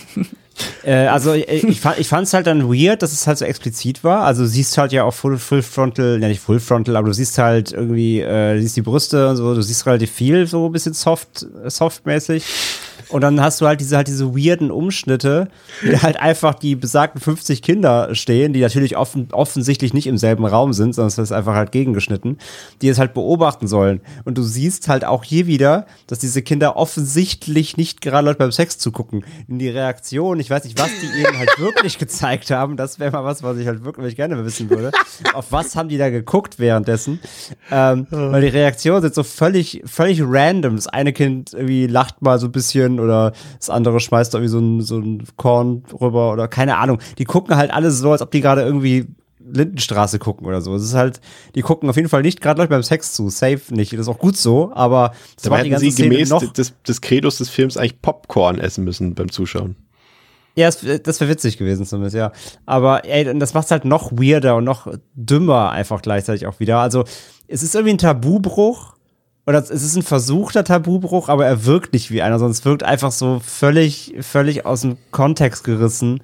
äh, also ich, ich fand es halt dann weird, dass es halt so explizit war. Also du siehst halt ja auch Full, Full Frontal, ja nicht Full Frontal, aber du siehst halt irgendwie, äh, du siehst die Brüste und so, du siehst relativ viel, so ein bisschen soft, softmäßig. Und dann hast du halt diese halt diese weirden Umschnitte, die halt einfach die besagten fünfzig Kinder stehen, die natürlich offen, offensichtlich nicht im selben Raum sind, sondern es ist einfach halt gegengeschnitten, die es halt beobachten sollen. Und du siehst halt auch hier wieder, dass diese Kinder offensichtlich nicht gerade Leute beim Sex zugucken. In die Reaktion, ich weiß nicht, was die eben halt wirklich gezeigt haben, das wäre mal was, was ich halt wirklich gerne wissen würde. Auf was haben die da geguckt währenddessen? Ähm, weil die Reaktionen sind so völlig, völlig random. Das eine Kind irgendwie lacht mal so ein bisschen oder das andere schmeißt irgendwie so ein, so ein Korn rüber oder keine Ahnung. Die gucken halt alle so, als ob die gerade irgendwie Lindenstraße gucken oder so. Es ist halt, die gucken auf jeden Fall nicht gerade Leute beim Sex zu. Safe nicht. Das ist auch gut so, aber das Dabei macht die hätten ganze sie Szene gemäß noch. des, des Credos des Films eigentlich Popcorn essen müssen beim Zuschauen. Ja, das, das wäre witzig gewesen zumindest, ja. Aber ey, das macht's halt noch weirder und noch dümmer einfach gleichzeitig auch wieder. Also es ist irgendwie ein Tabubruch. Oder es ist ein versuchter Tabubruch, aber er wirkt nicht wie einer, sondern es wirkt einfach so völlig, völlig aus dem Kontext gerissen.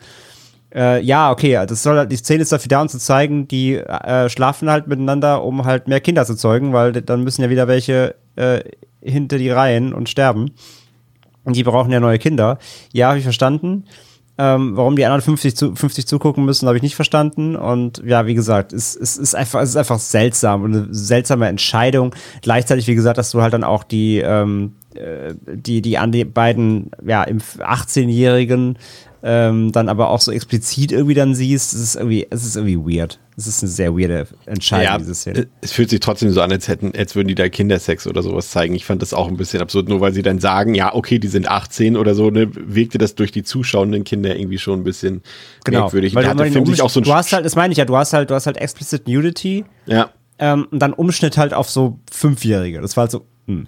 Äh, ja, okay, das soll, die Szene ist dafür da, um zu zeigen, die äh, schlafen halt miteinander, um halt mehr Kinder zu zeugen, weil dann müssen ja wieder welche äh, hinter die Reihen und sterben. Und die brauchen ja neue Kinder. Ja, habe ich verstanden. Ähm, warum die anderen fünfzig, zu, fünfzig zugucken müssen, habe ich nicht verstanden. Und ja, wie gesagt, es, es, ist einfach, es ist einfach seltsam und eine seltsame Entscheidung. Gleichzeitig, wie gesagt, dass du halt dann auch die, ähm, die, die an die beiden, ja, im achtzehnjährigen ähm, dann aber auch so explizit irgendwie dann siehst. Es ist irgendwie, es ist irgendwie weird. Es ist eine sehr weirde Entscheidung, ja, diese Szene. Es fühlt sich trotzdem so an, als hätten, als würden die da Kindersex oder sowas zeigen. Ich fand das auch ein bisschen absurd, nur weil sie dann sagen, ja, okay, die sind achtzehn oder so, ne, wirkte das durch die zuschauenden Kinder irgendwie schon ein bisschen genau, merkwürdig. Weil da du, hat der Film sich auch so ein du hast halt, das meine ich ja, du hast halt, du hast halt explicit Nudity. Ja. Ähm, und dann Umschnitt halt auf so Fünfjährige. Das war halt so, hm.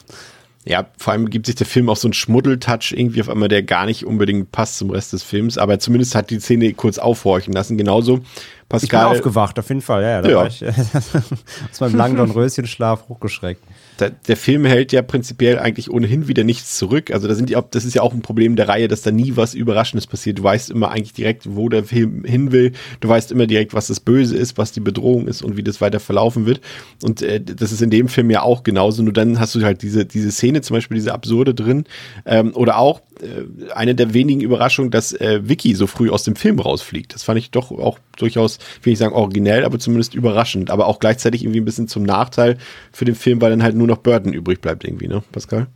Ja, vor allem gibt sich der Film auch so einen Schmuddeltouch irgendwie auf einmal, der gar nicht unbedingt passt zum Rest des Films, aber zumindest hat die Szene kurz aufhorchen lassen. Genauso Pascal. Ich bin aufgewacht, auf jeden Fall, ja, ja. Da ja. war ich aus meinem langen Dornröschenschlaf hochgeschreckt. Der, der Film hält ja prinzipiell eigentlich ohnehin wieder nichts zurück. Also da sind die auch, das ist ja auch ein Problem der Reihe, dass da nie was Überraschendes passiert. Du weißt immer eigentlich direkt, wo der Film hin will. Du weißt immer direkt, was das Böse ist, was die Bedrohung ist und wie das weiter verlaufen wird. Und äh, das ist in dem Film ja auch genauso. Nur dann hast du halt diese, diese Szene, zum Beispiel diese Absurde drin. Ähm, oder auch äh, eine der wenigen Überraschungen, dass äh, Vicky so früh aus dem Film rausfliegt. Das fand ich doch auch durchaus, will ich sagen, originell, aber zumindest überraschend. Aber auch gleichzeitig irgendwie ein bisschen zum Nachteil für den Film, weil dann halt nur noch Burton übrig bleibt irgendwie, ne, Pascal?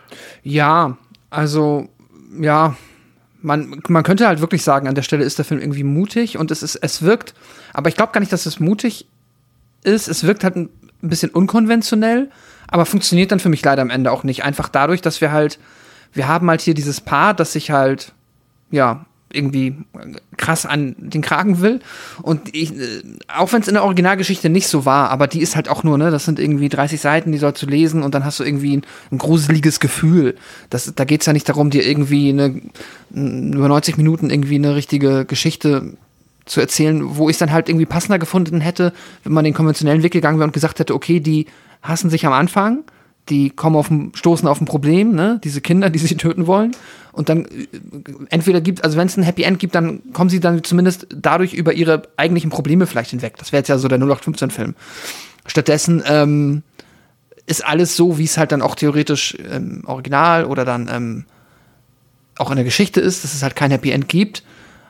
Ja, also, ja, man, man könnte halt wirklich sagen, an der Stelle ist der Film irgendwie mutig und es ist, es wirkt, aber ich glaube gar nicht, dass es mutig ist. Es wirkt halt ein bisschen unkonventionell, aber funktioniert dann für mich leider am Ende auch nicht. Einfach dadurch, dass wir halt, wir haben halt hier dieses Paar, das sich halt, ja, irgendwie krass an den Kragen will. Und ich, auch wenn es in der Originalgeschichte nicht so war, aber die ist halt auch nur, ne, das sind irgendwie dreißig Seiten, die sollst du lesen und dann hast du irgendwie ein, ein gruseliges Gefühl. Das, da geht es ja nicht darum, dir irgendwie eine, über neunzig Minuten irgendwie eine richtige Geschichte zu erzählen, wo ich es dann halt irgendwie passender gefunden hätte, wenn man den konventionellen Weg gegangen wäre und gesagt hätte, okay, die hassen sich am Anfang, die kommen auf ein, stoßen auf ein Problem, ne, diese Kinder, die sie töten wollen. Und dann entweder gibt, also wenn es ein Happy End gibt, dann kommen sie dann zumindest dadurch über ihre eigentlichen Probleme vielleicht hinweg. Das wäre jetzt ja so der null acht fünfzehn Film. Stattdessen ähm, ist alles so, wie es halt dann auch theoretisch im Original oder dann ähm, auch in der Geschichte ist, dass es halt kein Happy End gibt.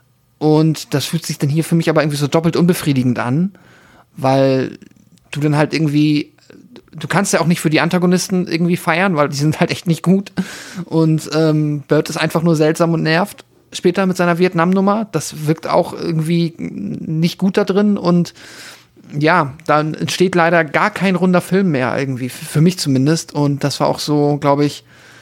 Und das fühlt sich dann hier für mich aber irgendwie so doppelt unbefriedigend an, weil du dann halt irgendwie, du kannst ja auch nicht für die Antagonisten irgendwie feiern, weil die sind halt echt nicht gut. Und ähm, Burt ist einfach nur seltsam und nervt später mit seiner Vietnam-Nummer. Das wirkt auch irgendwie nicht gut da drin. Und ja, dann entsteht leider gar kein runder Film mehr irgendwie, für mich zumindest. Und das war auch so, glaube ich,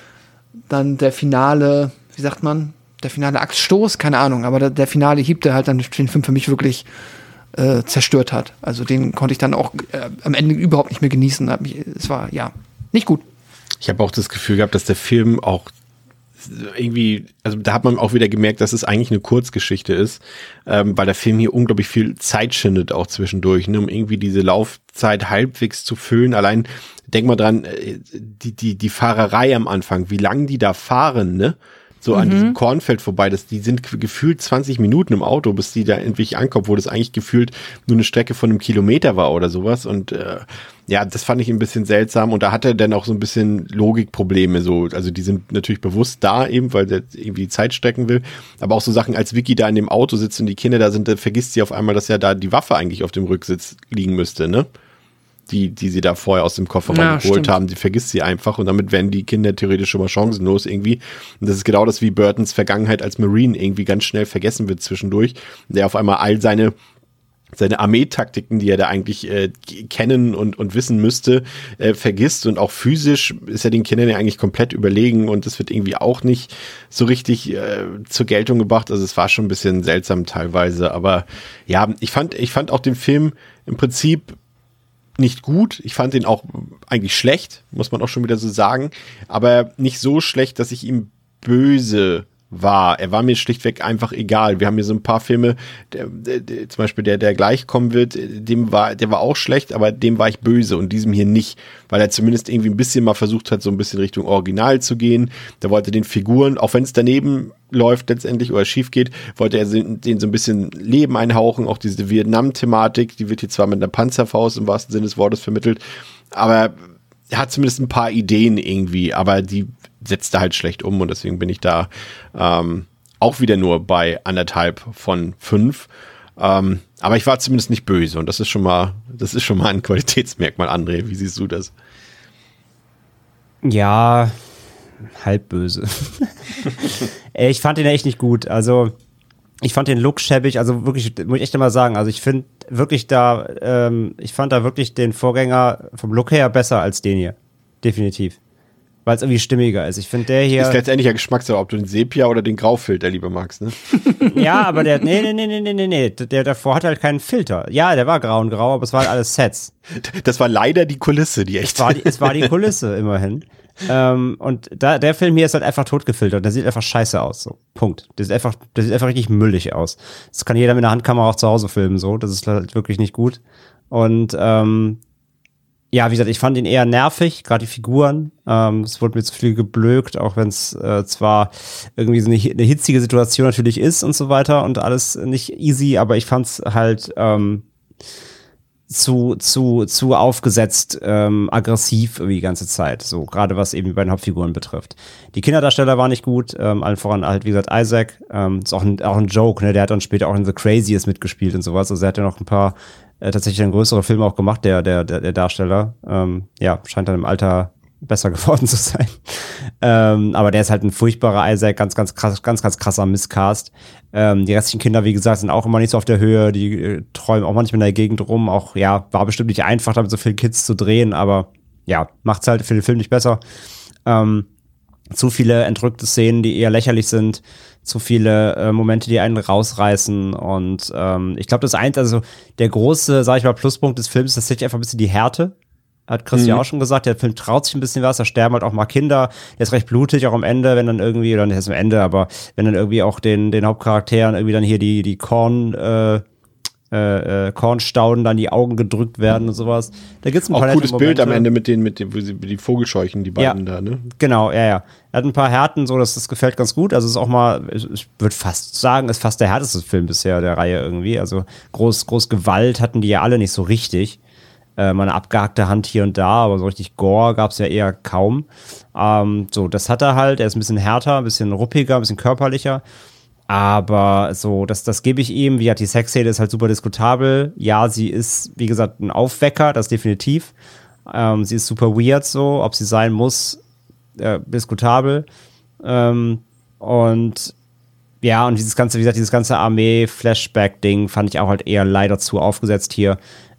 dann der finale, wie sagt man, der finale Axtstoß, keine Ahnung. Aber der, der finale Hieb, der halt dann den Film für mich wirklich äh, zerstört hat. Also den konnte ich dann auch äh, am Ende überhaupt nicht mehr genießen. Hab mich, es war, ja, nicht gut. Ich habe auch das Gefühl gehabt, dass der Film auch irgendwie, also da hat man auch wieder gemerkt, dass es eigentlich eine Kurzgeschichte ist, ähm, weil der Film hier unglaublich viel Zeit schindet auch zwischendurch, ne, um irgendwie diese Laufzeit halbwegs zu füllen. Allein, denk mal dran, äh, die, die, die Fahrerei am Anfang, wie lang die da fahren, ne? So an mhm. diesem Kornfeld vorbei, das, die sind gefühlt zwanzig Minuten im Auto, bis die da endlich ankommen, wo das eigentlich gefühlt nur eine Strecke von einem Kilometer war oder sowas. Und äh, ja, das fand ich ein bisschen seltsam. Und da hat er dann auch so ein bisschen Logikprobleme. So, also die sind natürlich bewusst da eben, weil der irgendwie Zeit strecken will. Aber auch so Sachen, als Vicky da in dem Auto sitzt und die Kinder da sind, da vergisst sie auf einmal, dass ja da die Waffe eigentlich auf dem Rücksitz liegen müsste, ne? Die, die sie da vorher aus dem Kofferraum ja, geholt stimmt. haben, die vergisst sie einfach und damit werden die Kinder theoretisch schon mal chancenlos irgendwie. Und das ist genau das, wie Burtons Vergangenheit als Marine irgendwie ganz schnell vergessen wird zwischendurch. Der auf einmal all seine seine Armeetaktiken, die er da eigentlich äh, kennen und, und wissen müsste, äh, vergisst und auch physisch ist er den Kindern ja eigentlich komplett überlegen und das wird irgendwie auch nicht so richtig äh, zur Geltung gebracht. Also es war schon ein bisschen seltsam teilweise, aber ja, ich fand, ich fand auch den Film im Prinzip nicht gut. Ich fand den auch eigentlich schlecht, muss man auch schon wieder so sagen, aber nicht so schlecht, dass ich ihm böse war. Er war mir schlichtweg einfach egal. Wir haben hier so ein paar Filme, der, der, der, zum Beispiel der, der gleich kommen wird, dem war, der war auch schlecht, aber dem war ich böse und diesem hier nicht, weil er zumindest irgendwie ein bisschen mal versucht hat, so ein bisschen Richtung Original zu gehen. Der wollte den Figuren, auch wenn es daneben läuft letztendlich oder schief geht, wollte er denen so ein bisschen Leben einhauchen. Auch diese Vietnam-Thematik, die wird hier zwar mit einer Panzerfaust im wahrsten Sinne des Wortes vermittelt, aber er hat zumindest ein paar Ideen irgendwie, aber die setzt er halt schlecht um und deswegen bin ich da ähm, auch wieder nur bei anderthalb von fünf. Ähm, aber ich war zumindest nicht böse und das ist schon mal, das ist schon mal ein Qualitätsmerkmal, André. Wie siehst du das? Ja, halb böse. Ich fand den echt nicht gut. Also ich fand den Look schäbig, also wirklich, muss ich echt mal sagen, also ich finde wirklich da, ähm, ich fand da wirklich den Vorgänger vom Look her besser als den hier. Definitiv. Weil es irgendwie stimmiger ist. Ich finde der hier... Ist letztendlich ja Geschmackssache, ob du den Sepia oder den Graufilter lieber magst, ne? Ja, aber der, nee, nee, nee, nee, nee, nee, der davor hatte halt keinen Filter. Ja, der war grau und grau, aber es waren alles Sets. Das war leider die Kulisse, die echt... Es war die, es war die Kulisse, immerhin. Ähm, und da, der Film hier ist halt einfach totgefiltert. Der sieht einfach scheiße aus, so. Punkt. Der sieht einfach, der sieht einfach richtig müllig aus. Das kann jeder mit einer Handkamera auch zu Hause filmen, so. Das ist halt wirklich nicht gut. Und, ähm, ja, wie gesagt, ich fand ihn eher nervig, gerade die Figuren. Ähm, es wurde mir zu viel geblökt, auch wenn es äh, zwar irgendwie so eine, eine hitzige Situation natürlich ist und so weiter und alles nicht easy, aber ich fand's halt ähm, zu zu zu aufgesetzt, ähm, aggressiv irgendwie die ganze Zeit. So gerade was eben die beiden Hauptfiguren betrifft. Die Kinderdarsteller waren nicht gut, ähm, allen voran halt wie gesagt Isaac. Ähm, ist auch ein auch ein Joke, ne? Der hat dann später auch in The Craziest mitgespielt und sowas. Also er hat ja noch ein paar Äh, tatsächlich einen größeren Film auch gemacht, der der der, der Darsteller. Ähm, ja, scheint dann im Alter besser geworden zu sein. ähm, aber der ist halt ein furchtbarer Isaac, ganz, ganz krass, ganz, ganz krasser Misscast. Ähm, die restlichen Kinder, wie gesagt, sind auch immer nicht so auf der Höhe. Die äh, träumen auch manchmal in der Gegend rum. Auch, ja, war bestimmt nicht einfach, damit so viele Kids zu drehen, aber ja, macht's halt für den Film nicht besser. Ähm, zu viele entrückte Szenen, die eher lächerlich sind. Zu viele äh, Momente, die einen rausreißen und ähm, ich glaube, das eins, also der große, sag ich mal, Pluspunkt des Films ist tatsächlich einfach ein bisschen die Härte. Hat Christian mhm. auch schon gesagt, der Film traut sich ein bisschen was, da sterben halt auch mal Kinder, der ist recht blutig auch am Ende, wenn dann irgendwie, oder nicht erst am Ende, aber wenn dann irgendwie auch den den Hauptcharakteren irgendwie dann hier die die Korn äh, äh, Kornstauden dann die Augen gedrückt werden und sowas. Da gibt's ein auch paar gutes Momente. Bild am Ende mit den mit den wo sie die Vogelscheuchen, die beiden ja, da, ne? Genau, ja, ja. Er hat ein paar Härten, so, das, das gefällt ganz gut. Also es ist auch mal, ich würde fast sagen, ist fast der härteste Film bisher der Reihe irgendwie. Also groß, groß Gewalt hatten die ja alle nicht so richtig. Äh, mal eine abgehackte Hand hier und da, aber so richtig Gore gab's ja eher kaum. Ähm, so, das hat er halt. Er ist ein bisschen härter, ein bisschen ruppiger, ein bisschen körperlicher. Aber so, das, das gebe ich ihm. Wie hat die Sexszene ist halt super diskutabel. Ja, sie ist, wie gesagt, ein Aufwecker, das definitiv. Ähm, sie ist super weird so, ob sie sein muss, äh, diskutabel. Ähm, und ja, und dieses ganze, wie gesagt, dieses ganze Armee-Flashback-Ding fand ich auch halt eher leider zu aufgesetzt hier.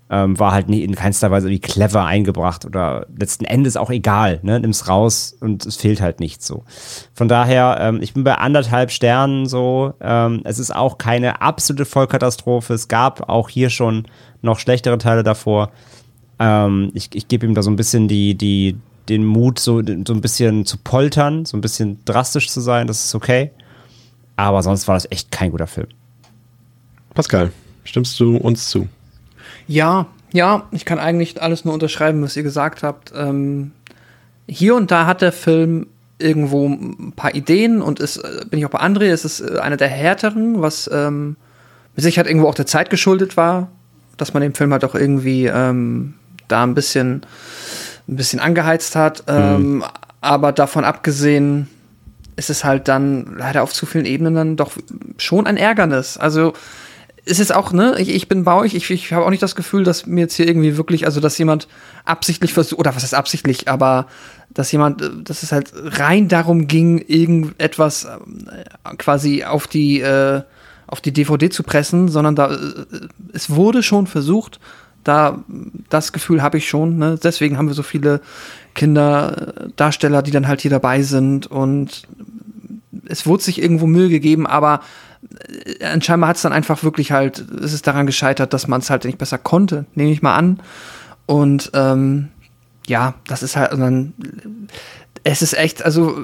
ähm, war halt nie in keinster Weise irgendwie clever eingebracht oder letzten Endes auch egal, ne? Nimm's raus und es fehlt halt nichts so. Von daher, ähm, ich bin bei anderthalb Sternen so, ähm, es ist auch keine absolute Vollkatastrophe, es gab auch hier schon noch schlechtere Teile davor. Ähm, ich ich gebe ihm da so ein bisschen die, die, den Mut, so, so ein bisschen zu poltern, so ein bisschen drastisch zu sein, das ist okay. Aber sonst war das echt kein guter Film. Pascal, stimmst du uns zu? Ja, ja, ich kann eigentlich alles nur unterschreiben, was ihr gesagt habt. Ähm, hier und da hat der Film irgendwo ein paar Ideen und ist, bin ich auch bei André, es ist einer der härteren, was ähm, mit Sicherheit irgendwo auch der Zeit geschuldet war, dass man den Film halt auch irgendwie ähm, da ein bisschen, ein bisschen angeheizt hat. Ähm, mhm. Aber davon abgesehen ist es halt dann leider auf zu vielen Ebenen dann doch schon ein Ärgernis. Also es ist auch, ne, ich, ich bin bei euch, ich, ich habe auch nicht das Gefühl, dass mir jetzt hier irgendwie wirklich, also dass jemand absichtlich versucht, oder was ist absichtlich, aber dass jemand, dass es halt rein darum ging, irgendetwas äh, quasi auf die, äh, auf die D V D zu pressen, sondern da, äh, es wurde schon versucht, da, das Gefühl habe ich schon, ne, deswegen haben wir so viele Kinderdarsteller, die dann halt hier dabei sind und es wurde sich irgendwo Mühe gegeben, aber anscheinend hat es dann einfach wirklich halt, es ist daran gescheitert, dass man es halt nicht besser konnte, nehme ich mal an. Und ähm, ja, das ist halt dann, es ist echt, also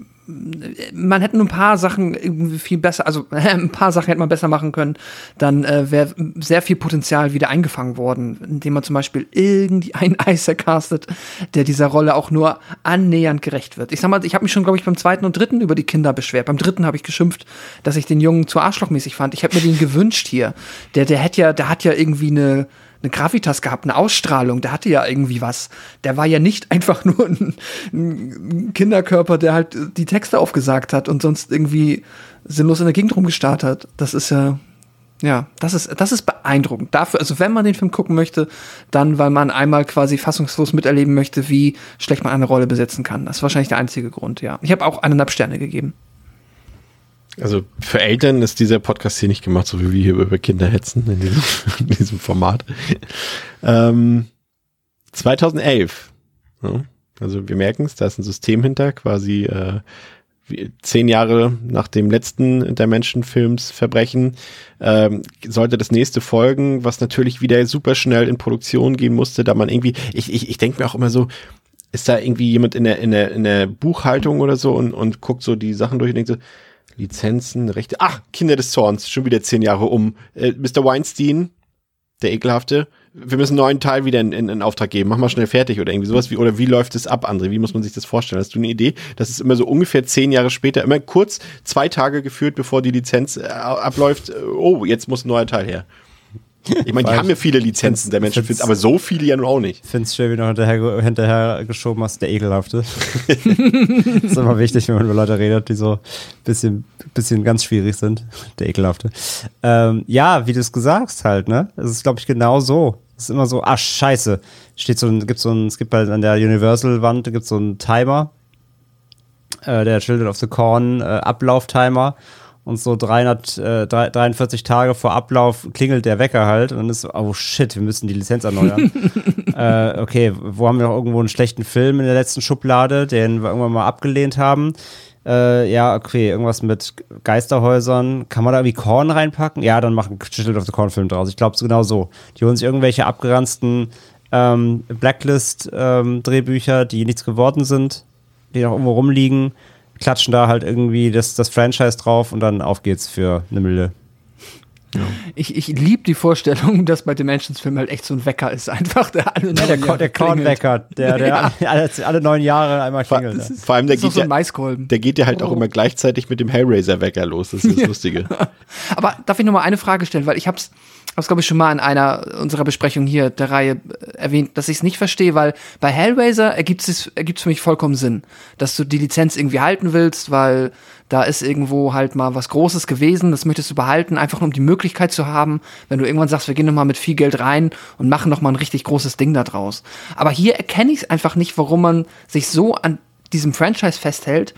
man hätte nur ein paar Sachen irgendwie viel besser, also äh, ein paar Sachen hätte man besser machen können, dann äh, wäre sehr viel Potenzial wieder eingefangen worden, indem man zum Beispiel irgendwie einen Eiser castet, der dieser Rolle auch nur annähernd gerecht wird. Ich sag mal, ich habe mich schon, glaube ich, beim zweiten und dritten über die Kinder beschwert. Beim dritten habe ich geschimpft, dass ich den Jungen zu arschlochmäßig fand. Ich hätte mir den gewünscht hier. Der, der hätte ja, der hat ja irgendwie eine eine Gravitas gehabt, eine Ausstrahlung, der hatte ja irgendwie was. Der war ja nicht einfach nur ein, ein Kinderkörper, der halt die Texte aufgesagt hat und sonst irgendwie sinnlos in der Gegend rumgestarrt hat. Das ist ja, ja, das ist, das ist beeindruckend. Dafür, also wenn man den Film gucken möchte, dann, weil man einmal quasi fassungslos miterleben möchte, wie schlecht man eine Rolle besetzen kann. Das ist wahrscheinlich der einzige Grund, ja. Ich habe auch eineinhalb Sterne gegeben. Also für Eltern ist dieser Podcast hier nicht gemacht, so wie wir hier über Kinder hetzen in diesem, in diesem Format. Ähm, zweitausendelf. Ja, also wir merken es, da ist ein System hinter, quasi äh, wie, zehn Jahre nach dem letzten Dimension-Films Verbrechen ähm, sollte das nächste folgen, was natürlich wieder super schnell in Produktion gehen musste, da man irgendwie, ich, ich, ich denke mir auch immer so, ist da irgendwie jemand in der, in der, in der Buchhaltung oder so und, und guckt so die Sachen durch und denkt so, Lizenzen, Rechte. Ach, Kinder des Zorns, schon wieder zehn Jahre um. Äh, Mister Weinstein, der Ekelhafte, wir müssen einen neuen Teil wieder in, in, in Auftrag geben. Mach mal schnell fertig oder irgendwie sowas. Wie, oder wie läuft es ab, André? Wie muss man sich das vorstellen? Hast du eine Idee? Das ist immer so ungefähr zehn Jahre später, immer kurz zwei Tage geführt, bevor die Lizenz äh, abläuft. Oh, jetzt muss ein neuer Teil her. Ich meine, die haben ja viele Lizenzen, der Menschen findet, aber so viele ja nun auch nicht. Ich finde es schön, wie du hinterher, hinterher geschoben hast, der Ekelhafte. Ist immer wichtig, wenn man über Leute redet, die so ein bisschen, bisschen ganz schwierig sind. Der Ekelhafte. Ähm, ja, wie du es gesagt hast halt, ne? Es ist, glaube ich, genau so. Es ist immer so, ach, scheiße. Steht so ein, gibt so ein, es gibt halt an der Universal-Wand, gibt so einen Timer, äh, der Children of the Corn äh, Ablauftimer. Und so dreihundert, äh, dreiundvierzig Tage vor Ablauf klingelt der Wecker halt. Und dann ist so, oh shit, wir müssen die Lizenz erneuern. äh, okay, wo haben wir noch irgendwo einen schlechten Film in der letzten Schublade, den wir irgendwann mal abgelehnt haben? Äh, ja, okay, irgendwas mit Geisterhäusern. Kann man da irgendwie Korn reinpacken? Ja, dann machen Children of the Corn Film draus. Ich glaube, es genau so. Die holen sich irgendwelche abgeranzten ähm, Blacklist-Drehbücher, ähm, die nichts geworden sind, die noch irgendwo rumliegen, klatschen da halt irgendwie das, das Franchise drauf und dann auf geht's für eine Mille. Ja. Ich, ich liebe die Vorstellung, dass bei Dimensions-Filmen halt echt so ein Wecker ist. Einfach der alle ja, der, Ko- der Kornwecker, der, der ja. alle, alle neun Jahre einmal klingelt. Vor, vor allem, der geht, so ja, der geht ja halt oh. auch immer gleichzeitig mit dem Hellraiser-Wecker los. Das ist das Lustige. Aber darf ich noch mal eine Frage stellen? Weil ich hab's, hab's glaube ich, schon mal in einer unserer Besprechungen hier der Reihe erwähnt, dass ich es nicht verstehe, weil bei Hellraiser ergibt es ergibt's für mich vollkommen Sinn, dass du die Lizenz irgendwie halten willst, weil da ist irgendwo halt mal was Großes gewesen, das möchtest du behalten, einfach nur um die Möglichkeit zu haben, wenn du irgendwann sagst, wir gehen nochmal mit viel Geld rein und machen nochmal ein richtig großes Ding da draus. Aber hier erkenne ich es einfach nicht, warum man sich so an diesem Franchise festhält,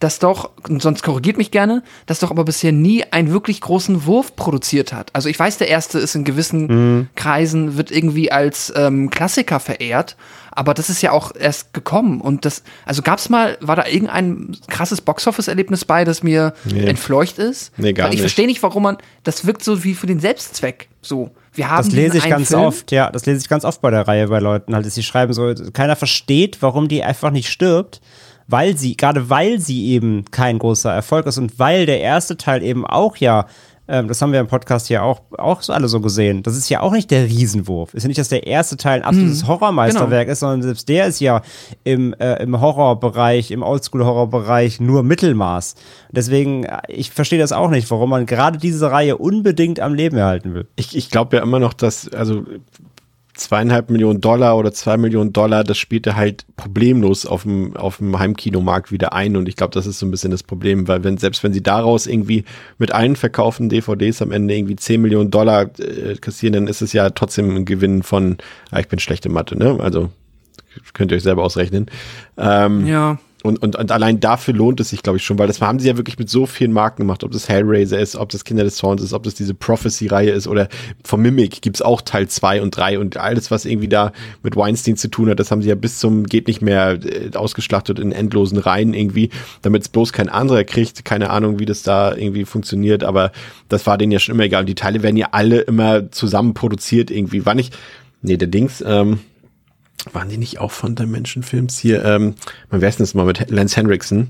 das doch, und sonst korrigiert mich gerne, das doch aber bisher nie einen wirklich großen Wurf produziert hat. Also ich weiß, der erste ist in gewissen mhm. Kreisen, wird irgendwie als ähm, Klassiker verehrt, aber das ist ja auch erst gekommen. Und das, also gab's mal, war da irgendein krasses Boxoffice-Erlebnis bei, das mir nee. entfleucht ist? Nee, gar Weil ich nicht. verstehe nicht, warum man, das wirkt so wie für den Selbstzweck, so. Wir haben das lese ich einen ganz Film. oft, ja, das lese ich ganz oft bei der Reihe bei Leuten, halt, dass sie schreiben so, keiner versteht, warum die einfach nicht stirbt, weil sie, gerade weil sie eben kein großer Erfolg ist und weil der erste Teil eben auch ja, ähm, das haben wir im Podcast hier auch, auch so alle so gesehen, das ist ja auch nicht der Riesenwurf. Es ist ja nicht, dass der erste Teil ein absolutes hm, Horrormeisterwerk genau. ist, sondern selbst der ist ja im, äh, im Horrorbereich, im Oldschool-Horrorbereich nur Mittelmaß. Deswegen, ich verstehe das auch nicht, warum man gerade diese Reihe unbedingt am Leben erhalten will. Ich, ich glaube ja immer noch, dass, also zweieinhalb Millionen Dollar oder zwei Millionen Dollar, das spielte halt problemlos auf dem, auf dem Heimkinomarkt wieder ein und ich glaube, das ist so ein bisschen das Problem, weil wenn, selbst wenn sie daraus irgendwie mit allen verkauften D V Ds am Ende irgendwie zehn Millionen Dollar äh, kassieren, dann ist es ja trotzdem ein Gewinn von, ah, ich bin schlechte Mathe, ne, also könnt ihr euch selber ausrechnen. Ähm, ja. Und, und, und allein dafür lohnt es sich, glaube ich, schon, weil das haben sie ja wirklich mit so vielen Marken gemacht, ob das Hellraiser ist, ob das Kinder des Zorns ist, ob das diese Prophecy-Reihe ist oder vom Mimic gibt's auch Teil zwei und drei und alles, was irgendwie da mit Weinstein zu tun hat, das haben sie ja bis zum geht nicht mehr äh, ausgeschlachtet in endlosen Reihen irgendwie, damit es bloß kein anderer kriegt, keine Ahnung, wie das da irgendwie funktioniert, aber das war denen ja schon immer egal und die Teile werden ja alle immer zusammen produziert irgendwie, war nicht, nee, der Dings, ähm, waren die nicht auch von Dimension Films hier, ähm, man weiß das mal mit Lance Henriksen,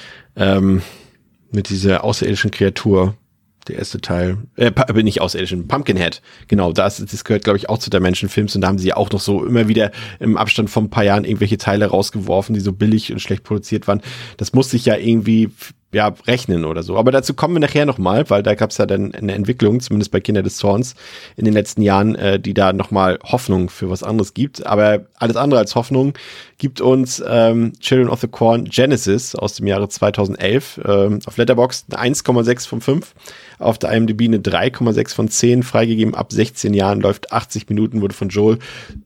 ähm, mit dieser außerirdischen Kreatur, der erste Teil, äh, aber nicht außerirdischen, Pumpkinhead, genau, das, das gehört, glaube ich, auch zu Dimension Films und da haben sie ja auch noch so immer wieder im Abstand von ein paar Jahren irgendwelche Teile rausgeworfen, die so billig und schlecht produziert waren. Das musste ich ja irgendwie ja, rechnen oder so. Aber dazu kommen wir nachher nochmal, weil da gab es ja dann eine Entwicklung, zumindest bei Kinder des Zorns in den letzten Jahren, äh, die da nochmal Hoffnung für was anderes gibt. Aber alles andere als Hoffnung gibt uns ähm, Children of the Corn Genesis aus dem Jahre zweitausendelf. Ähm, auf Letterboxd eine eins Komma sechs von fünf, auf der I M D B eine drei Komma sechs von zehn, freigegeben ab sechzehn Jahren, läuft achtzig Minuten, wurde von Joel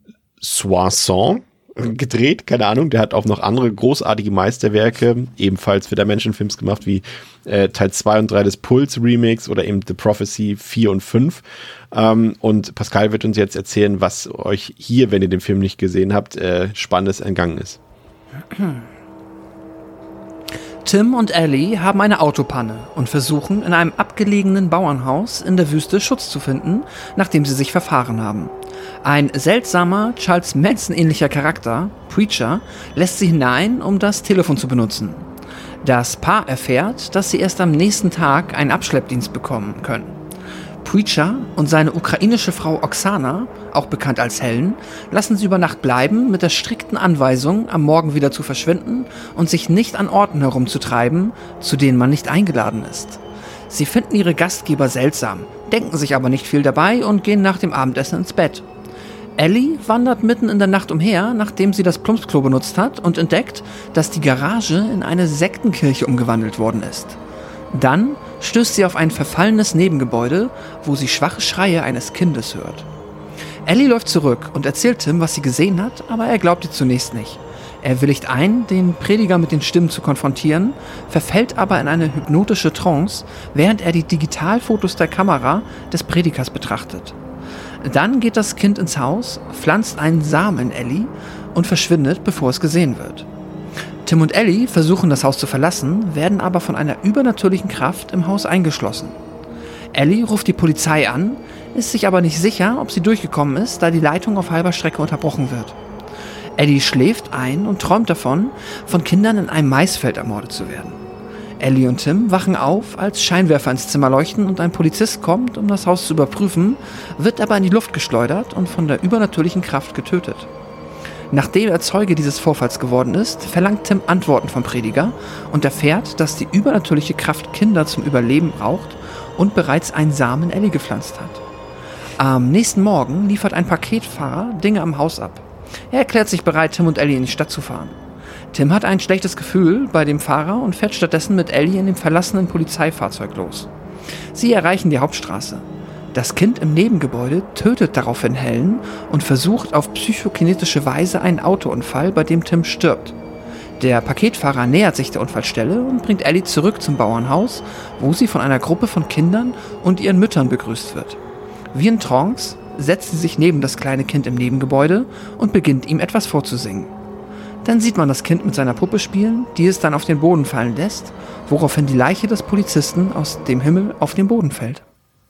Soisson gedreht, keine Ahnung, der hat auch noch andere großartige Meisterwerke, ebenfalls für Dimension Films gemacht, wie äh, Teil zwei und drei des Pulse Remakes oder eben The Prophecy vier und fünf. Ähm, und Pascal wird uns jetzt erzählen, was euch hier, wenn ihr den Film nicht gesehen habt, äh, Spannendes entgangen ist. Tim und Ellie haben eine Autopanne und versuchen, in einem abgelegenen Bauernhaus in der Wüste Schutz zu finden, nachdem sie sich verfahren haben. Ein seltsamer, Charles Manson-ähnlicher Charakter, Preacher, lässt sie hinein, um das Telefon zu benutzen. Das Paar erfährt, dass sie erst am nächsten Tag einen Abschleppdienst bekommen können. Preacher und seine ukrainische Frau Oksana, auch bekannt als Helen, lassen sie über Nacht bleiben, mit der strikten Anweisung, am Morgen wieder zu verschwinden und sich nicht an Orten herumzutreiben, zu denen man nicht eingeladen ist. Sie finden ihre Gastgeber seltsam, denken sich aber nicht viel dabei und gehen nach dem Abendessen ins Bett. Ellie wandert mitten in der Nacht umher, nachdem sie das Plumpsklo benutzt hat und entdeckt, dass die Garage in eine Sektenkirche umgewandelt worden ist. Dann stößt sie auf ein verfallenes Nebengebäude, wo sie schwache Schreie eines Kindes hört. Ellie läuft zurück und erzählt Tim, was sie gesehen hat, aber er glaubt ihr zunächst nicht. Er willigt ein, den Prediger mit den Stimmen zu konfrontieren, verfällt aber in eine hypnotische Trance, während er die Digitalfotos der Kamera des Predigers betrachtet. Dann geht das Kind ins Haus, pflanzt einen Samen in Ellie und verschwindet, bevor es gesehen wird. Tim und Ellie versuchen, das Haus zu verlassen, werden aber von einer übernatürlichen Kraft im Haus eingeschlossen. Ellie ruft die Polizei an, ist sich aber nicht sicher, ob sie durchgekommen ist, da die Leitung auf halber Strecke unterbrochen wird. Ellie schläft ein und träumt davon, von Kindern in einem Maisfeld ermordet zu werden. Ellie und Tim wachen auf, als Scheinwerfer ins Zimmer leuchten und ein Polizist kommt, um das Haus zu überprüfen, wird aber in die Luft geschleudert und von der übernatürlichen Kraft getötet. Nachdem er Zeuge dieses Vorfalls geworden ist, verlangt Tim Antworten vom Prediger und erfährt, dass die übernatürliche Kraft Kinder zum Überleben braucht und bereits einen Samen in Ellie gepflanzt hat. Am nächsten Morgen liefert ein Paketfahrer Dinge am Haus ab. Er erklärt sich bereit, Tim und Ellie in die Stadt zu fahren. Tim hat ein schlechtes Gefühl bei dem Fahrer und fährt stattdessen mit Ellie in dem verlassenen Polizeifahrzeug los. Sie erreichen die Hauptstraße. Das Kind im Nebengebäude tötet daraufhin Helen und versucht auf psychokinetische Weise einen Autounfall, bei dem Tim stirbt. Der Paketfahrer nähert sich der Unfallstelle und bringt Ellie zurück zum Bauernhaus, wo sie von einer Gruppe von Kindern und ihren Müttern begrüßt wird. Wie in Trance setzt sie sich neben das kleine Kind im Nebengebäude und beginnt ihm etwas vorzusingen. Dann sieht man das Kind mit seiner Puppe spielen, die es dann auf den Boden fallen lässt, woraufhin die Leiche des Polizisten aus dem Himmel auf den Boden fällt.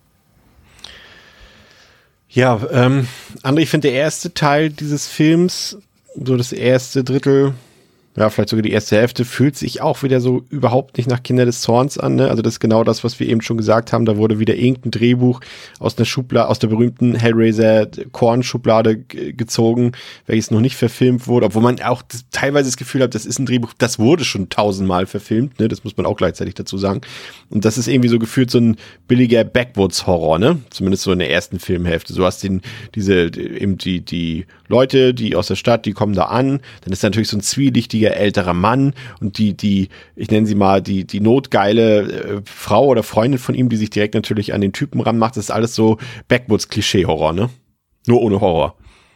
Ja, ähm, André, ich finde der erste Teil dieses Films, so das erste Drittel, ja, vielleicht sogar die erste Hälfte, fühlt sich auch wieder so überhaupt nicht nach Kinder des Zorns an, ne? Also das ist genau das, was wir eben schon gesagt haben. Da wurde wieder irgendein Drehbuch aus einer Schublade, aus der berühmten Hellraiser-Korn-Schublade g- gezogen, welches noch nicht verfilmt wurde, obwohl man auch das, teilweise das Gefühl hat, das ist ein Drehbuch, das wurde schon tausendmal verfilmt, ne? Das muss man auch gleichzeitig dazu sagen. Und das ist irgendwie so gefühlt so ein billiger Backwoods-Horror, ne? Zumindest so in der ersten Filmhälfte. So hast den, diese, eben die, die Leute, die aus der Stadt, die kommen da an, dann ist da natürlich so ein zwielichtiger älterer Mann und die, die, ich nenne sie mal, die, die notgeile äh, Frau oder Freundin von ihm, die sich direkt natürlich an den Typen ranmacht, das ist alles so Backwoods-Klischee-Horror, ne? Nur ohne Horror.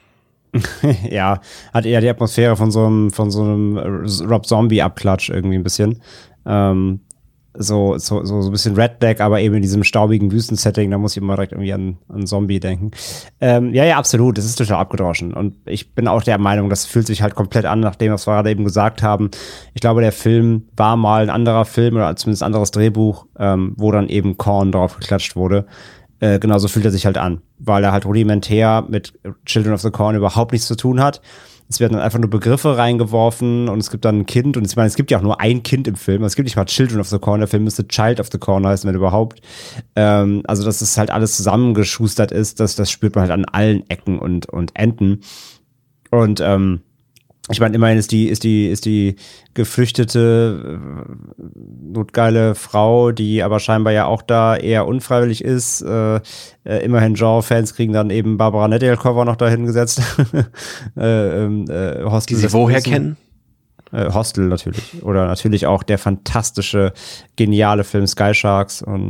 Ja, hat eher die Atmosphäre von so einem, von so einem Rob Zombie-Abklatsch irgendwie ein bisschen. Ähm, so, so, so, so ein bisschen Redneck, aber eben in diesem staubigen Wüstensetting, da muss ich immer direkt irgendwie an, an Zombie denken. Ähm, ja, ja, absolut, das ist total abgedroschen. Und ich bin auch der Meinung, das fühlt sich halt komplett an, nach dem, was wir gerade eben gesagt haben. Ich glaube, der Film war mal ein anderer Film oder zumindest ein anderes Drehbuch, ähm, wo dann eben Korn drauf geklatscht wurde. Äh, genauso fühlt er sich halt an, weil er halt rudimentär mit Children of the Corn überhaupt nichts zu tun hat. Es werden dann einfach nur Begriffe reingeworfen und es gibt dann ein Kind und ich meine, es gibt ja auch nur ein Kind im Film. Es gibt nicht mal Children of the Corn, der Film müsste Child of the Corn heißen, wenn überhaupt. Ähm, also, dass es halt alles zusammengeschustert ist, das, das spürt man halt an allen Ecken und, und Enden. Und ähm, ich meine, immerhin ist die, ist die, ist die geflüchtete, äh, notgeile Frau, die aber scheinbar ja auch da eher unfreiwillig ist. Äh, äh, immerhin Genre-Fans kriegen dann eben Barbara Nettelcover noch dahin gesetzt. äh, äh, Hostel die sie woher kennen? Äh, Hostel natürlich. Oder natürlich auch der fantastische, geniale Film Sky Sharks und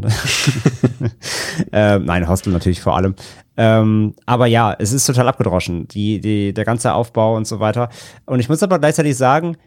äh, nein, Hostel natürlich vor allem. Ähm, aber ja, es ist total abgedroschen, die, die, der ganze Aufbau und so weiter. Und ich muss aber gleichzeitig sagen,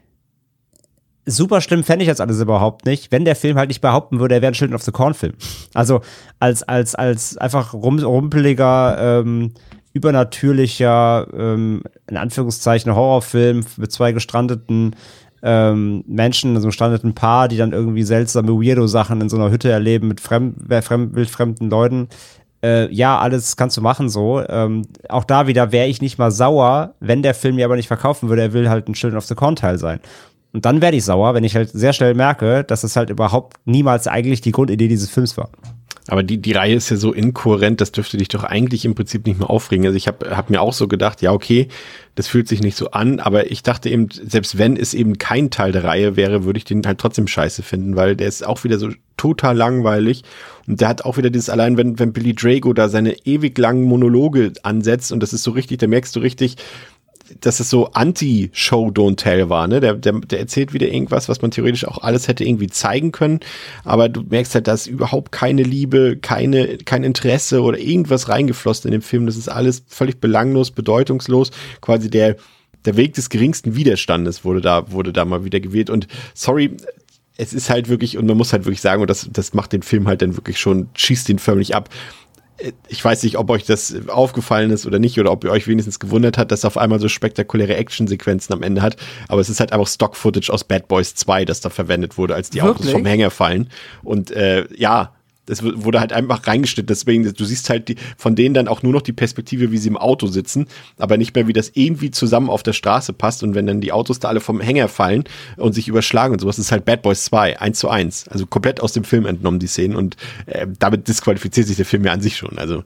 super schlimm fände ich das alles überhaupt nicht, wenn der Film halt nicht behaupten würde, er wäre ein Children of the Corn-Film. Also als, als, als einfach rum, rumpeliger, ähm, übernatürlicher, ähm, in Anführungszeichen Horrorfilm mit zwei gestrandeten ähm, Menschen, so einem gestrandeten Paar, die dann irgendwie seltsame Weirdo-Sachen in so einer Hütte erleben mit fremd, fremd, wildfremden Leuten. Äh, ja, alles kannst du machen so. Ähm, auch da wieder wäre ich nicht mal sauer, wenn der Film mir aber nicht verkaufen würde, er will halt ein Children of the Corn Teil sein. Und dann werde ich sauer, wenn ich halt sehr schnell merke, dass es halt überhaupt niemals eigentlich die Grundidee dieses Films war. Aber die, die Reihe ist ja so inkohärent, das dürfte dich doch eigentlich im Prinzip nicht mehr aufregen. Also ich habe hab mir auch so gedacht, ja okay, das fühlt sich nicht so an, aber ich dachte eben, selbst wenn es eben kein Teil der Reihe wäre, würde ich den halt trotzdem scheiße finden, weil der ist auch wieder so total langweilig und der hat auch wieder dieses, allein wenn, wenn Billy Drago da seine ewig langen Monologe ansetzt und das ist so richtig, da merkst du richtig, dass es so Anti-Show-Don't-Tell war, ne? Der, der, der erzählt wieder irgendwas, was man theoretisch auch alles hätte irgendwie zeigen können, aber du merkst halt, da ist überhaupt keine Liebe, keine, kein Interesse oder irgendwas reingeflossen in den Film. Das ist alles völlig belanglos, bedeutungslos. Quasi der, der Weg des geringsten Widerstandes wurde da, wurde da mal wieder gewählt. Und sorry, es ist halt wirklich, und man muss halt wirklich sagen, und das, das macht den Film halt dann wirklich schon, schießt ihn förmlich ab. Ich weiß nicht, ob euch das aufgefallen ist oder nicht, oder ob ihr euch wenigstens gewundert hat, dass er auf einmal so spektakuläre Actionsequenzen am Ende hat. Aber es ist halt einfach Stock-Footage aus Bad Boys zwei, das da verwendet wurde, als die Wirklich? Autos vom Hänger fallen. Und äh, ja, das wurde halt einfach reingeschnitten. Deswegen, du siehst halt die, von denen dann auch nur noch die Perspektive, wie sie im Auto sitzen, aber nicht mehr, wie das irgendwie zusammen auf der Straße passt. Und wenn dann die Autos da alle vom Hänger fallen und sich überschlagen und sowas, das ist halt Bad Boys zwei, eins zu eins. Also komplett aus dem Film entnommen, die Szenen. Und äh, damit disqualifiziert sich der Film ja an sich schon. Also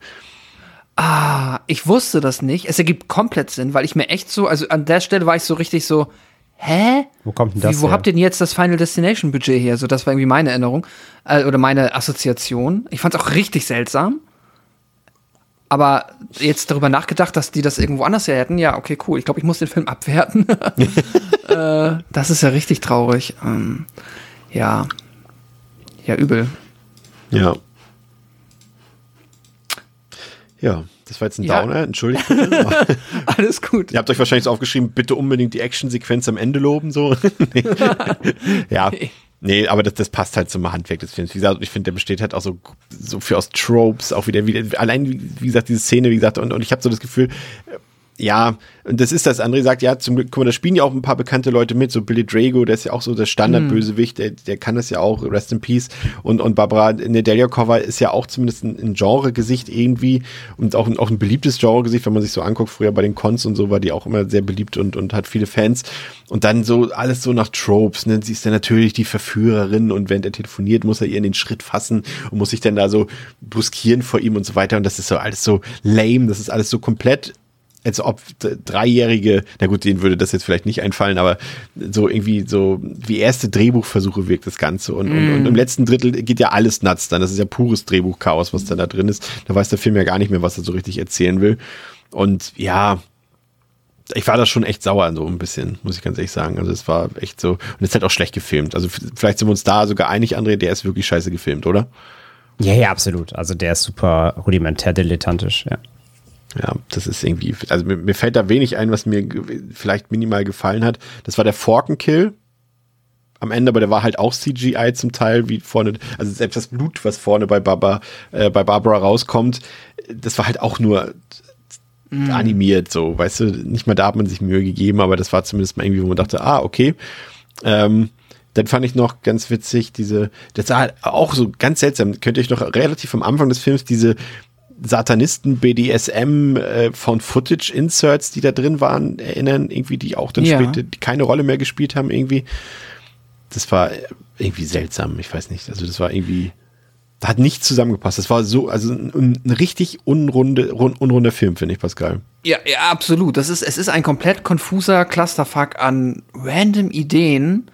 Ah, ich wusste das nicht. Es ergibt komplett Sinn, weil ich mir echt so, also an der Stelle war ich so richtig so, hä? Wo kommt denn das Wie, wo her? habt ihr denn jetzt das Final Destination Budget her? So, das war irgendwie meine Erinnerung äh, oder meine Assoziation. Ich fand's auch richtig seltsam. Aber jetzt darüber nachgedacht, dass die das irgendwo anders her hätten, ja, okay, cool. Ich glaube, ich muss den Film abwerten. äh, das ist ja richtig traurig. Ähm, ja. Ja, übel. Ja. Ja. Das war jetzt ein Ja. Downer, entschuldigt. Alles gut. Ihr habt euch wahrscheinlich so aufgeschrieben, bitte unbedingt die Actionsequenz am Ende loben, so. Nee. Ja. Nee, aber das, das passt halt zum Handwerk des Films. Wie gesagt, ich finde, der besteht halt auch so, so viel aus Tropes, auch wieder, wieder allein, wie, wie gesagt, diese Szene, wie gesagt, und, und ich habe so das Gefühl, ja, und das ist das. André sagt, ja, zum Glück, guck mal, da spielen ja auch ein paar bekannte Leute mit, so Billy Drago, der ist ja auch so der Standardbösewicht, der, der kann das ja auch, Rest in Peace. Und, und Barbara Nedeljakova ist ja auch zumindest ein, ein Genre-Gesicht irgendwie und auch ein, auch ein beliebtes Genre-Gesicht, wenn man sich so anguckt, früher bei den Cons und so war die auch immer sehr beliebt und, und hat viele Fans. Und dann so alles so nach Tropes, ne? Sie ist dann natürlich die Verführerin und wenn er telefoniert, muss er ihr in den Schritt fassen und muss sich dann da so buskieren vor ihm und so weiter. Und das ist so alles so lame, das ist alles so komplett, als ob Dreijährige, na gut, denen würde das jetzt vielleicht nicht einfallen, aber so irgendwie so wie erste Drehbuchversuche wirkt das Ganze. Und, mm. und, und im letzten Drittel geht ja alles nuts dann. Das ist ja pures Drehbuchchaos, was dann da drin ist. Da weiß der Film ja gar nicht mehr, was er so richtig erzählen will. Und ja, ich war da schon echt sauer, so ein bisschen, muss ich ganz ehrlich sagen. Also es war echt so, und es ist halt auch schlecht gefilmt. Also vielleicht sind wir uns da sogar einig, André, der ist wirklich scheiße gefilmt, oder? Ja, ja, absolut. Also der ist super rudimentär dilettantisch, ja. Ja, das ist irgendwie, also mir, mir fällt da wenig ein, was mir ge- vielleicht minimal gefallen hat. Das war der Forkenkill am Ende, aber der war halt auch C G I zum Teil, wie vorne, also selbst das Blut, was vorne bei Barbara, äh, bei Barbara rauskommt, das war halt auch nur mm. animiert, so, weißt du, nicht mal da hat man sich Mühe gegeben, aber das war zumindest mal irgendwie, wo man dachte, ah, okay. Ähm, Dann fand ich noch ganz witzig, diese, das war halt auch so ganz seltsam, könnt ihr euch noch relativ am Anfang des Films diese Satanisten-B D S M äh, Found-Footage-Inserts, die da drin waren, erinnern, irgendwie, die auch dann ja. später, die keine Rolle mehr gespielt haben, irgendwie. Das war irgendwie seltsam, ich weiß nicht, also das war irgendwie, da hat nichts zusammengepasst, das war so, also ein, ein richtig unrunde, un, unrunder Film, finde ich, Pascal. Ja, ja, absolut. Das ist, es ist ein komplett konfuser Clusterfuck an random Ideen,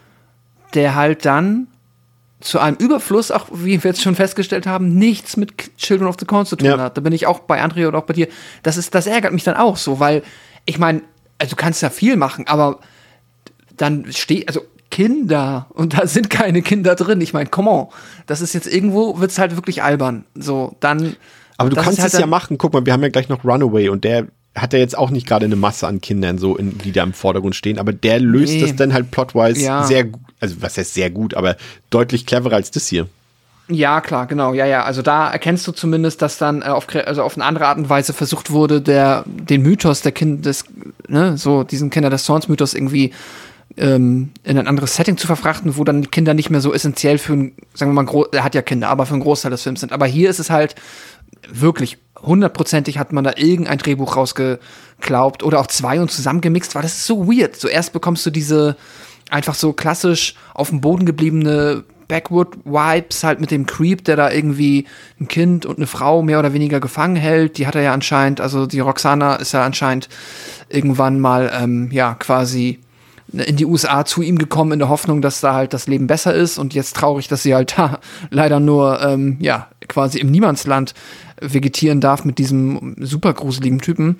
der halt dann zu einem Überfluss, auch wie wir jetzt schon festgestellt haben, nichts mit Children of the Corn zu tun ja. hat. Da bin ich auch bei André und auch bei dir. Das ist, das ärgert mich dann auch so, weil ich meine, also du kannst ja viel machen, aber dann steht, also Kinder und da sind keine Kinder drin. Ich meine, come on, das ist jetzt irgendwo, wird's halt wirklich albern. So, dann. Aber du kannst halt es ja machen. Guck mal, wir haben ja gleich noch Runaway und der hat ja jetzt auch nicht gerade eine Masse an Kindern, so in, die da im Vordergrund stehen, aber der löst nee. das dann halt plotwise ja. sehr gut, also was heißt sehr gut, aber deutlich cleverer als das hier. Ja, klar, genau, ja, ja, also da erkennst du zumindest, dass dann äh, auf, also auf eine andere Art und Weise versucht wurde, der, den Mythos der Kinder, des, ne, so diesen Kinder des Zorns Mythos irgendwie ähm, in ein anderes Setting zu verfrachten, wo dann die Kinder nicht mehr so essentiell für ein, sagen wir mal, Gro- er hat ja Kinder, aber für einen Großteil des Films sind. Aber hier ist es halt wirklich hundertprozentig hat man da irgendein Drehbuch rausgeklaubt oder auch zwei und zusammengemixt, weil das ist so weird. Zuerst bekommst du diese einfach so klassisch auf dem Boden gebliebene Backwood-Vibes halt mit dem Creep, der da irgendwie ein Kind und eine Frau mehr oder weniger gefangen hält. Die hat er ja anscheinend, also die Roxana ist ja anscheinend irgendwann mal, ähm, ja, quasi in die U S A zu ihm gekommen in der Hoffnung, dass da halt das Leben besser ist und jetzt traurig, dass sie halt da leider nur, ähm, ja, quasi im Niemandsland vegetieren darf mit diesem super gruseligen Typen.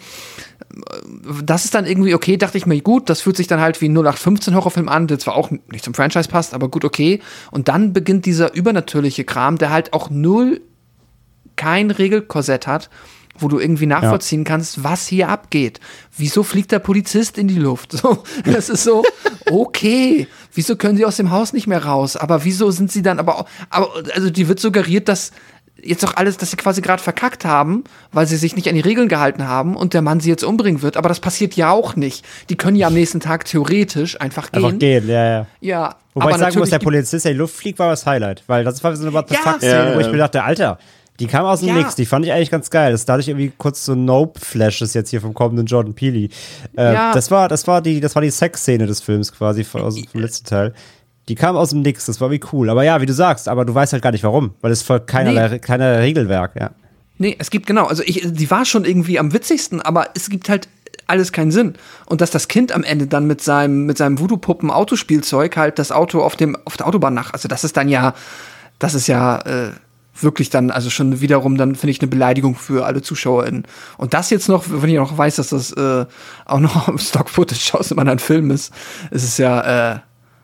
Das ist dann irgendwie okay, dachte ich mir, gut, das fühlt sich dann halt wie ein null acht fünfzehn Horrorfilm an, der zwar auch nicht zum Franchise passt, aber gut, okay. Und dann beginnt dieser übernatürliche Kram, der halt auch null kein Regelkorsett hat, wo du irgendwie nachvollziehen ja. kannst, was hier abgeht. Wieso fliegt der Polizist in die Luft? So, das ist so, okay, wieso können sie aus dem Haus nicht mehr raus? Aber wieso sind sie dann aber, aber also die wird suggeriert, dass jetzt doch alles, dass sie quasi gerade verkackt haben, weil sie sich nicht an die Regeln gehalten haben und der Mann sie jetzt umbringen wird. Aber das passiert ja auch nicht. Die können ja am nächsten Tag theoretisch einfach gehen. Einfach gehen, ja, ja. Ja. Wobei ich sagen muss, der Polizist, der in die Luft fliegt, war das Highlight. Weil das war so eine What the fuck-Szene, ja, wo ich ja. mir dachte, Alter, die kam aus dem ja. Nix. Die fand ich eigentlich ganz geil. Das ist dadurch irgendwie kurz so Nope-Flashes jetzt hier vom kommenden Jordan Peele. Äh, ja. Das war, das war die, das war die Sexszene des Films quasi, von, aus, vom letzten Teil. Die kam aus dem Nix, das war wie cool. Aber ja, wie du sagst, aber du weißt halt gar nicht warum, weil es folgt keinerlei, nee. keinerlei Regelwerk, ja. Nee, es gibt genau, also ich, die war schon irgendwie am witzigsten, aber es gibt halt alles keinen Sinn. Und dass das Kind am Ende dann mit seinem, mit seinem Voodoo-Puppen-Autospielzeug halt das Auto auf dem, auf der Autobahn nach, also das ist dann ja, das ist ja, äh, wirklich dann, also schon wiederum dann, finde ich, eine Beleidigung für alle ZuschauerInnen. Und das jetzt noch, wenn ich noch weiß, dass das äh, auch noch Stock-Footage aus einem anderen Film ist, ist es ja, äh,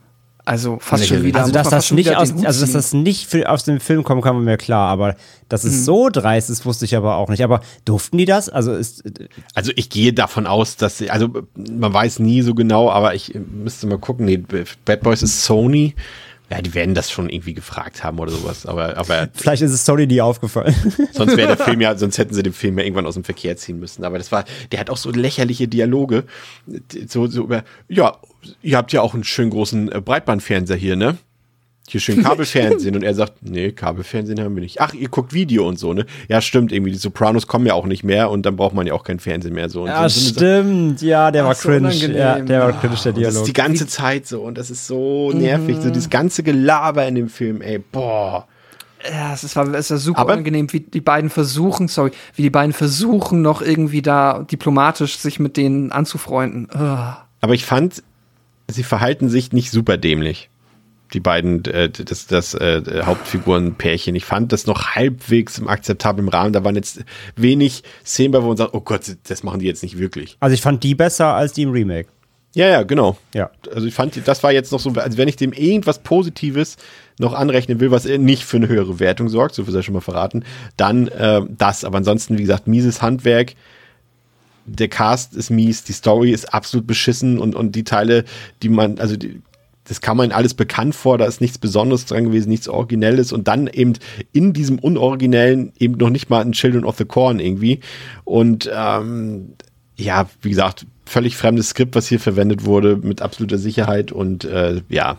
Also fast schon wieder. Also, dass das nicht, aus, also, dass das nicht für, aus dem Film kommen kann, war mir klar. Aber dass es mhm. so dreist ist, wusste ich aber auch nicht. Aber durften die das? Also, ist, also ich gehe davon aus, dass sie, also man weiß nie so genau, aber ich müsste mal gucken. Nee, Bad Boys ist Sony. Ja, die werden das schon irgendwie gefragt haben oder sowas. Aber, aber vielleicht ist es Sony nie aufgefallen. Sonst wäre der Film ja, sonst hätten sie den Film ja irgendwann aus dem Verkehr ziehen müssen. Aber das war, der hat auch so lächerliche Dialoge. So, so über, ja, ihr habt ja auch einen schönen großen Breitbandfernseher hier, ne? Hier schön Kabelfernsehen. Und er sagt, nee, Kabelfernsehen haben wir nicht. Ach, ihr guckt Video und so, ne? Ja, stimmt, irgendwie, die Sopranos kommen ja auch nicht mehr und dann braucht man ja auch kein Fernsehen mehr. So. Und ja, so stimmt, ja, der Ach, war so cringe. Unangenehm. Ja, der war cringe, der Dialog. Das ist die ganze Zeit so und das ist so nervig, mhm. so dieses ganze Gelaber in dem Film, ey, boah. Ja, es war, es war super Aber unangenehm, wie die beiden versuchen, sorry, wie die beiden versuchen, noch irgendwie da diplomatisch sich mit denen anzufreunden. Ugh. Aber ich fand, sie verhalten sich nicht super dämlich. Die beiden, äh, das, das äh, Hauptfigurenpärchen. Ich fand das noch halbwegs im akzeptablen Rahmen. Da waren jetzt wenig Szenen bei, wo man sagt, oh Gott, das machen die jetzt nicht wirklich. Also ich fand die besser als die im Remake. Ja, ja, genau. Ja. Also ich fand, das war jetzt noch so, also wenn ich dem irgendwas Positives noch anrechnen will, was nicht für eine höhere Wertung sorgt, so viel sei schon mal verraten, dann äh, das. Aber ansonsten, wie gesagt, mieses Handwerk. Der Cast ist mies, die Story ist absolut beschissen und, und die Teile, die man, also die, das kam man alles bekannt vor, da ist nichts Besonderes dran gewesen, nichts Originelles und dann eben in diesem Unoriginellen eben noch nicht mal ein Children of the Corn irgendwie und ähm, ja, wie gesagt, völlig fremdes Skript, was hier verwendet wurde, mit absoluter Sicherheit und äh, ja,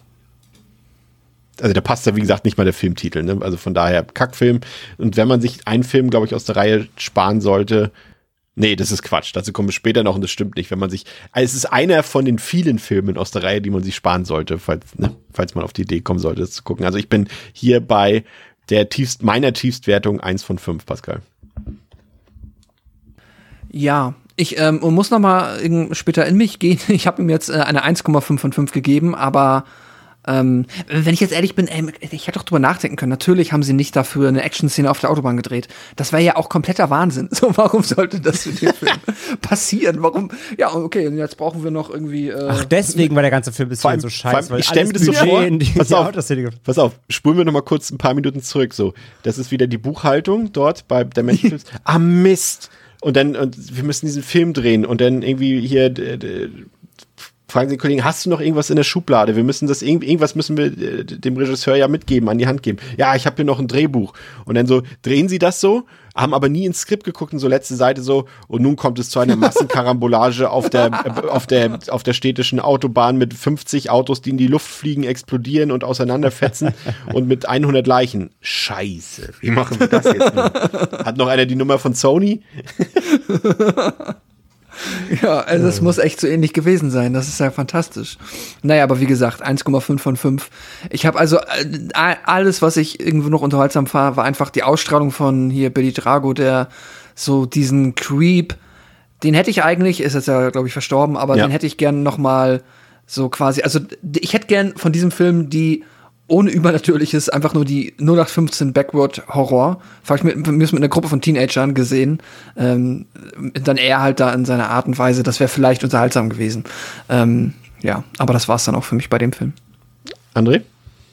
also da passt ja wie gesagt nicht mal der Filmtitel, ne? Also von daher Kackfilm und wenn man sich einen Film, glaube ich, aus der Reihe sparen sollte, nee, das ist Quatsch. Dazu kommen wir später noch und das stimmt nicht. Wenn man sich, also es ist einer von den vielen Filmen aus der Reihe, die man sich sparen sollte, falls, ne, falls man auf die Idee kommen sollte, das zu gucken. Also ich bin hier bei der tiefst, meiner Tiefstwertung eins von fünf, Pascal. Ja, ich ähm, muss noch mal später in mich gehen. Ich habe ihm jetzt äh, eine eins Komma fünf von fünf gegeben, aber Ähm, wenn ich jetzt ehrlich bin, ey, ich hätte doch drüber nachdenken können. Natürlich haben sie nicht dafür eine Action-Szene auf der Autobahn gedreht. Das wäre ja auch kompletter Wahnsinn. So, warum sollte das für den Film passieren? Warum? Ja, okay, und jetzt brauchen wir noch irgendwie. Äh Ach, deswegen war der ganze Film bisschen so scheiße. Ich stelle mir das so vor. Pass auf, pass auf, spulen wir noch mal kurz ein paar Minuten zurück. So, das ist wieder die Buchhaltung dort bei der Menschenfilms. Ah, Mist. Und dann, und wir müssen diesen Film drehen und dann irgendwie hier. D- d- fragen Sie den Kollegen, hast du noch irgendwas in der Schublade? Wir müssen das irgendwie, irgendwas müssen wir äh, dem Regisseur ja mitgeben, an die Hand geben. Ja, ich habe hier noch ein Drehbuch. Und dann so, drehen Sie das so, haben aber nie ins Skript geguckt und so letzte Seite so, und nun kommt es zu einer Massenkarambolage auf der, äh, auf der, auf der städtischen Autobahn mit fünfzig Autos, die in die Luft fliegen, explodieren und auseinanderfetzen und mit hundert Leichen. Scheiße. Wie machen wir das jetzt nun? Hat noch einer die Nummer von Sony? Ja, also es muss echt so ähnlich gewesen sein. Das ist ja fantastisch. Naja, aber wie gesagt, eins Komma fünf von fünf. Ich habe also äh, alles, was ich irgendwo noch unterhaltsam fand, war einfach die Ausstrahlung von hier Billy Drago, der so diesen Creep, den hätte ich eigentlich, ist jetzt ja, glaube ich, verstorben, aber ja. den hätte ich gern noch mal so quasi, also ich hätte gern von diesem Film die ohne Übernatürliches, einfach nur die null acht fünfzehn Backward-Horror. Vielleicht mit, mit, mit einer Gruppe von Teenagern gesehen. Ähm, dann eher halt da in seiner Art und Weise. Das wäre vielleicht unterhaltsam gewesen. Ähm, ja, aber das war's dann auch für mich bei dem Film. André?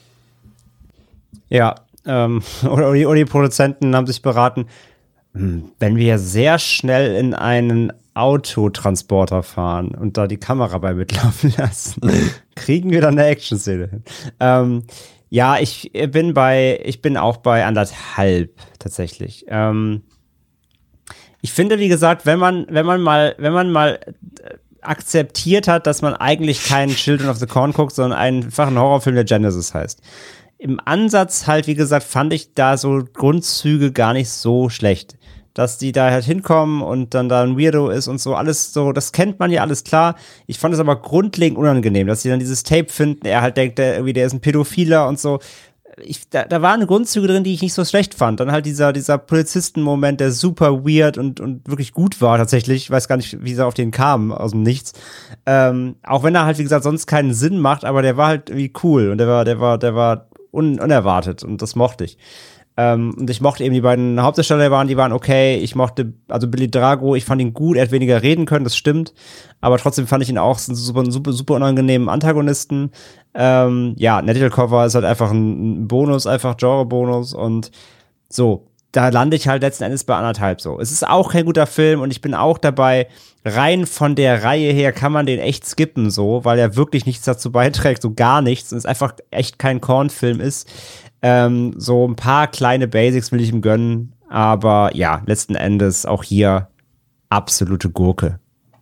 Ja, ähm, oder, die, oder die Produzenten haben sich beraten, wenn wir sehr schnell in einen Autotransporter fahren und da die Kamera bei mitlaufen lassen, kriegen wir dann eine Action-Szene hin. Ähm, ja, ich bin bei, ich bin auch bei anderthalb tatsächlich. Ähm, ich finde, wie gesagt, wenn man, wenn man mal, wenn man mal akzeptiert hat, dass man eigentlich keinen Children of the Corn guckt, sondern einfach einen Horrorfilm, der Genesis heißt. Im Ansatz halt, wie gesagt, fand ich da so Grundzüge gar nicht so schlecht. Dass die da halt hinkommen und dann da ein Weirdo ist und so, alles so, das kennt man ja alles klar. Ich fand es aber grundlegend unangenehm, dass sie dann dieses Tape finden, er halt denkt, der, irgendwie, der ist ein Pädophiler und so. Ich, da, da waren Grundzüge drin, die ich nicht so schlecht fand. Dann halt dieser, dieser Polizisten-Moment, der super weird und, und wirklich gut war tatsächlich. Ich weiß gar nicht, wie sie auf den kamen, aus dem Nichts. Ähm, auch wenn er halt, wie gesagt, sonst keinen Sinn macht, aber der war halt irgendwie cool und der war, der war, der war un- unerwartet und das mochte ich. Ähm, und ich mochte eben die beiden Hauptdarsteller, die waren, die waren okay. Ich mochte, also Billy Drago, ich fand ihn gut, er hat weniger reden können, das stimmt. Aber trotzdem fand ich ihn auch einen super, super, super unangenehmen Antagonisten. Ähm, ja, Natalie Cover ist halt einfach ein Bonus, einfach Genre-Bonus und so. Da lande ich halt letzten Endes bei anderthalb so. Es ist auch kein guter Film und ich bin auch dabei, rein von der Reihe her kann man den echt skippen so, weil er wirklich nichts dazu beiträgt, so gar nichts und es einfach echt kein Korn-Film ist. Ähm, so ein paar kleine Basics will ich ihm gönnen, aber ja, letzten Endes auch hier absolute Gurke.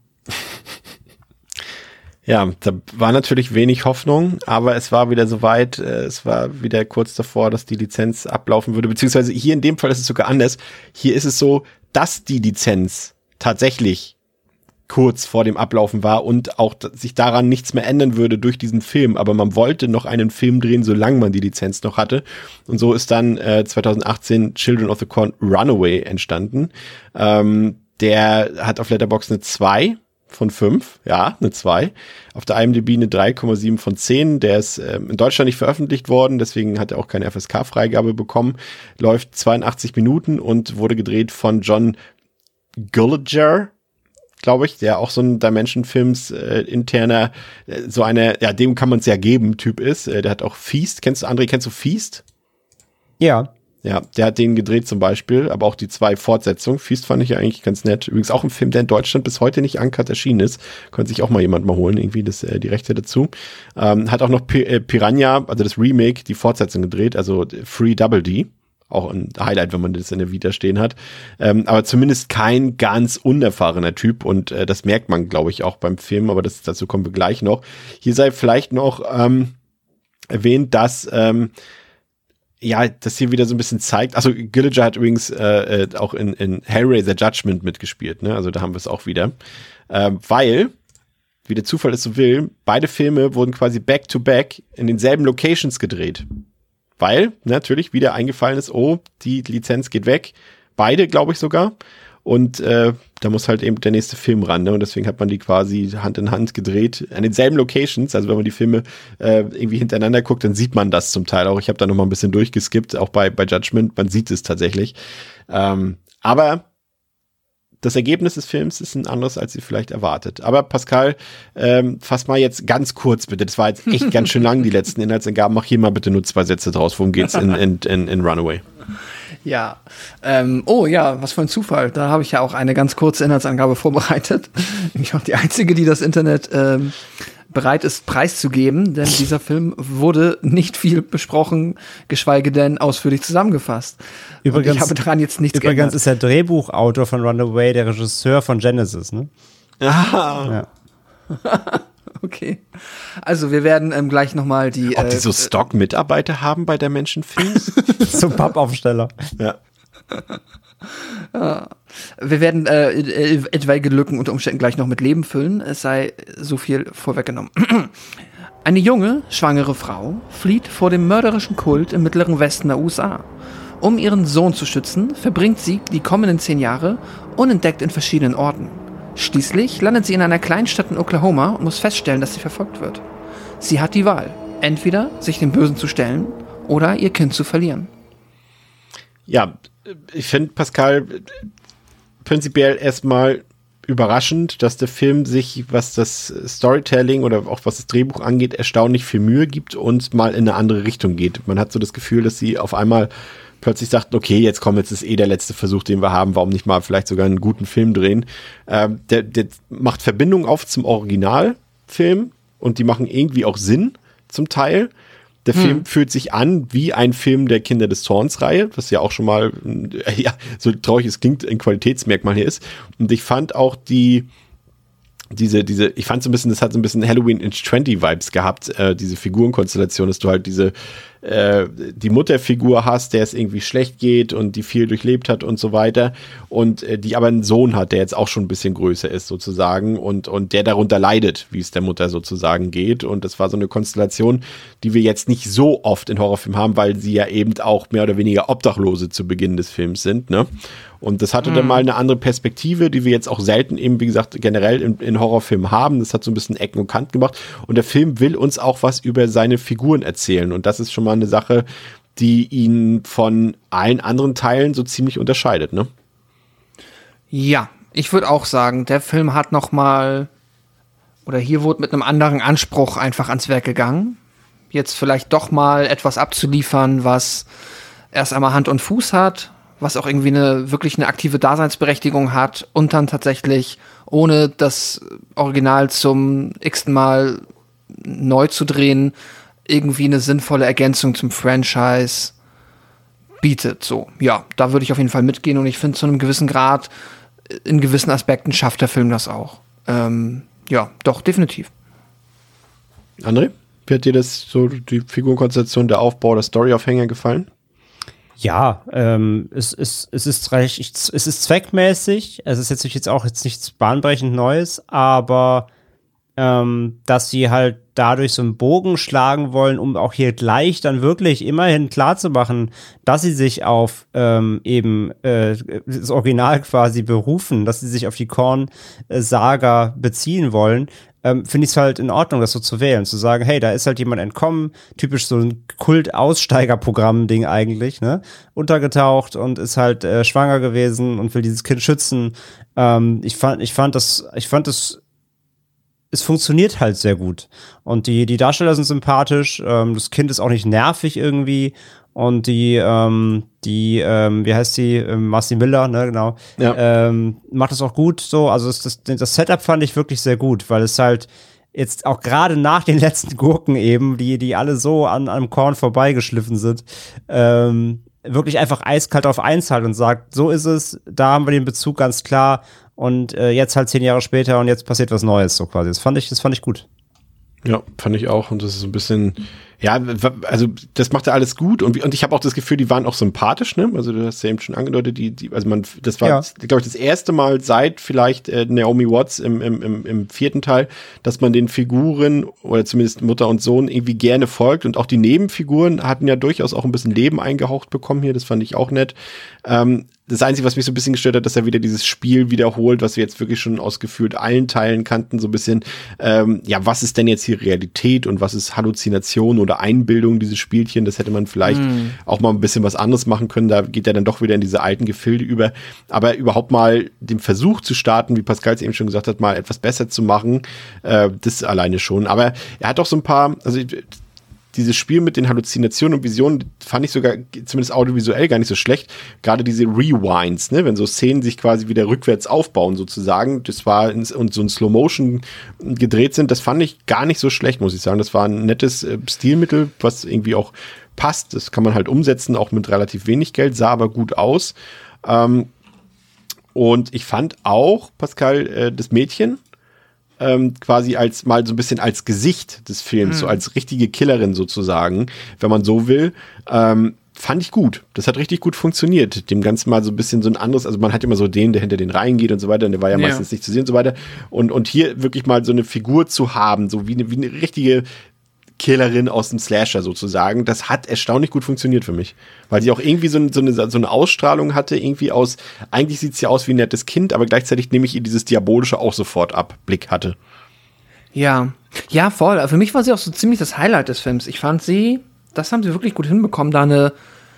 Ja, da war natürlich wenig Hoffnung, aber es war wieder soweit, äh, es war wieder kurz davor, dass die Lizenz ablaufen würde, beziehungsweise hier in dem Fall ist es sogar anders. Hier ist es so, dass die Lizenz tatsächlich kurz vor dem Ablaufen war und auch sich daran nichts mehr ändern würde durch diesen Film, aber man wollte noch einen Film drehen, solange man die Lizenz noch hatte und so ist dann äh, zwanzig achtzehn Children of the Corn Runaway entstanden. Ähm, der hat auf Letterboxd eine zwei von fünf, ja, eine zwei. Auf der IMDb eine drei Komma sieben von zehn. Der ist ähm, in Deutschland nicht veröffentlicht worden, deswegen hat er auch keine F S K-Freigabe bekommen. Läuft zweiundachtzig Minuten und wurde gedreht von John Gulager, glaube ich, der auch so ein Dimension-Films äh, interner, äh, so eine, ja, dem kann man es ja geben, Typ ist. Äh, der hat auch Feast, kennst du, André, kennst du Feast? Ja. Ja, der hat den gedreht zum Beispiel, aber auch die zwei Fortsetzungen. Feast fand ich ja eigentlich ganz nett. Übrigens auch ein Film, der in Deutschland bis heute nicht uncut erschienen ist. Könnte sich auch mal jemand mal holen, irgendwie das, äh, die Rechte dazu. Ähm, hat auch noch P- äh, Piranha, also das Remake, die Fortsetzung gedreht, also Free Double D. Auch ein Highlight, wenn man das in der Vita stehen hat. Ähm, aber zumindest kein ganz unerfahrener Typ und äh, das merkt man, glaube ich, auch beim Film, aber das, dazu kommen wir gleich noch. Hier sei vielleicht noch ähm, erwähnt, dass ähm, ja, das hier wieder so ein bisschen zeigt, also Gulager hat übrigens äh, äh, auch in, in Hellraiser Judgment mitgespielt, ne? Also da haben wir es auch wieder. Äh, weil, wie der Zufall es so will, beide Filme wurden quasi back-to-back in denselben Locations gedreht. Weil natürlich wieder eingefallen ist, oh, die Lizenz geht weg. Beide, glaube ich sogar. Und äh, da muss halt eben der nächste Film ran. Ne? Und deswegen hat man die quasi Hand in Hand gedreht an denselben Locations. Also wenn man die Filme äh, irgendwie hintereinander guckt, dann sieht man das zum Teil auch. Ich habe da noch mal ein bisschen durchgeskippt, auch bei, bei Judgment. Man sieht es tatsächlich. Ähm, aber das Ergebnis des Films ist ein anderes, als ihr vielleicht erwartet. Aber Pascal, ähm, fass mal jetzt ganz kurz bitte. Das war jetzt echt ganz schön lang, die letzten Inhaltsangaben. Mach hier mal bitte nur zwei Sätze draus. Worum geht's in, in, in, in Runaway? Ja, ähm, oh ja, was für ein Zufall. Da habe ich ja auch eine ganz kurze Inhaltsangabe vorbereitet. Ich bin auch die Einzige, die das Internet ähm, bereit ist, preiszugeben, denn dieser Film wurde nicht viel besprochen, geschweige denn ausführlich zusammengefasst. Übrigens, Und ich habe daran jetzt nichts übrigens geändert. ist der Drehbuchautor von Runaway der Regisseur von Genesis, ne? Ah. Ja. Okay. Also wir werden ähm, gleich nochmal die Ob die so äh, Stock-Mitarbeiter haben bei der Menschenfilms? So Pappaufsteller. Ja. wir werden äh, äh, etwaige Lücken unter Umständen gleich noch mit Leben füllen. Es sei so viel vorweggenommen. Eine junge, schwangere Frau flieht vor dem mörderischen Kult im mittleren Westen der U S A. Um ihren Sohn zu schützen, verbringt sie die kommenden zehn Jahre unentdeckt in verschiedenen Orten. Schließlich landet sie in einer Kleinstadt in Oklahoma und muss feststellen, dass sie verfolgt wird. Sie hat die Wahl, entweder sich dem Bösen zu stellen oder ihr Kind zu verlieren. Ja, ich finde, Pascal, prinzipiell erstmal überraschend, dass der Film sich, was das Storytelling oder auch was das Drehbuch angeht, erstaunlich viel Mühe gibt und mal in eine andere Richtung geht. Man hat so das Gefühl, dass sie auf einmal plötzlich sagt, okay, jetzt komm, jetzt ist eh der letzte Versuch, den wir haben, warum nicht mal vielleicht sogar einen guten Film drehen. Ähm, der, der macht Verbindung auf zum Originalfilm und die machen irgendwie auch Sinn zum Teil. Der hm. Film fühlt sich an wie ein Film der Kinder des Zorns-Reihe, was ja auch schon mal, ja, so traurig es klingt, ein Qualitätsmerkmal hier ist. Und ich fand auch die, diese, diese, ich fand so ein bisschen, das hat so ein bisschen Halloween Age zwanzig Vibes gehabt, äh, diese Figurenkonstellation, dass du halt diese, äh, die Mutterfigur hast, der es irgendwie schlecht geht und die viel durchlebt hat und so weiter und äh, die aber einen Sohn hat, der jetzt auch schon ein bisschen größer ist sozusagen und, und der darunter leidet, wie es der Mutter sozusagen geht und das war so eine Konstellation, die wir jetzt nicht so oft in Horrorfilmen haben, weil sie ja eben auch mehr oder weniger Obdachlose zu Beginn des Films sind, ne? Und das hatte mhm. dann mal eine andere Perspektive, die wir jetzt auch selten eben, wie gesagt, generell in, in Horrorfilmen haben. Das hat so ein bisschen Ecken und Kanten gemacht. Und der Film will uns auch was über seine Figuren erzählen. Und das ist schon mal eine Sache, die ihn von allen anderen Teilen so ziemlich unterscheidet, ne? Ja, ich würde auch sagen, der Film hat noch mal, oder hier wurde mit einem anderen Anspruch einfach ans Werk gegangen. Jetzt vielleicht doch mal etwas abzuliefern, was erst einmal Hand und Fuß hat, was auch irgendwie eine wirklich eine aktive Daseinsberechtigung hat und dann tatsächlich, ohne das Original zum x-ten Mal neu zu drehen, irgendwie eine sinnvolle Ergänzung zum Franchise bietet. So, ja, da würde ich auf jeden Fall mitgehen und ich finde, zu einem gewissen Grad, in gewissen Aspekten schafft der Film das auch. Ähm, ja, doch, definitiv. André, wie hat dir das so, die Figurenkonstellation, der Aufbau, der Storyaufhänger gefallen? Ja, ähm, es, es, es ist recht, es ist zweckmäßig. Es ist jetzt, jetzt auch jetzt nichts bahnbrechend Neues, aber ähm, dass sie halt dadurch so einen Bogen schlagen wollen, um auch hier gleich dann wirklich immerhin klarzumachen, dass sie sich auf ähm, eben äh, das Original quasi berufen, dass sie sich auf die Korn-Saga beziehen wollen, ähm, finde ich es halt in Ordnung, das so zu wählen, zu sagen, hey, da ist halt jemand entkommen, typisch so ein Kult-Aussteiger-Programm-Ding eigentlich, ne, untergetaucht und ist halt äh, schwanger gewesen und will dieses Kind schützen. Ähm, ich fand, ich fand das, ich fand das es funktioniert halt sehr gut. Und die, die Darsteller sind sympathisch, ähm, das Kind ist auch nicht nervig irgendwie. Und die, ähm, die, ähm, wie heißt die, ähm, Marcy Miller, ne, genau, ja. ähm, macht das auch gut so. Also das, das, das Setup fand ich wirklich sehr gut, weil es halt jetzt auch gerade nach den letzten Gurken eben, die, die alle so an einem Korn vorbeigeschliffen sind, ähm, wirklich einfach eiskalt auf eins halt und sagt, so ist es, da haben wir den Bezug ganz klar. Und äh, jetzt halt zehn Jahre später und jetzt passiert was Neues, so quasi. Das fand ich, das fand ich gut. Ja, fand ich auch. Und das ist so ein bisschen, ja, also das macht ja alles gut. Und, und ich habe auch das Gefühl, die waren auch sympathisch, ne? Also du hast ja eben schon angedeutet, die, die, also man, das war, ja. glaube ich, das erste Mal seit vielleicht äh, Naomi Watts im, im, im, im vierten Teil, dass man den Figuren oder zumindest Mutter und Sohn irgendwie gerne folgt. Und auch die Nebenfiguren hatten ja durchaus auch ein bisschen Leben eingehaucht bekommen hier. Das fand ich auch nett. Ähm, Das Einzige, was mich so ein bisschen gestört hat, dass er wieder dieses Spiel wiederholt, was wir jetzt wirklich schon aus gefühlt allen Teilen kannten, so ein bisschen, ähm, ja, was ist denn jetzt hier Realität und was ist Halluzination oder Einbildung, dieses Spielchen, das hätte man vielleicht mm. auch mal ein bisschen was anderes machen können, da geht er dann doch wieder in diese alten Gefilde über, aber überhaupt mal den Versuch zu starten, wie Pascal es eben schon gesagt hat, mal etwas besser zu machen, äh, das alleine schon, aber er hat auch so ein paar, also dieses Spiel mit den Halluzinationen und Visionen fand ich sogar, zumindest audiovisuell, gar nicht so schlecht. Gerade diese Rewinds, ne, wenn so Szenen sich quasi wieder rückwärts aufbauen sozusagen, das war in, und so in Slow-Motion gedreht sind, das fand ich gar nicht so schlecht, muss ich sagen. Das war ein nettes äh, Stilmittel, was irgendwie auch passt. Das kann man halt umsetzen, auch mit relativ wenig Geld, sah aber gut aus. Ähm, und ich fand auch, Pascal, äh, das Mädchen, Ähm, quasi als mal so ein bisschen als Gesicht des Films, mhm. so als richtige Killerin sozusagen, wenn man so will, ähm, fand ich gut. Das hat richtig gut funktioniert. Dem Ganzen mal so ein bisschen so ein anderes, also man hat immer so den, der hinter den Reihen geht und so weiter, und der war ja, ja. meistens nicht zu sehen und so weiter. Und, und hier wirklich mal so eine Figur zu haben, so wie eine, wie eine richtige Killerin aus dem Slasher sozusagen, das hat erstaunlich gut funktioniert für mich. Weil sie auch irgendwie so eine, so eine, so eine Ausstrahlung hatte, irgendwie aus, eigentlich sieht sie aus wie ein nettes Kind, aber gleichzeitig nehme ich ihr dieses Diabolische auch sofort ab, Blick hatte. Ja, ja, voll. Für mich war sie auch so ziemlich das Highlight des Films. Ich fand sie, das haben sie wirklich gut hinbekommen, da eine,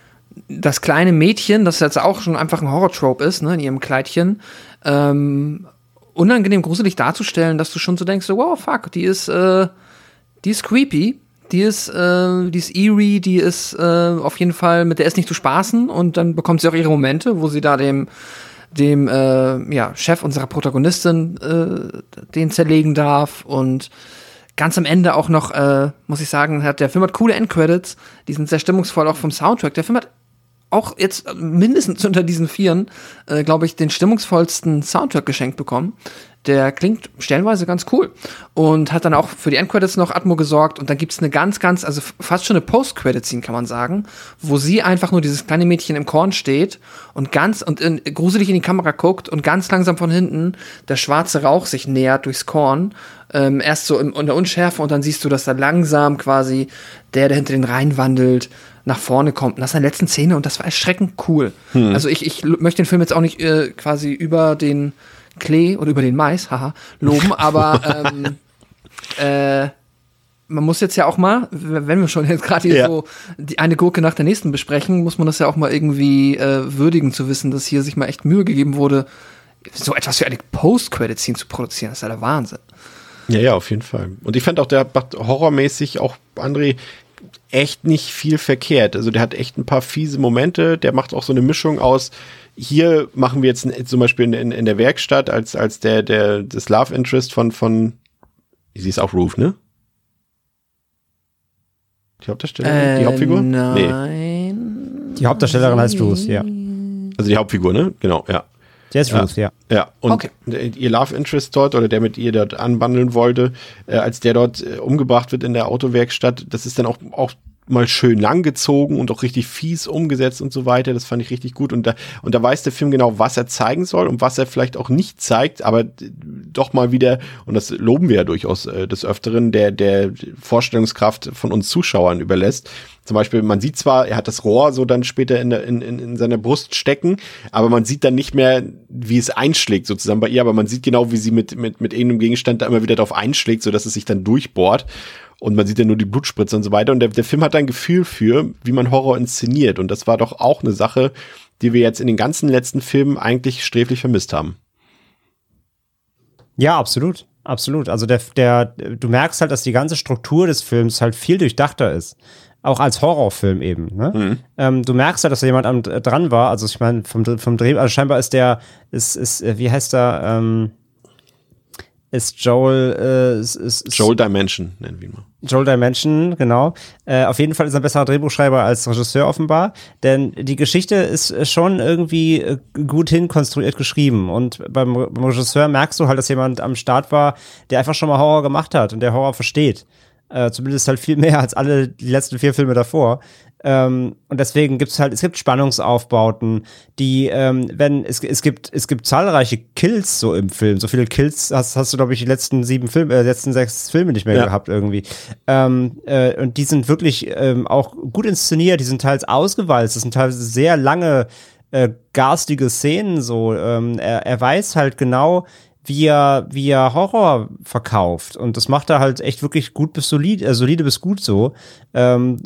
das kleine Mädchen, das jetzt auch schon einfach ein Horror-Trope ist, ne, in ihrem Kleidchen, ähm, unangenehm gruselig darzustellen, dass du schon so denkst, so, wow, fuck, die ist, äh, Die ist creepy, die ist, äh, die ist eerie, die ist äh, auf jeden Fall, mit der ist nicht zu spaßen und dann bekommt sie auch ihre Momente, wo sie da dem, dem äh, ja, Chef unserer Protagonistin äh, den zerlegen darf und ganz am Ende auch noch, äh, muss ich sagen, hat der Film hat coole Endcredits, die sind sehr stimmungsvoll auch vom Soundtrack. Der Film hat auch jetzt mindestens unter diesen Vieren, äh, glaube ich, den stimmungsvollsten Soundtrack geschenkt bekommen. Der klingt stellenweise ganz cool und hat dann auch für die Endcredits noch Atmo gesorgt und dann gibt's eine ganz, ganz, also fast schon eine Post-Credit-Scene, kann man sagen, wo sie einfach nur dieses kleine Mädchen im Korn steht und ganz und in, gruselig in die Kamera guckt und ganz langsam von hinten der schwarze Rauch sich nähert durchs Korn, ähm, erst so in, in der Unschärfe und dann siehst du, dass da langsam quasi der, der hinter den Reihen wandelt, nach vorne kommt. Und das ist in der letzten Szene und das war erschreckend cool. Hm. Also ich, ich möchte den Film jetzt auch nicht äh, quasi über den Klee oder über den Mais, haha, loben, aber ähm, äh, man muss jetzt ja auch mal, wenn wir schon jetzt gerade hier Ja. so die eine Gurke nach der nächsten besprechen, muss man das ja auch mal irgendwie äh, würdigen zu wissen, dass hier sich mal echt Mühe gegeben wurde, so etwas für eine Post-Credit-Scene zu produzieren. Das ist ja der Wahnsinn. Ja, ja, auf jeden Fall. Und ich fand auch, der macht horrormäßig auch, André, echt nicht viel verkehrt. Also der hat echt ein paar fiese Momente. Der macht auch so eine Mischung aus, hier machen wir jetzt ein, zum Beispiel in, in, in der Werkstatt als, als der, der, das Love Interest von, von, sie ist auch Ruth, ne? Die Hauptdarstellerin? Äh, die Hauptfigur? Nee. Nein. Die Hauptdarstellerin heißt Ruth, ja. Also die Hauptfigur, ne? Genau, ja. Der ist Ja. Ruth, ja. Ja, und Okay. ihr Love Interest dort oder der mit ihr dort anbandeln wollte, äh, als der dort äh, umgebracht wird in der Autowerkstatt, das ist dann auch, auch mal schön langgezogen und auch richtig fies umgesetzt und so weiter. Das fand ich richtig gut. Und da, und da weiß der Film genau, was er zeigen soll und was er vielleicht auch nicht zeigt, aber doch mal wieder, und das loben wir ja durchaus äh, des Öfteren, der, der Vorstellungskraft von uns Zuschauern überlässt. Zum Beispiel, man sieht zwar, er hat das Rohr so dann später in, der, in, in, in seiner Brust stecken, aber man sieht dann nicht mehr, wie es einschlägt sozusagen bei ihr, aber man sieht genau, wie sie mit, mit, mit irgendeinem Gegenstand da immer wieder drauf einschlägt, sodass es sich dann durchbohrt. Und man sieht ja nur die Blutspritze und so weiter. Und der, der Film hat ein Gefühl für, wie man Horror inszeniert. Und das war doch auch eine Sache, die wir jetzt in den ganzen letzten Filmen eigentlich sträflich vermisst haben. Ja, absolut. Absolut. Also der, der, du merkst halt, dass die ganze Struktur des Films halt viel durchdachter ist. Auch als Horrorfilm eben. Ne? Mhm. Ähm, du merkst halt, dass da jemand am, äh, dran war. Also ich meine, vom, vom Dreh, also scheinbar ist der, ist, ist, äh, wie heißt der, ähm, ist Joel, äh, ist, ist, Joel Dimension, nennen wir ihn mal. Joel Dimension, genau. Äh, auf jeden Fall ist er ein besserer Drehbuchschreiber als Regisseur offenbar, denn die Geschichte ist schon irgendwie äh, gut hinkonstruiert geschrieben und beim, beim Regisseur merkst du halt, dass jemand am Start war, der einfach schon mal Horror gemacht hat und der Horror versteht. Äh, zumindest halt viel mehr als alle die letzten vier Filme davor. Ähm, und deswegen gibt's halt, es gibt Spannungsaufbauten, die, ähm, wenn, es, es gibt, es gibt zahlreiche Kills so im Film. So viele Kills hast, hast du, glaube ich, die letzten sieben Filme, äh, letzten sechs Filme nicht mehr Ja. gehabt irgendwie. Ähm, äh, und die sind wirklich ähm, auch gut inszeniert, die sind teils ausgewalzt, das sind teilweise sehr lange, äh, garstige Szenen so. Ähm, er, er weiß halt genau, wie er, wie er Horror verkauft. Und das macht er halt echt wirklich gut bis solide, äh, solide bis gut so. Ähm,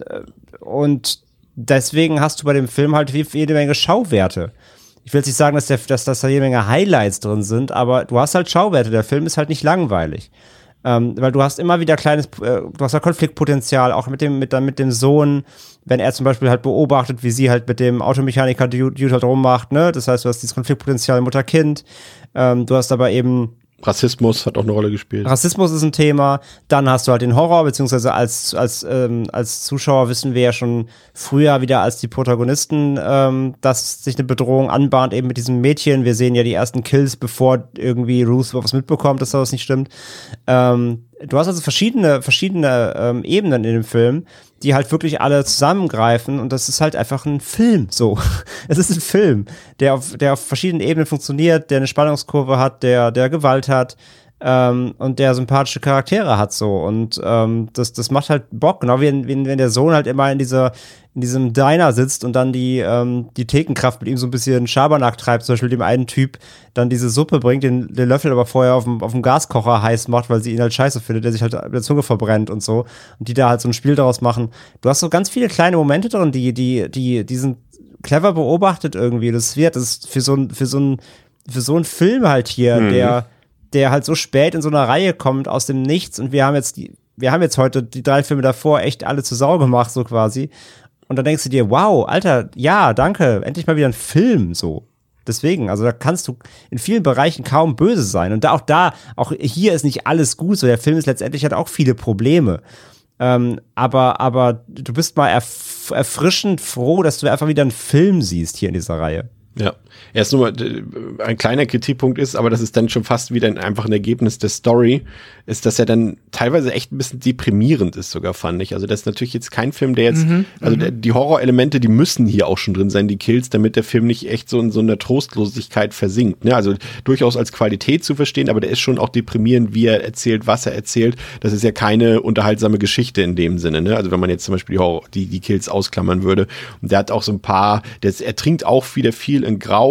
und deswegen hast du bei dem Film halt jede Menge Schauwerte. Ich will jetzt nicht sagen, dass, der, dass, dass da jede Menge Highlights drin sind, aber du hast halt Schauwerte. Der Film ist halt nicht langweilig. Ähm, weil du hast immer wieder kleines, äh, du hast ja Konfliktpotenzial, auch mit dem, mit, mit dem Sohn, wenn er zum Beispiel halt beobachtet, wie sie halt mit dem Automechaniker-Dude halt rummacht, ne? Das heißt, du hast dieses Konfliktpotenzial Mutter-Kind. Ähm, du hast aber eben Rassismus hat auch eine Rolle gespielt. Rassismus ist ein Thema. Dann hast du halt den Horror, beziehungsweise als, als, ähm, als Zuschauer wissen wir ja schon früher wieder als die Protagonisten, ähm, dass sich eine Bedrohung anbahnt, eben mit diesem Mädchen. Wir sehen ja die ersten Kills, bevor irgendwie Ruth was mitbekommt, dass das nicht stimmt. Ähm, du hast also verschiedene, verschiedene ähm, Ebenen in dem Film, die halt wirklich alle zusammengreifen und das ist halt einfach ein Film, so. Es ist ein Film, der auf, der auf verschiedenen Ebenen funktioniert, der eine Spannungskurve hat, der, der Gewalt hat, ähm, und der sympathische Charaktere hat, so. Und, ähm, das, das macht halt Bock, genau wie, wie wenn der Sohn halt immer in dieser, in diesem Diner sitzt und dann die, ähm, die Thekenkraft mit ihm so ein bisschen Schabernack treibt, zum Beispiel dem einen Typ dann diese Suppe bringt, den, den Löffel aber vorher auf dem, auf dem Gaskocher heiß macht, weil sie ihn halt scheiße findet, der sich halt mit der Zunge verbrennt und so. Und die da halt so ein Spiel daraus machen. Du hast so ganz viele kleine Momente drin, die, die, die, die sind clever beobachtet irgendwie. Das wird, das ist für so ein, für so ein, für so ein Film halt hier, mhm. der, der halt so spät in so einer Reihe kommt aus dem Nichts und wir haben jetzt die, wir haben jetzt heute die drei Filme davor echt alle zu Sau gemacht, so quasi. Und dann denkst du dir, wow, Alter, ja, danke, endlich mal wieder ein Film, so. Deswegen, also da kannst du in vielen Bereichen kaum böse sein. Und da, auch da, auch hier ist nicht alles gut, so der Film ist letztendlich hat auch viele Probleme. Ähm, aber, aber du bist mal erf- erfrischend froh, dass du einfach wieder einen Film siehst hier in dieser Reihe. Ja, erst nur mal ein kleiner Kritikpunkt ist, aber das ist dann schon fast wieder ein, einfach ein Ergebnis der Story, ist, dass er dann teilweise echt ein bisschen deprimierend ist sogar, fand ich. Also das ist natürlich jetzt kein Film, der jetzt, mhm, also der, die Horrorelemente, die müssen hier auch schon drin sein, die Kills, damit der Film nicht echt so in so einer Trostlosigkeit versinkt. Ne? Also durchaus als Qualität zu verstehen, aber der ist schon auch deprimierend, wie er erzählt, was er erzählt. Das ist ja keine unterhaltsame Geschichte in dem Sinne. Ne? Also wenn man jetzt zum Beispiel die, Horror, die, die Kills ausklammern würde. Und der hat auch so ein paar, der, er trinkt auch wieder viel in Grau,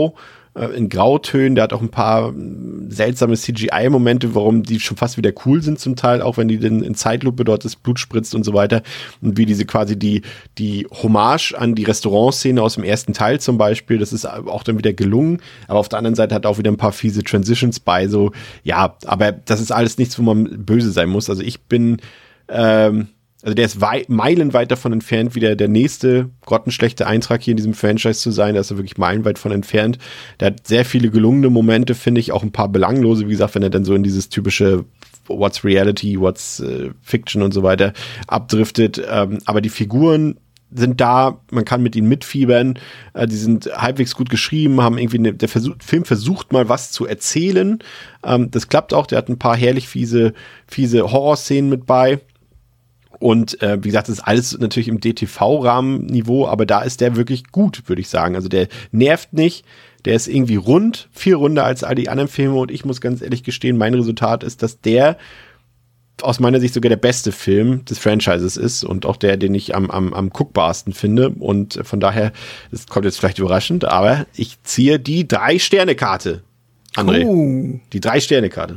äh, in Grautönen. Der hat auch ein paar seltsame C G I-Momente, warum die schon fast wieder cool sind zum Teil, auch wenn die dann in Zeitlupe dort das Blut spritzt und so weiter. Und wie diese quasi die, die Hommage an die Restaurantszene aus dem ersten Teil zum Beispiel, das ist auch dann wieder gelungen. Aber auf der anderen Seite hat auch wieder ein paar fiese Transitions bei, so, ja, aber das ist alles nichts, wo man böse sein muss. Also ich bin, ähm, also der ist wei- meilenweit davon entfernt, wieder der nächste grottenschlechte Eintrag hier in diesem Franchise zu sein. Da ist er wirklich meilenweit von entfernt. Der hat sehr viele gelungene Momente, finde ich, auch ein paar belanglose, wie gesagt, wenn er dann so in dieses typische What's Reality, What's äh, Fiction und so weiter abdriftet. Ähm, aber die Figuren sind da, man kann mit ihnen mitfiebern, äh, die sind halbwegs gut geschrieben, haben irgendwie, eine, der Versuch, Film versucht mal was zu erzählen. Ähm, das klappt auch, der hat ein paar herrlich fiese, fiese Horrorszenen mit bei. Und äh, wie gesagt, das ist alles natürlich im D T V-Rahmenniveau, aber da ist der wirklich gut, würde ich sagen. Also der nervt nicht, der ist irgendwie rund, viel runder als all die anderen Filme. Und ich muss ganz ehrlich gestehen, mein Resultat ist, dass der aus meiner Sicht sogar der beste Film des Franchises ist und auch der, den ich am, am, am guckbarsten finde. Und von daher, das kommt jetzt vielleicht überraschend, aber ich ziehe die Drei-Sterne-Karte, André. Oh. Die Drei-Sterne-Karte.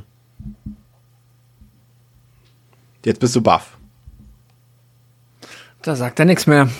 Jetzt bist du baff. Da sagt er nichts mehr.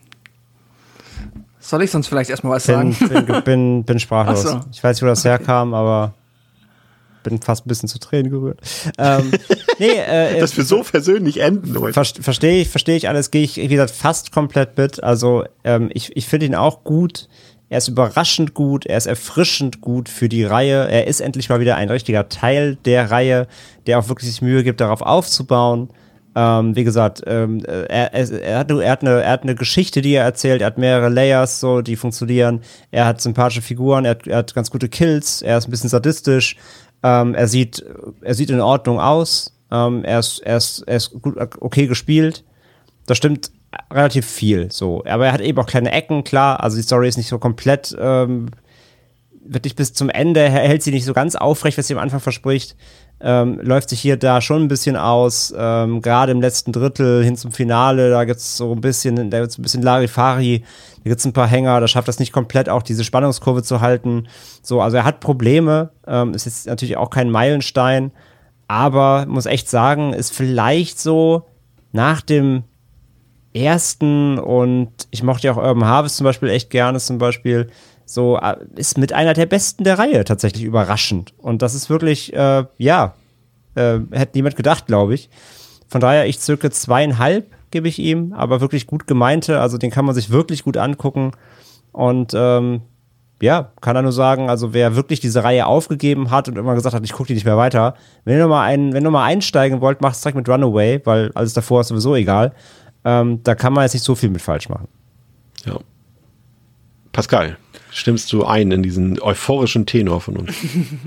Soll ich sonst vielleicht erstmal was Bin, sagen? bin, bin, bin sprachlos. Ach so. Ich weiß nicht, wo das herkam, aber bin fast ein bisschen zu Tränen gerührt. Ähm, nee, äh, Dass wir so persönlich enden heute. Ver verstehe ich, verstehe ich alles, gehe ich, wie gesagt, fast komplett mit. Also ähm, ich, ich finde ihn auch gut. Er ist überraschend gut, er ist erfrischend gut für die Reihe. Er ist endlich mal wieder ein richtiger Teil der Reihe, der auch wirklich sich Mühe gibt, darauf aufzubauen. Ähm, wie gesagt, ähm, er, er, er, hat eine, er, hat eine, er hat eine Geschichte, die er erzählt, er hat mehrere Layers, so, die funktionieren. Er hat sympathische Figuren, er hat, er hat ganz gute Kills, er ist ein bisschen sadistisch. Ähm, er sieht, er sieht in Ordnung aus. Ähm, er ist, er ist, er ist gut, okay gespielt. Das stimmt relativ viel, so. Aber er hat eben auch kleine Ecken, klar. Also die Story ist nicht so komplett, ähm, wirklich bis zum Ende hält sie nicht so ganz aufrecht, was sie am Anfang verspricht. Ähm, läuft sich hier da schon ein bisschen aus. Ähm, gerade im letzten Drittel hin zum Finale, da gibt's so ein bisschen, da gibt's ein bisschen Larifari, da gibt's ein paar Hänger, da schafft das nicht komplett auch diese Spannungskurve zu halten. So, also er hat Probleme, ähm, ist jetzt natürlich auch kein Meilenstein, aber muss echt sagen, ist vielleicht so nach dem ersten, und ich mochte ja auch Urban Harvest zum Beispiel echt gerne zum Beispiel, so ist mit einer der besten der Reihe tatsächlich überraschend. Und das ist wirklich, äh, ja, äh, hätte niemand gedacht, glaube ich. Von daher, ich circa zweieinhalb gebe ich ihm, aber wirklich gut gemeinte, also den kann man sich wirklich gut angucken. Und ähm, ja, kann er nur sagen, also wer wirklich diese Reihe aufgegeben hat und immer gesagt hat, ich gucke die nicht mehr weiter, wenn ihr mal ein, wenn ihr mal einsteigen wollt, macht es direkt mit Runaway, weil alles davor ist sowieso egal. Ähm, da kann man jetzt nicht so viel mit falsch machen. Ja. Pascal, stimmst du ein in diesen euphorischen Tenor von uns?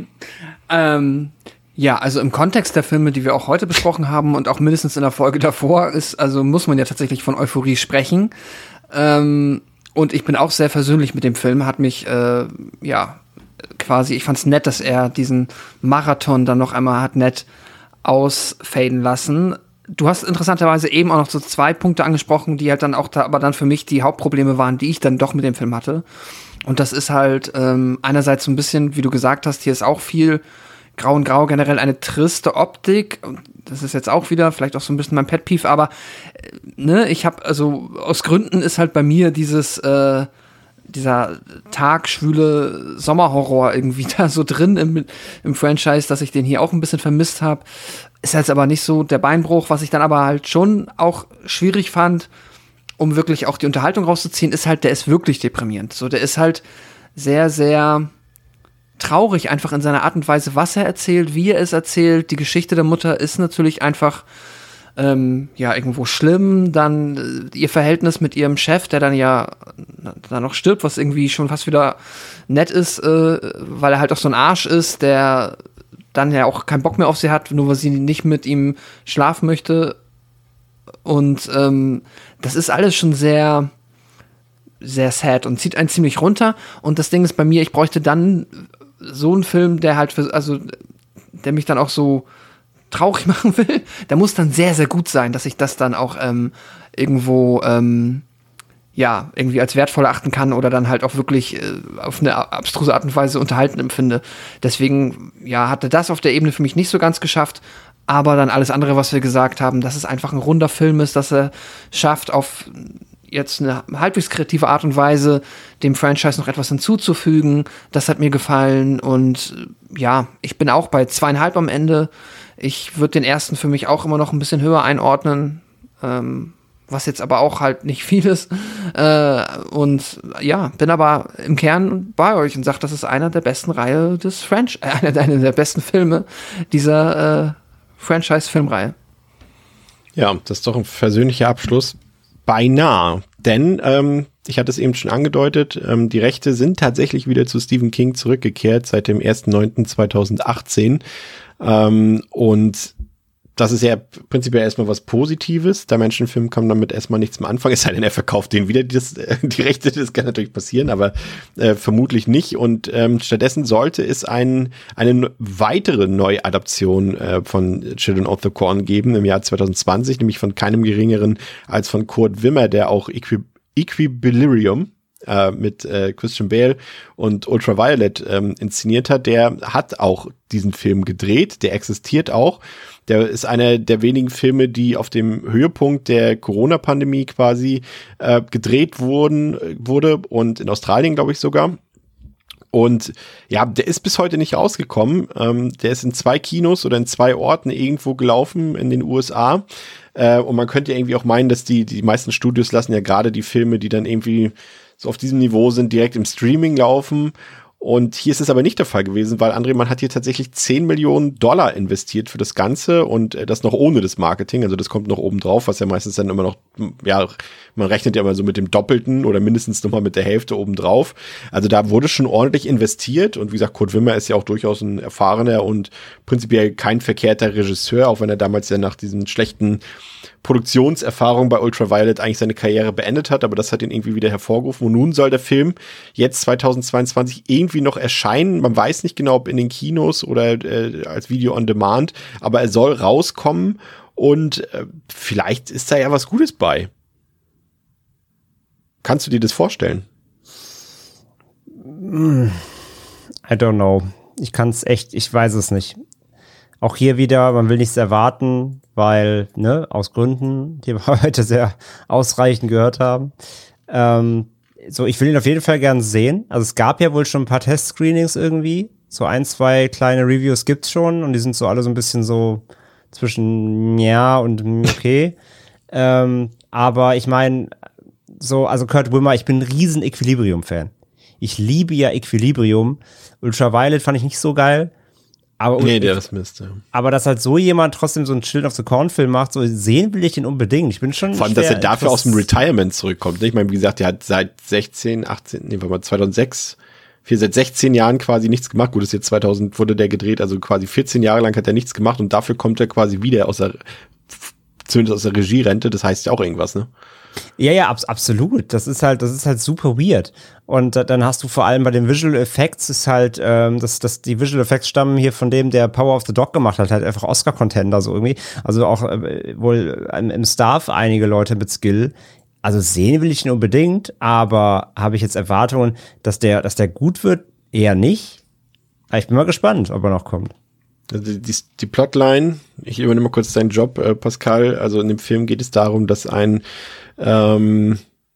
ähm, ja, also im Kontext der Filme, die wir auch heute besprochen haben und auch mindestens in der Folge davor, ist, also muss man ja tatsächlich von Euphorie sprechen. Ähm, und ich bin auch sehr versöhnlich mit dem Film, hat mich, äh, ja, quasi, ich fand's nett, dass er diesen Marathon dann noch einmal hat nett ausfaden lassen. Du hast interessanterweise eben auch noch so zwei Punkte angesprochen, die halt dann auch da, aber dann für mich die Hauptprobleme waren, die ich dann doch mit dem Film hatte. Und das ist halt ähm, einerseits so ein bisschen, wie du gesagt hast, hier ist auch viel Grau und Grau, generell eine triste Optik. Das ist jetzt auch wieder vielleicht auch so ein bisschen mein Pet-Peeve, aber äh, ne, ich habe, also aus Gründen ist halt bei mir dieses äh, dieser tagschwüle Sommerhorror irgendwie da so drin im, im Franchise, dass ich den hier auch ein bisschen vermisst habe. Ist jetzt aber nicht so der Beinbruch, was ich dann aber halt schon auch schwierig fand, um wirklich auch die Unterhaltung rauszuziehen, ist halt, der ist wirklich deprimierend. So, der ist halt sehr, sehr traurig einfach in seiner Art und Weise, was er erzählt, wie er es erzählt. Die Geschichte der Mutter ist natürlich einfach ähm, ja irgendwo schlimm. Dann äh, ihr Verhältnis mit ihrem Chef, der dann ja dann noch stirbt, was irgendwie schon fast wieder nett ist, äh, weil er halt auch so ein Arsch ist, der dann ja auch keinen Bock mehr auf sie hat, nur weil sie nicht mit ihm schlafen möchte. Und ähm, das ist alles schon sehr, sehr sad und zieht einen ziemlich runter. Und das Ding ist bei mir, ich bräuchte dann so einen Film, der halt, für, also der mich dann auch so traurig machen will. Der muss dann sehr, sehr gut sein, dass ich das dann auch ähm, irgendwo ähm, ja, irgendwie als wertvoll erachten kann oder dann halt auch wirklich äh, auf eine abstruse Art und Weise unterhalten empfinde. Deswegen, ja, hatte das auf der Ebene für mich nicht so ganz geschafft, aber dann alles andere, was wir gesagt haben, dass es einfach ein runder Film ist, dass er schafft, auf jetzt eine halbwegs kreative Art und Weise dem Franchise noch etwas hinzuzufügen. Das hat mir gefallen und ja, ich bin auch bei zweieinhalb am Ende. Ich würde den ersten für mich auch immer noch ein bisschen höher einordnen, ähm, was jetzt aber auch halt nicht viel ist. Äh, und ja, bin aber im Kern bei euch und sage, das ist einer der besten Reihe des Franchise, äh, einer, einer der besten Filme dieser äh, Franchise-Filmreihe. Ja, das ist doch ein versöhnlicher Abschluss. Beinahe. Denn, ähm, ich hatte es eben schon angedeutet, ähm, die Rechte sind tatsächlich wieder zu Stephen King zurückgekehrt seit dem ersten neunten zweitausendachtzehn. Ähm, und das ist ja prinzipiell erstmal was Positives. Der Menschenfilm kann damit erstmal nichts mehr anfangen. Es sei denn, er verkauft den wieder das, äh, die Rechte. Das kann natürlich passieren, aber äh, vermutlich nicht. Und ähm, stattdessen sollte es ein, eine weitere Neuadaption äh, von Children of the Corn geben im Jahr zwanzig zwanzig, nämlich von keinem geringeren als von Kurt Wimmer, der auch Equi- Equilibrium äh, mit äh, Christian Bale und Ultraviolet ähm, inszeniert hat. Der hat auch diesen Film gedreht. Der existiert auch. Der ist einer der wenigen Filme, die auf dem Höhepunkt der Corona-Pandemie quasi äh, gedreht wurden, wurde und in Australien, glaube ich, sogar. Und ja, der ist bis heute nicht rausgekommen. Ähm, der ist in zwei Kinos oder in zwei Orten irgendwo gelaufen in den U S A. Äh, und man könnte ja irgendwie auch meinen, dass die, die meisten Studios lassen ja gerade die Filme, die dann irgendwie so auf diesem Niveau sind, direkt im Streaming laufen. Und hier ist es aber nicht der Fall gewesen, weil André Mann hat hier tatsächlich zehn Millionen Dollar investiert für das Ganze und das noch ohne das Marketing. Also das kommt noch oben drauf, was ja meistens dann immer noch, ja, man rechnet ja immer so mit dem Doppelten oder mindestens nochmal mit der Hälfte oben drauf. Also da wurde schon ordentlich investiert und wie gesagt, Kurt Wimmer ist ja auch durchaus ein erfahrener und prinzipiell kein verkehrter Regisseur, auch wenn er damals ja nach diesen schlechten Produktionserfahrung bei Ultraviolet eigentlich seine Karriere beendet hat, aber das hat ihn irgendwie wieder hervorgerufen. Und nun soll der Film jetzt zweitausendzweiundzwanzig irgendwie noch erscheinen. Man weiß nicht genau, ob in den Kinos oder äh, als Video on Demand, aber er soll rauskommen und äh, vielleicht ist da ja was Gutes bei. Kannst du dir das vorstellen? I don't know. Ich kann es echt, ich weiß es nicht. Auch hier wieder, man will nichts erwarten, weil, ne, aus Gründen, die wir heute sehr ausreichend gehört haben. Ähm, so, ich will ihn auf jeden Fall gern sehen. Also es gab ja wohl schon ein paar Testscreenings irgendwie. So ein, zwei kleine Reviews gibt's schon und die sind so alle so ein bisschen so zwischen ja und okay. ähm, aber ich meine, so, also Kurt Wimmer, ich bin ein riesen Equilibrium-Fan. Ich liebe ja Equilibrium. Ultraviolet fand ich nicht so geil. Aber nee, der ist Mist, ja. Aber dass halt so jemand trotzdem so einen Children of the Corn Film macht, so sehen will ich den unbedingt. Ich bin schon vor allem, dass er dafür aus dem Retirement zurückkommt. Ich meine, wie gesagt, der hat seit sechzehn, achtzehn, nee, warte mal, zweitausendsechs, für seit sechzehn Jahren quasi nichts gemacht. Gut, das ist jetzt zweitausend wurde der gedreht, also quasi vierzehn Jahre lang hat er nichts gemacht und dafür kommt er quasi wieder aus der, zumindest aus der Regierente. Das heißt ja auch irgendwas, ne? Ja, ja, abs- absolut. Das ist halt, das ist halt super weird. Und äh, dann hast du vor allem bei den Visual Effects ist halt, ähm, dass das, die Visual Effects stammen hier von dem, der Power of the Dog gemacht hat, halt einfach Oscar-Contender so irgendwie. Also auch äh, wohl im, im Staff einige Leute mit Skill. Also sehen will ich ihn unbedingt, aber habe ich jetzt Erwartungen, dass der, dass der gut wird? Eher nicht. Aber ich bin mal gespannt, ob er noch kommt. Die, die, die Plotline, ich übernehme mal kurz deinen Job, äh, Pascal. Also in dem Film geht es darum, dass ein ähm,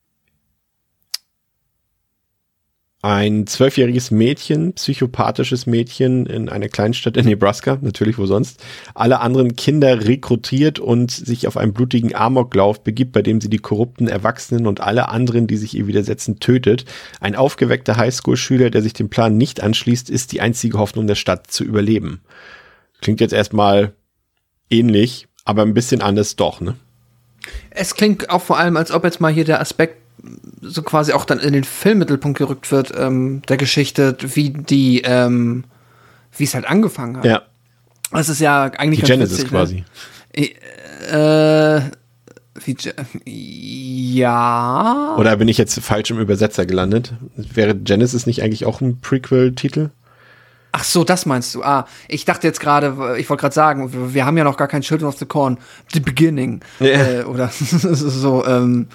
ein zwölfjähriges Mädchen, psychopathisches Mädchen in einer Kleinstadt in Nebraska, natürlich wo sonst, alle anderen Kinder rekrutiert und sich auf einen blutigen Amoklauf begibt, bei dem sie die korrupten Erwachsenen und alle anderen, die sich ihr widersetzen, tötet. Ein aufgeweckter Highschool-Schüler, der sich dem Plan nicht anschließt, ist die einzige Hoffnung der Stadt zu überleben. Klingt jetzt erstmal ähnlich, aber ein bisschen anders doch, ne? Es klingt auch vor allem, als ob jetzt mal hier der Aspekt so quasi auch dann in den Filmmittelpunkt gerückt wird, ähm, der Geschichte, wie die, ähm, wie es halt angefangen hat. Ja. Das ist ja eigentlich die ganz Genesis witzig, quasi. Ne? Äh, wie Ge- ja. Oder bin ich jetzt falsch im Übersetzer gelandet? Wäre Genesis nicht eigentlich auch ein Prequel-Titel? Ach so, das meinst du. Ah, ich dachte jetzt gerade, ich wollte gerade sagen, wir, wir haben ja noch gar kein Children of the Corn, The Beginning. Ja. Äh, oder so, ähm,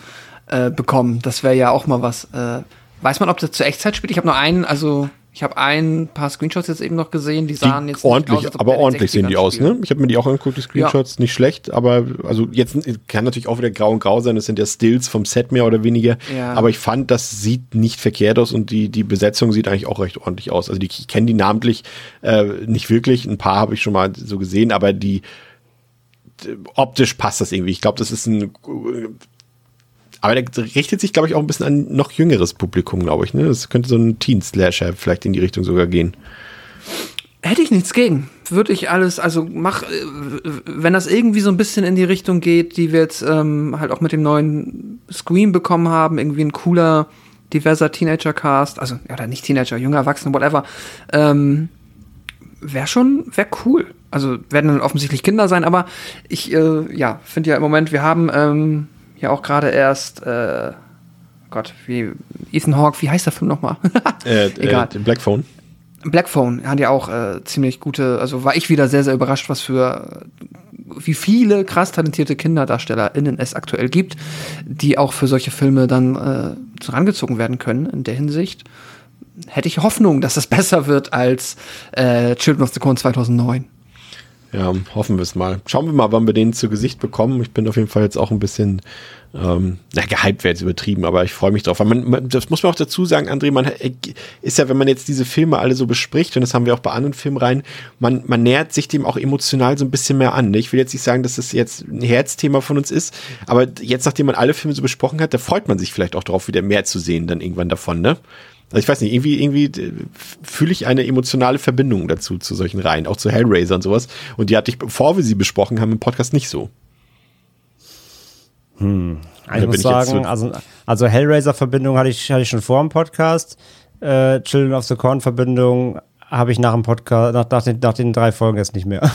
äh, bekommen. Das wäre ja auch mal was. Äh, weiß man, ob das zur Echtzeit spielt? Ich habe nur einen, also ich habe ein paar Screenshots jetzt eben noch gesehen, die sahen die jetzt ordentlich, nicht aus, als ob aber der in ordentlich sehen die aus, spielt. ne? Ich habe mir die auch angeguckt, die Screenshots, ja. Nicht schlecht, aber also jetzt kann natürlich auch wieder grau und grau sein, das sind ja Stills vom Set mehr oder weniger, ja. Aber ich fand, das sieht nicht verkehrt aus und die, die Besetzung sieht eigentlich auch recht ordentlich aus. Also die, ich kenne die namentlich äh, nicht wirklich, ein paar habe ich schon mal so gesehen, aber die optisch passt das irgendwie. Ich glaube, das ist ein aber der richtet sich, glaube ich, auch ein bisschen an noch jüngeres Publikum, glaube ich. Ne? Das könnte so ein Teen-Slasher vielleicht in die Richtung sogar gehen. Hätte ich nichts gegen. Würde ich alles, also mach, wenn das irgendwie so ein bisschen in die Richtung geht, die wir jetzt ähm, halt auch mit dem neuen Scream bekommen haben, irgendwie ein cooler, diverser Teenager-Cast, also, oder nicht Teenager, junger Erwachsene, whatever, ähm, wäre schon, wäre cool. Also werden dann offensichtlich Kinder sein, aber ich, äh, ja, finde ja im Moment, wir haben, ähm, ja auch gerade erst, äh, Gott, wie Ethan Hawke, wie heißt der Film nochmal? äh, Egal. Äh, Black Phone. Black Phone hat ja auch äh, ziemlich gute, also war ich wieder sehr, sehr überrascht, was für, wie viele krass talentierte KinderdarstellerInnen es aktuell gibt, die auch für solche Filme dann äh, herangezogen werden können. In der Hinsicht hätte ich Hoffnung, dass das besser wird als äh, Children of the Corn zweitausendneun. Ja, hoffen wir es mal. Schauen wir mal, wann wir den zu Gesicht bekommen. Ich bin auf jeden Fall jetzt auch ein bisschen, ähm, na, gehypt wäre jetzt übertrieben, aber ich freue mich drauf. Weil man, man, das muss man auch dazu sagen, André, man ist ja, wenn man jetzt diese Filme alle so bespricht, und das haben wir auch bei anderen Filmreihen, man, man nähert sich dem auch emotional so ein bisschen mehr an. Ne? Ich will jetzt nicht sagen, dass das jetzt ein Herzthema von uns ist, aber jetzt, nachdem man alle Filme so besprochen hat, da freut man sich vielleicht auch darauf, wieder mehr zu sehen dann irgendwann davon, ne? Also ich weiß nicht, irgendwie, irgendwie fühle ich eine emotionale Verbindung dazu, zu solchen Reihen, auch zu Hellraiser und sowas. Und die hatte ich, bevor wir sie besprochen haben, im Podcast nicht so. Hm. Ich muss sagen, so also, also Hellraiser-Verbindung hatte ich, hatte ich schon vor dem Podcast. Äh, Children of the Corn-Verbindung habe ich nach dem Podcast, nach, nach, den, nach den drei Folgen jetzt nicht mehr.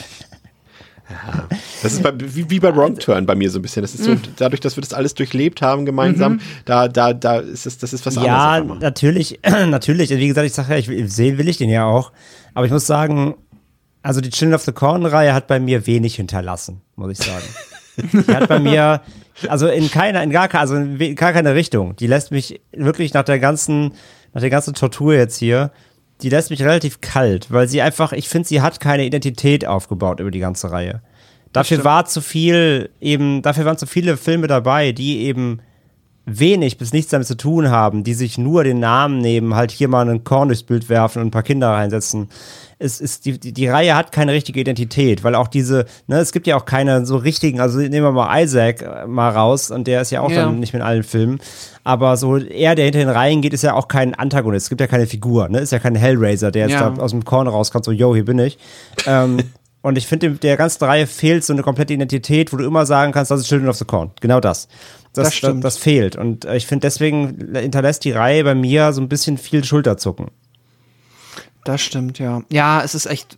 Ja, das ist bei, wie, wie bei Wrong Turn bei mir so ein bisschen. Das ist so, dadurch, dass wir das alles durchlebt haben gemeinsam, mhm. da, da, da ist es, das ist was ja, anderes. Ja, natürlich, natürlich. Wie gesagt, ich sage ja, ich sehen will ich den ja auch. Aber ich muss sagen, also die Children of the Corn-Reihe hat bei mir wenig hinterlassen, muss ich sagen. Die hat bei mir, also in keiner, in gar, also in gar keine Richtung. Die lässt mich wirklich nach der ganzen, nach der ganzen Tortur jetzt hier, die lässt mich relativ kalt, weil sie einfach, ich finde, sie hat keine Identität aufgebaut über die ganze Reihe. Dafür war zu viel eben, dafür waren zu viele Filme dabei, die eben wenig bis nichts damit zu tun haben, die sich nur den Namen nehmen, halt hier mal einen Korn durchs Bild werfen und ein paar Kinder reinsetzen. Es ist, die, die, die Reihe hat keine richtige Identität, weil auch diese, ne, es gibt ja auch keine so richtigen, also nehmen wir mal Isaac mal raus und der ist ja auch ja. dann nicht mehr in allen Filmen, aber so er, der hinter den Reihen geht, ist ja auch kein Antagonist, es gibt ja keine Figur, ne, ist ja kein Hellraiser, der jetzt ja. da aus dem Korn rauskommt, so, yo, hier bin ich. ähm, und ich finde, der ganzen Reihe fehlt so eine komplette Identität, wo du immer sagen kannst, das ist Children of the Corn, genau das. Das, das, das, das fehlt und ich finde, deswegen hinterlässt die Reihe bei mir so ein bisschen viel Schulterzucken. Das stimmt, ja. Ja, es ist echt,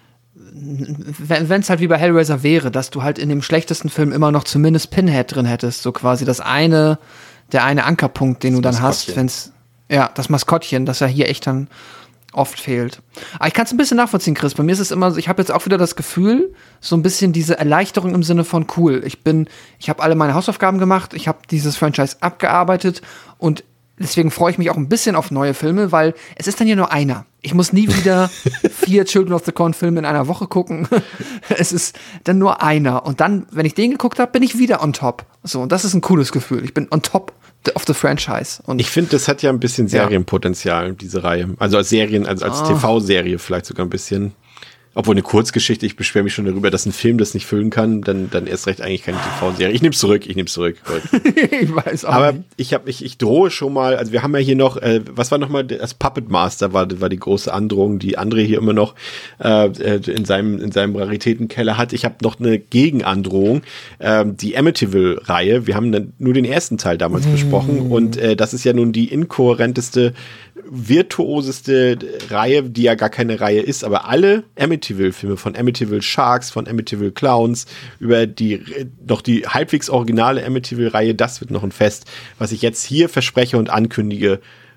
wenn es halt wie bei Hellraiser wäre, dass du halt in dem schlechtesten Film immer noch zumindest Pinhead drin hättest, so quasi das eine, der eine Ankerpunkt, den das du dann hast, wenn's, ja, das Maskottchen, das ja hier echt dann oft fehlt. Aber ich kann es ein bisschen nachvollziehen, Chris. Bei mir ist es immer so, ich habe jetzt auch wieder das Gefühl, so ein bisschen diese Erleichterung im Sinne von cool. Ich bin, ich habe alle meine Hausaufgaben gemacht, ich habe dieses Franchise abgearbeitet und deswegen freue ich mich auch ein bisschen auf neue Filme, weil es ist dann ja nur einer. Ich muss nie wieder vier Children of the Corn Filme in einer Woche gucken. Es ist dann nur einer. Und dann, wenn ich den geguckt habe, bin ich wieder on top. So, und das ist ein cooles Gefühl. Ich bin on top of the franchise. Und ich finde, das hat ja ein bisschen Serienpotenzial, ja. diese Reihe. Also als Serien, also als oh. T V-Serie vielleicht sogar ein bisschen. Obwohl eine Kurzgeschichte, ich beschwere mich schon darüber, dass ein Film das nicht füllen kann, dann, dann erst recht eigentlich keine T V-Serie. Ich nehme es zurück, ich nehme es zurück. Ich weiß auch Aber nicht. ich, hab, ich, ich drohe schon mal, also wir haben ja hier noch, äh, was war nochmal, das Puppet Master war, war die große Androhung, die André hier immer noch äh, in seinem in seinem Raritätenkeller hat. Ich habe noch eine Gegenandrohung, äh, die Amityville-Reihe. Wir haben dann nur den ersten Teil damals mm. besprochen und äh, das ist ja nun die inkohärenteste, virtuoseste Reihe, die ja gar keine Reihe ist, aber alle Amityville-Filme von Amityville Sharks, von Amityville Clowns, über die noch die halbwegs originale Amityville-Reihe, das wird noch ein Fest, was ich jetzt hier verspreche und ankündige,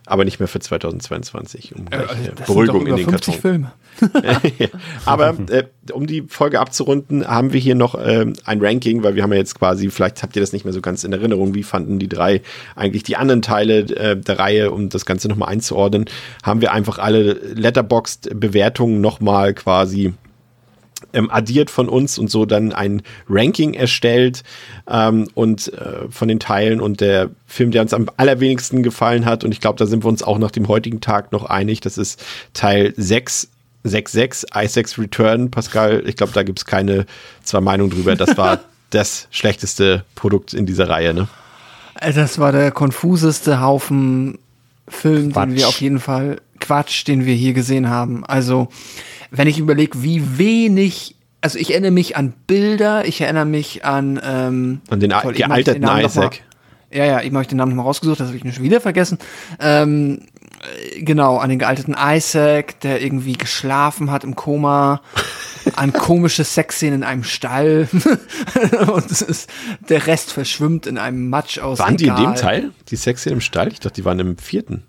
aber nicht mehr für zweitausendzweiundzwanzig. Um gleich, äh, äh, das Beruhigung sind doch in über den fünfzig Karton. Filme. Aber äh, um die Folge abzurunden, haben wir hier noch ähm, ein Ranking, weil wir haben ja jetzt quasi, vielleicht habt ihr das nicht mehr so ganz in Erinnerung, wie fanden die drei eigentlich die anderen Teile äh, der Reihe, um das Ganze nochmal einzuordnen, haben wir einfach alle Letterboxd-Bewertungen nochmal quasi Ähm, addiert von uns und so dann ein Ranking erstellt ähm, und äh, von den Teilen und der Film, der uns am allerwenigsten gefallen hat, und ich glaube, da sind wir uns auch nach dem heutigen Tag noch einig, das ist Teil sechs sechs sechs, Isaac's Return. Pascal, ich glaube, da gibt es keine zwei Meinungen drüber, das war das schlechteste Produkt in dieser Reihe, ne? Das war der konfuseste Haufen Film, Quatsch. den wir auf jeden Fall, Quatsch, den wir hier gesehen haben. Also, wenn ich überlege, wie wenig, also ich erinnere mich an Bilder, ich erinnere mich an ähm, Und den toll, eben hab ich gealterten den Namen noch Isaac. Mal, ja, ja, eben habe ich den Namen nochmal rausgesucht, das habe ich schon wieder vergessen. Ähm, äh, genau, an den gealterten Isaac, der irgendwie geschlafen hat im Koma, an komische Sexszenen in einem Stall und es ist, der Rest verschwimmt in einem Matsch aus Waren die in Regal. dem Teil, die Sexszenen im Stall? Ich dachte, die waren im vierten.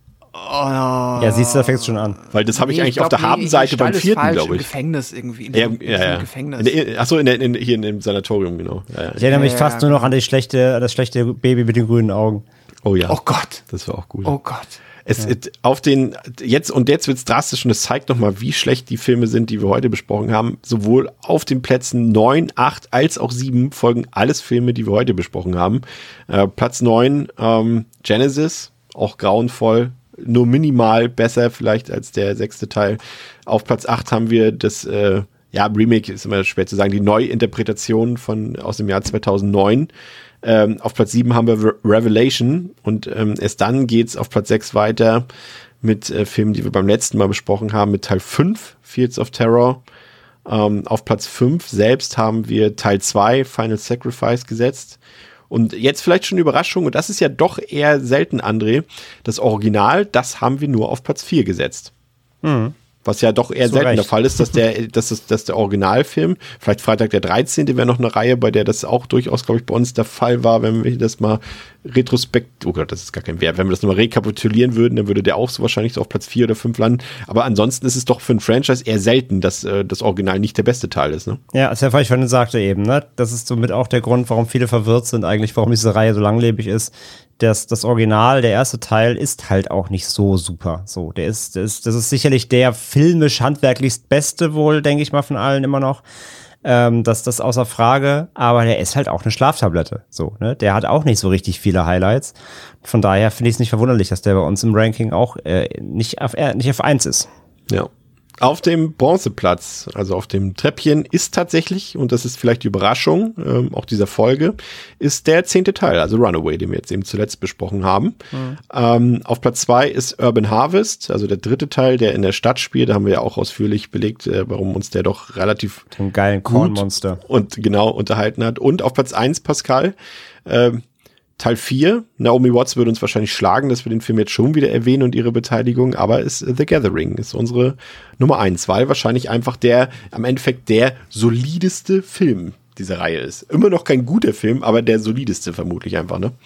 Oh, Ja, siehst du, da fängt's schon an. Weil das habe ich nee, eigentlich glaub, auf der nee, Habenseite Stall beim ist vierten, falsch, glaube Im ich. Gefängnis irgendwie. In Ja, diesem, in ja, diesem ja. Gefängnis. In der, achso, in der, in, hier in dem Sanatorium, genau. Ja, ja. Ich erinnere mich Ja, fast ja, nur noch an die schlechte, das schlechte Baby mit den grünen Augen. Oh ja, Oh Gott. das war auch gut. Oh Gott. Es, it, auf den, jetzt, und jetzt wird's drastisch und es zeigt nochmal, wie schlecht die Filme sind, die wir heute besprochen haben. Sowohl auf den Plätzen neun, acht als auch sieben folgen alles Filme, die wir heute besprochen haben. Äh, Platz neun, ähm, Genesis, auch grauenvoll, nur minimal besser vielleicht als der sechste Teil. Auf Platz acht haben wir das, äh, ja, Remake ist immer schwer zu sagen, die Neuinterpretation von, aus dem Jahr zweitausendneun. Ähm, auf Platz sieben haben wir Re- Revelation und ähm, erst dann geht's auf Platz sechs weiter mit äh, Filmen, die wir beim letzten Mal besprochen haben, mit Teil fünf, Fields of Terror. Ähm, auf Platz fünf selbst haben wir Teil zwei, Final Sacrifice, gesetzt. Und jetzt vielleicht schon eine Überraschung, und das ist ja doch eher selten, André, das Original, das haben wir nur auf Platz vier gesetzt. Mhm. Was ja doch eher Zu selten Recht. der Fall ist, dass der, dass, das, dass der Originalfilm, vielleicht Freitag der dreizehnte wäre noch eine Reihe, bei der das auch durchaus, glaube ich, bei uns der Fall war, wenn wir das mal retrospekt, oh Gott, das ist gar kein Wert, wenn wir das nochmal rekapitulieren würden, dann würde der auch so wahrscheinlich so auf Platz vier oder fünf landen. Aber ansonsten ist es doch für ein Franchise eher selten, dass äh, das Original nicht der beste Teil ist, ne? Ja, ist ja, was ich vorhin sagte eben, ne? Das ist somit auch der Grund, warum viele verwirrt sind, eigentlich, warum diese Reihe so langlebig ist. Das, das Original, der erste Teil, ist halt auch nicht so super. So, der ist, das ist, das ist sicherlich der filmisch handwerklichst beste wohl, denke ich mal, von allen immer noch. Ähm, das, das außer Frage. Aber der ist halt auch eine Schlaftablette. So, ne? Der hat auch nicht so richtig viele Highlights. Von daher finde ich es nicht verwunderlich, dass der bei uns im Ranking auch äh, nicht auf, äh, nicht auf eins ist. Ja. Auf dem Bronzeplatz, also auf dem Treppchen, ist tatsächlich, und das ist vielleicht die Überraschung ähm, auch dieser Folge, ist der zehnte Teil, also Runaway, den wir jetzt eben zuletzt besprochen haben. Mhm. Ähm, auf Platz zwei ist Urban Harvest, also der dritte Teil, der in der Stadt spielt. Da haben wir ja auch ausführlich belegt, äh, warum uns der doch relativ Ein geilen Kornmonster. und genau unterhalten hat. Und auf Platz eins, Pascal, äh, Teil vier, Naomi Watts würde uns wahrscheinlich schlagen, dass wir den Film jetzt schon wieder erwähnen und ihre Beteiligung, aber ist The Gathering, ist unsere Nummer eins, weil wahrscheinlich einfach der, am Endeffekt der solideste Film dieser Reihe ist. Immer noch kein guter Film, aber der solideste vermutlich einfach, ne?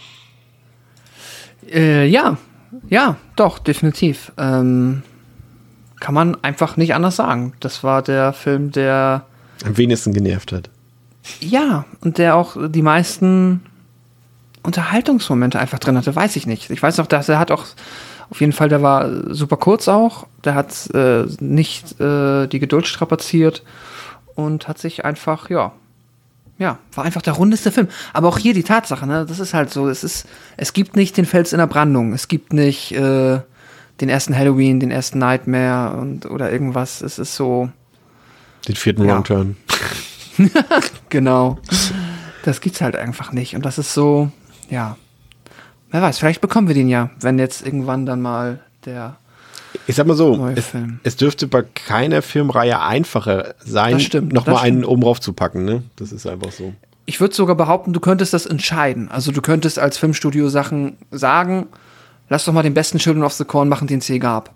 Äh, ja, ja, doch, definitiv. Ähm, kann man einfach nicht anders sagen. Das war der Film, der Am wenigsten genervt hat. ja, und der auch die meisten Unterhaltungsmomente einfach drin hatte, weiß ich nicht. Ich weiß noch, dass er hat auch, auf jeden Fall, der war super kurz auch, der hat äh, nicht äh, die Geduld strapaziert und hat sich einfach, ja, ja, war einfach der rundeste Film. Aber auch hier die Tatsache, ne, das ist halt so, es ist, es gibt nicht den Fels in der Brandung, es gibt nicht äh, den ersten Halloween, den ersten Nightmare und oder irgendwas, es ist so. Den vierten Ja. Wrong Turn. Genau. Das gibt's halt einfach nicht. Und das ist so, ja. Wer weiß, vielleicht bekommen wir den ja, wenn jetzt irgendwann dann mal der Ich sag mal so, neue es, Film. es dürfte bei keiner Filmreihe einfacher sein, Das stimmt, nochmal das einen stimmt. oben drauf zu packen, ne? Das ist einfach so. Ich würde sogar behaupten, du könntest das entscheiden. Also du könntest als Filmstudio Sachen sagen, lass doch mal den besten Children of the Corn machen, den es je gab.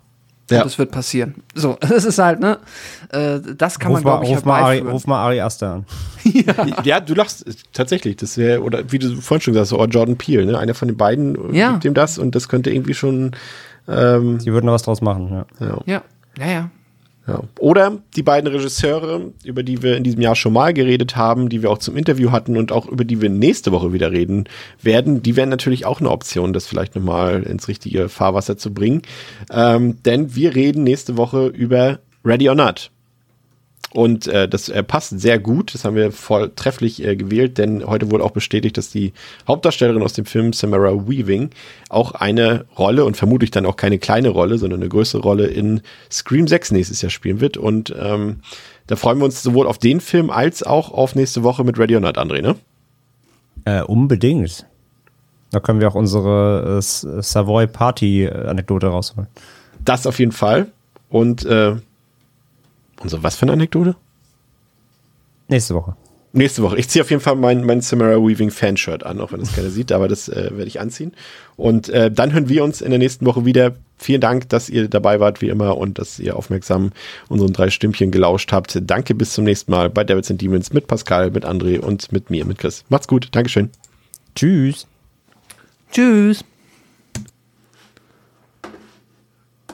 Und Ja. es wird passieren. So, es ist halt, ne? Äh, das kann Ruf man, mal, glaube ich, ruf, mal Ari, herbeiführen. ruf mal Ari Aster an. Ja, du lachst tatsächlich. Das wäre, oder wie du vorhin schon gesagt hast, oh, Jordan Peele, ne? Einer von den beiden Ja. gibt dem das und das könnte irgendwie schon. Ähm, Die würden da was draus machen, ja. ja. Ja, ja, ja. Ja. Oder die beiden Regisseure, über die wir in diesem Jahr schon mal geredet haben, die wir auch zum Interview hatten und auch über die wir nächste Woche wieder reden werden, die wären natürlich auch eine Option, das vielleicht nochmal ins richtige Fahrwasser zu bringen. Ähm, denn wir reden nächste Woche über Ready or Not. Und äh, das äh, passt sehr gut, das haben wir voll trefflich äh, gewählt, denn heute wurde auch bestätigt, dass die Hauptdarstellerin aus dem Film, Samara Weaving, auch eine Rolle und vermutlich dann auch keine kleine Rolle, sondern eine größere Rolle in Scream sechs nächstes Jahr spielen wird. Und ähm, da freuen wir uns sowohl auf den Film als auch auf nächste Woche mit Ready or Not, André, ne? Äh, unbedingt. Da können wir auch unsere äh, Savoy-Party-Anekdote rausholen. Das auf jeden Fall. Und äh, unsere was für eine Anekdote? Nächste Woche. Nächste Woche. Ich ziehe auf jeden Fall mein, mein Samara Weaving Fanshirt an, auch wenn das keiner sieht, aber das äh, werde ich anziehen. Und äh, dann hören wir uns in der nächsten Woche wieder. Vielen Dank, dass ihr dabei wart, wie immer, und dass ihr aufmerksam unseren drei Stümpchen gelauscht habt. Danke, bis zum nächsten Mal bei Devils and Demons mit Pascal, mit André und mit mir, mit Chris. Macht's gut. Dankeschön. Tschüss. Tschüss.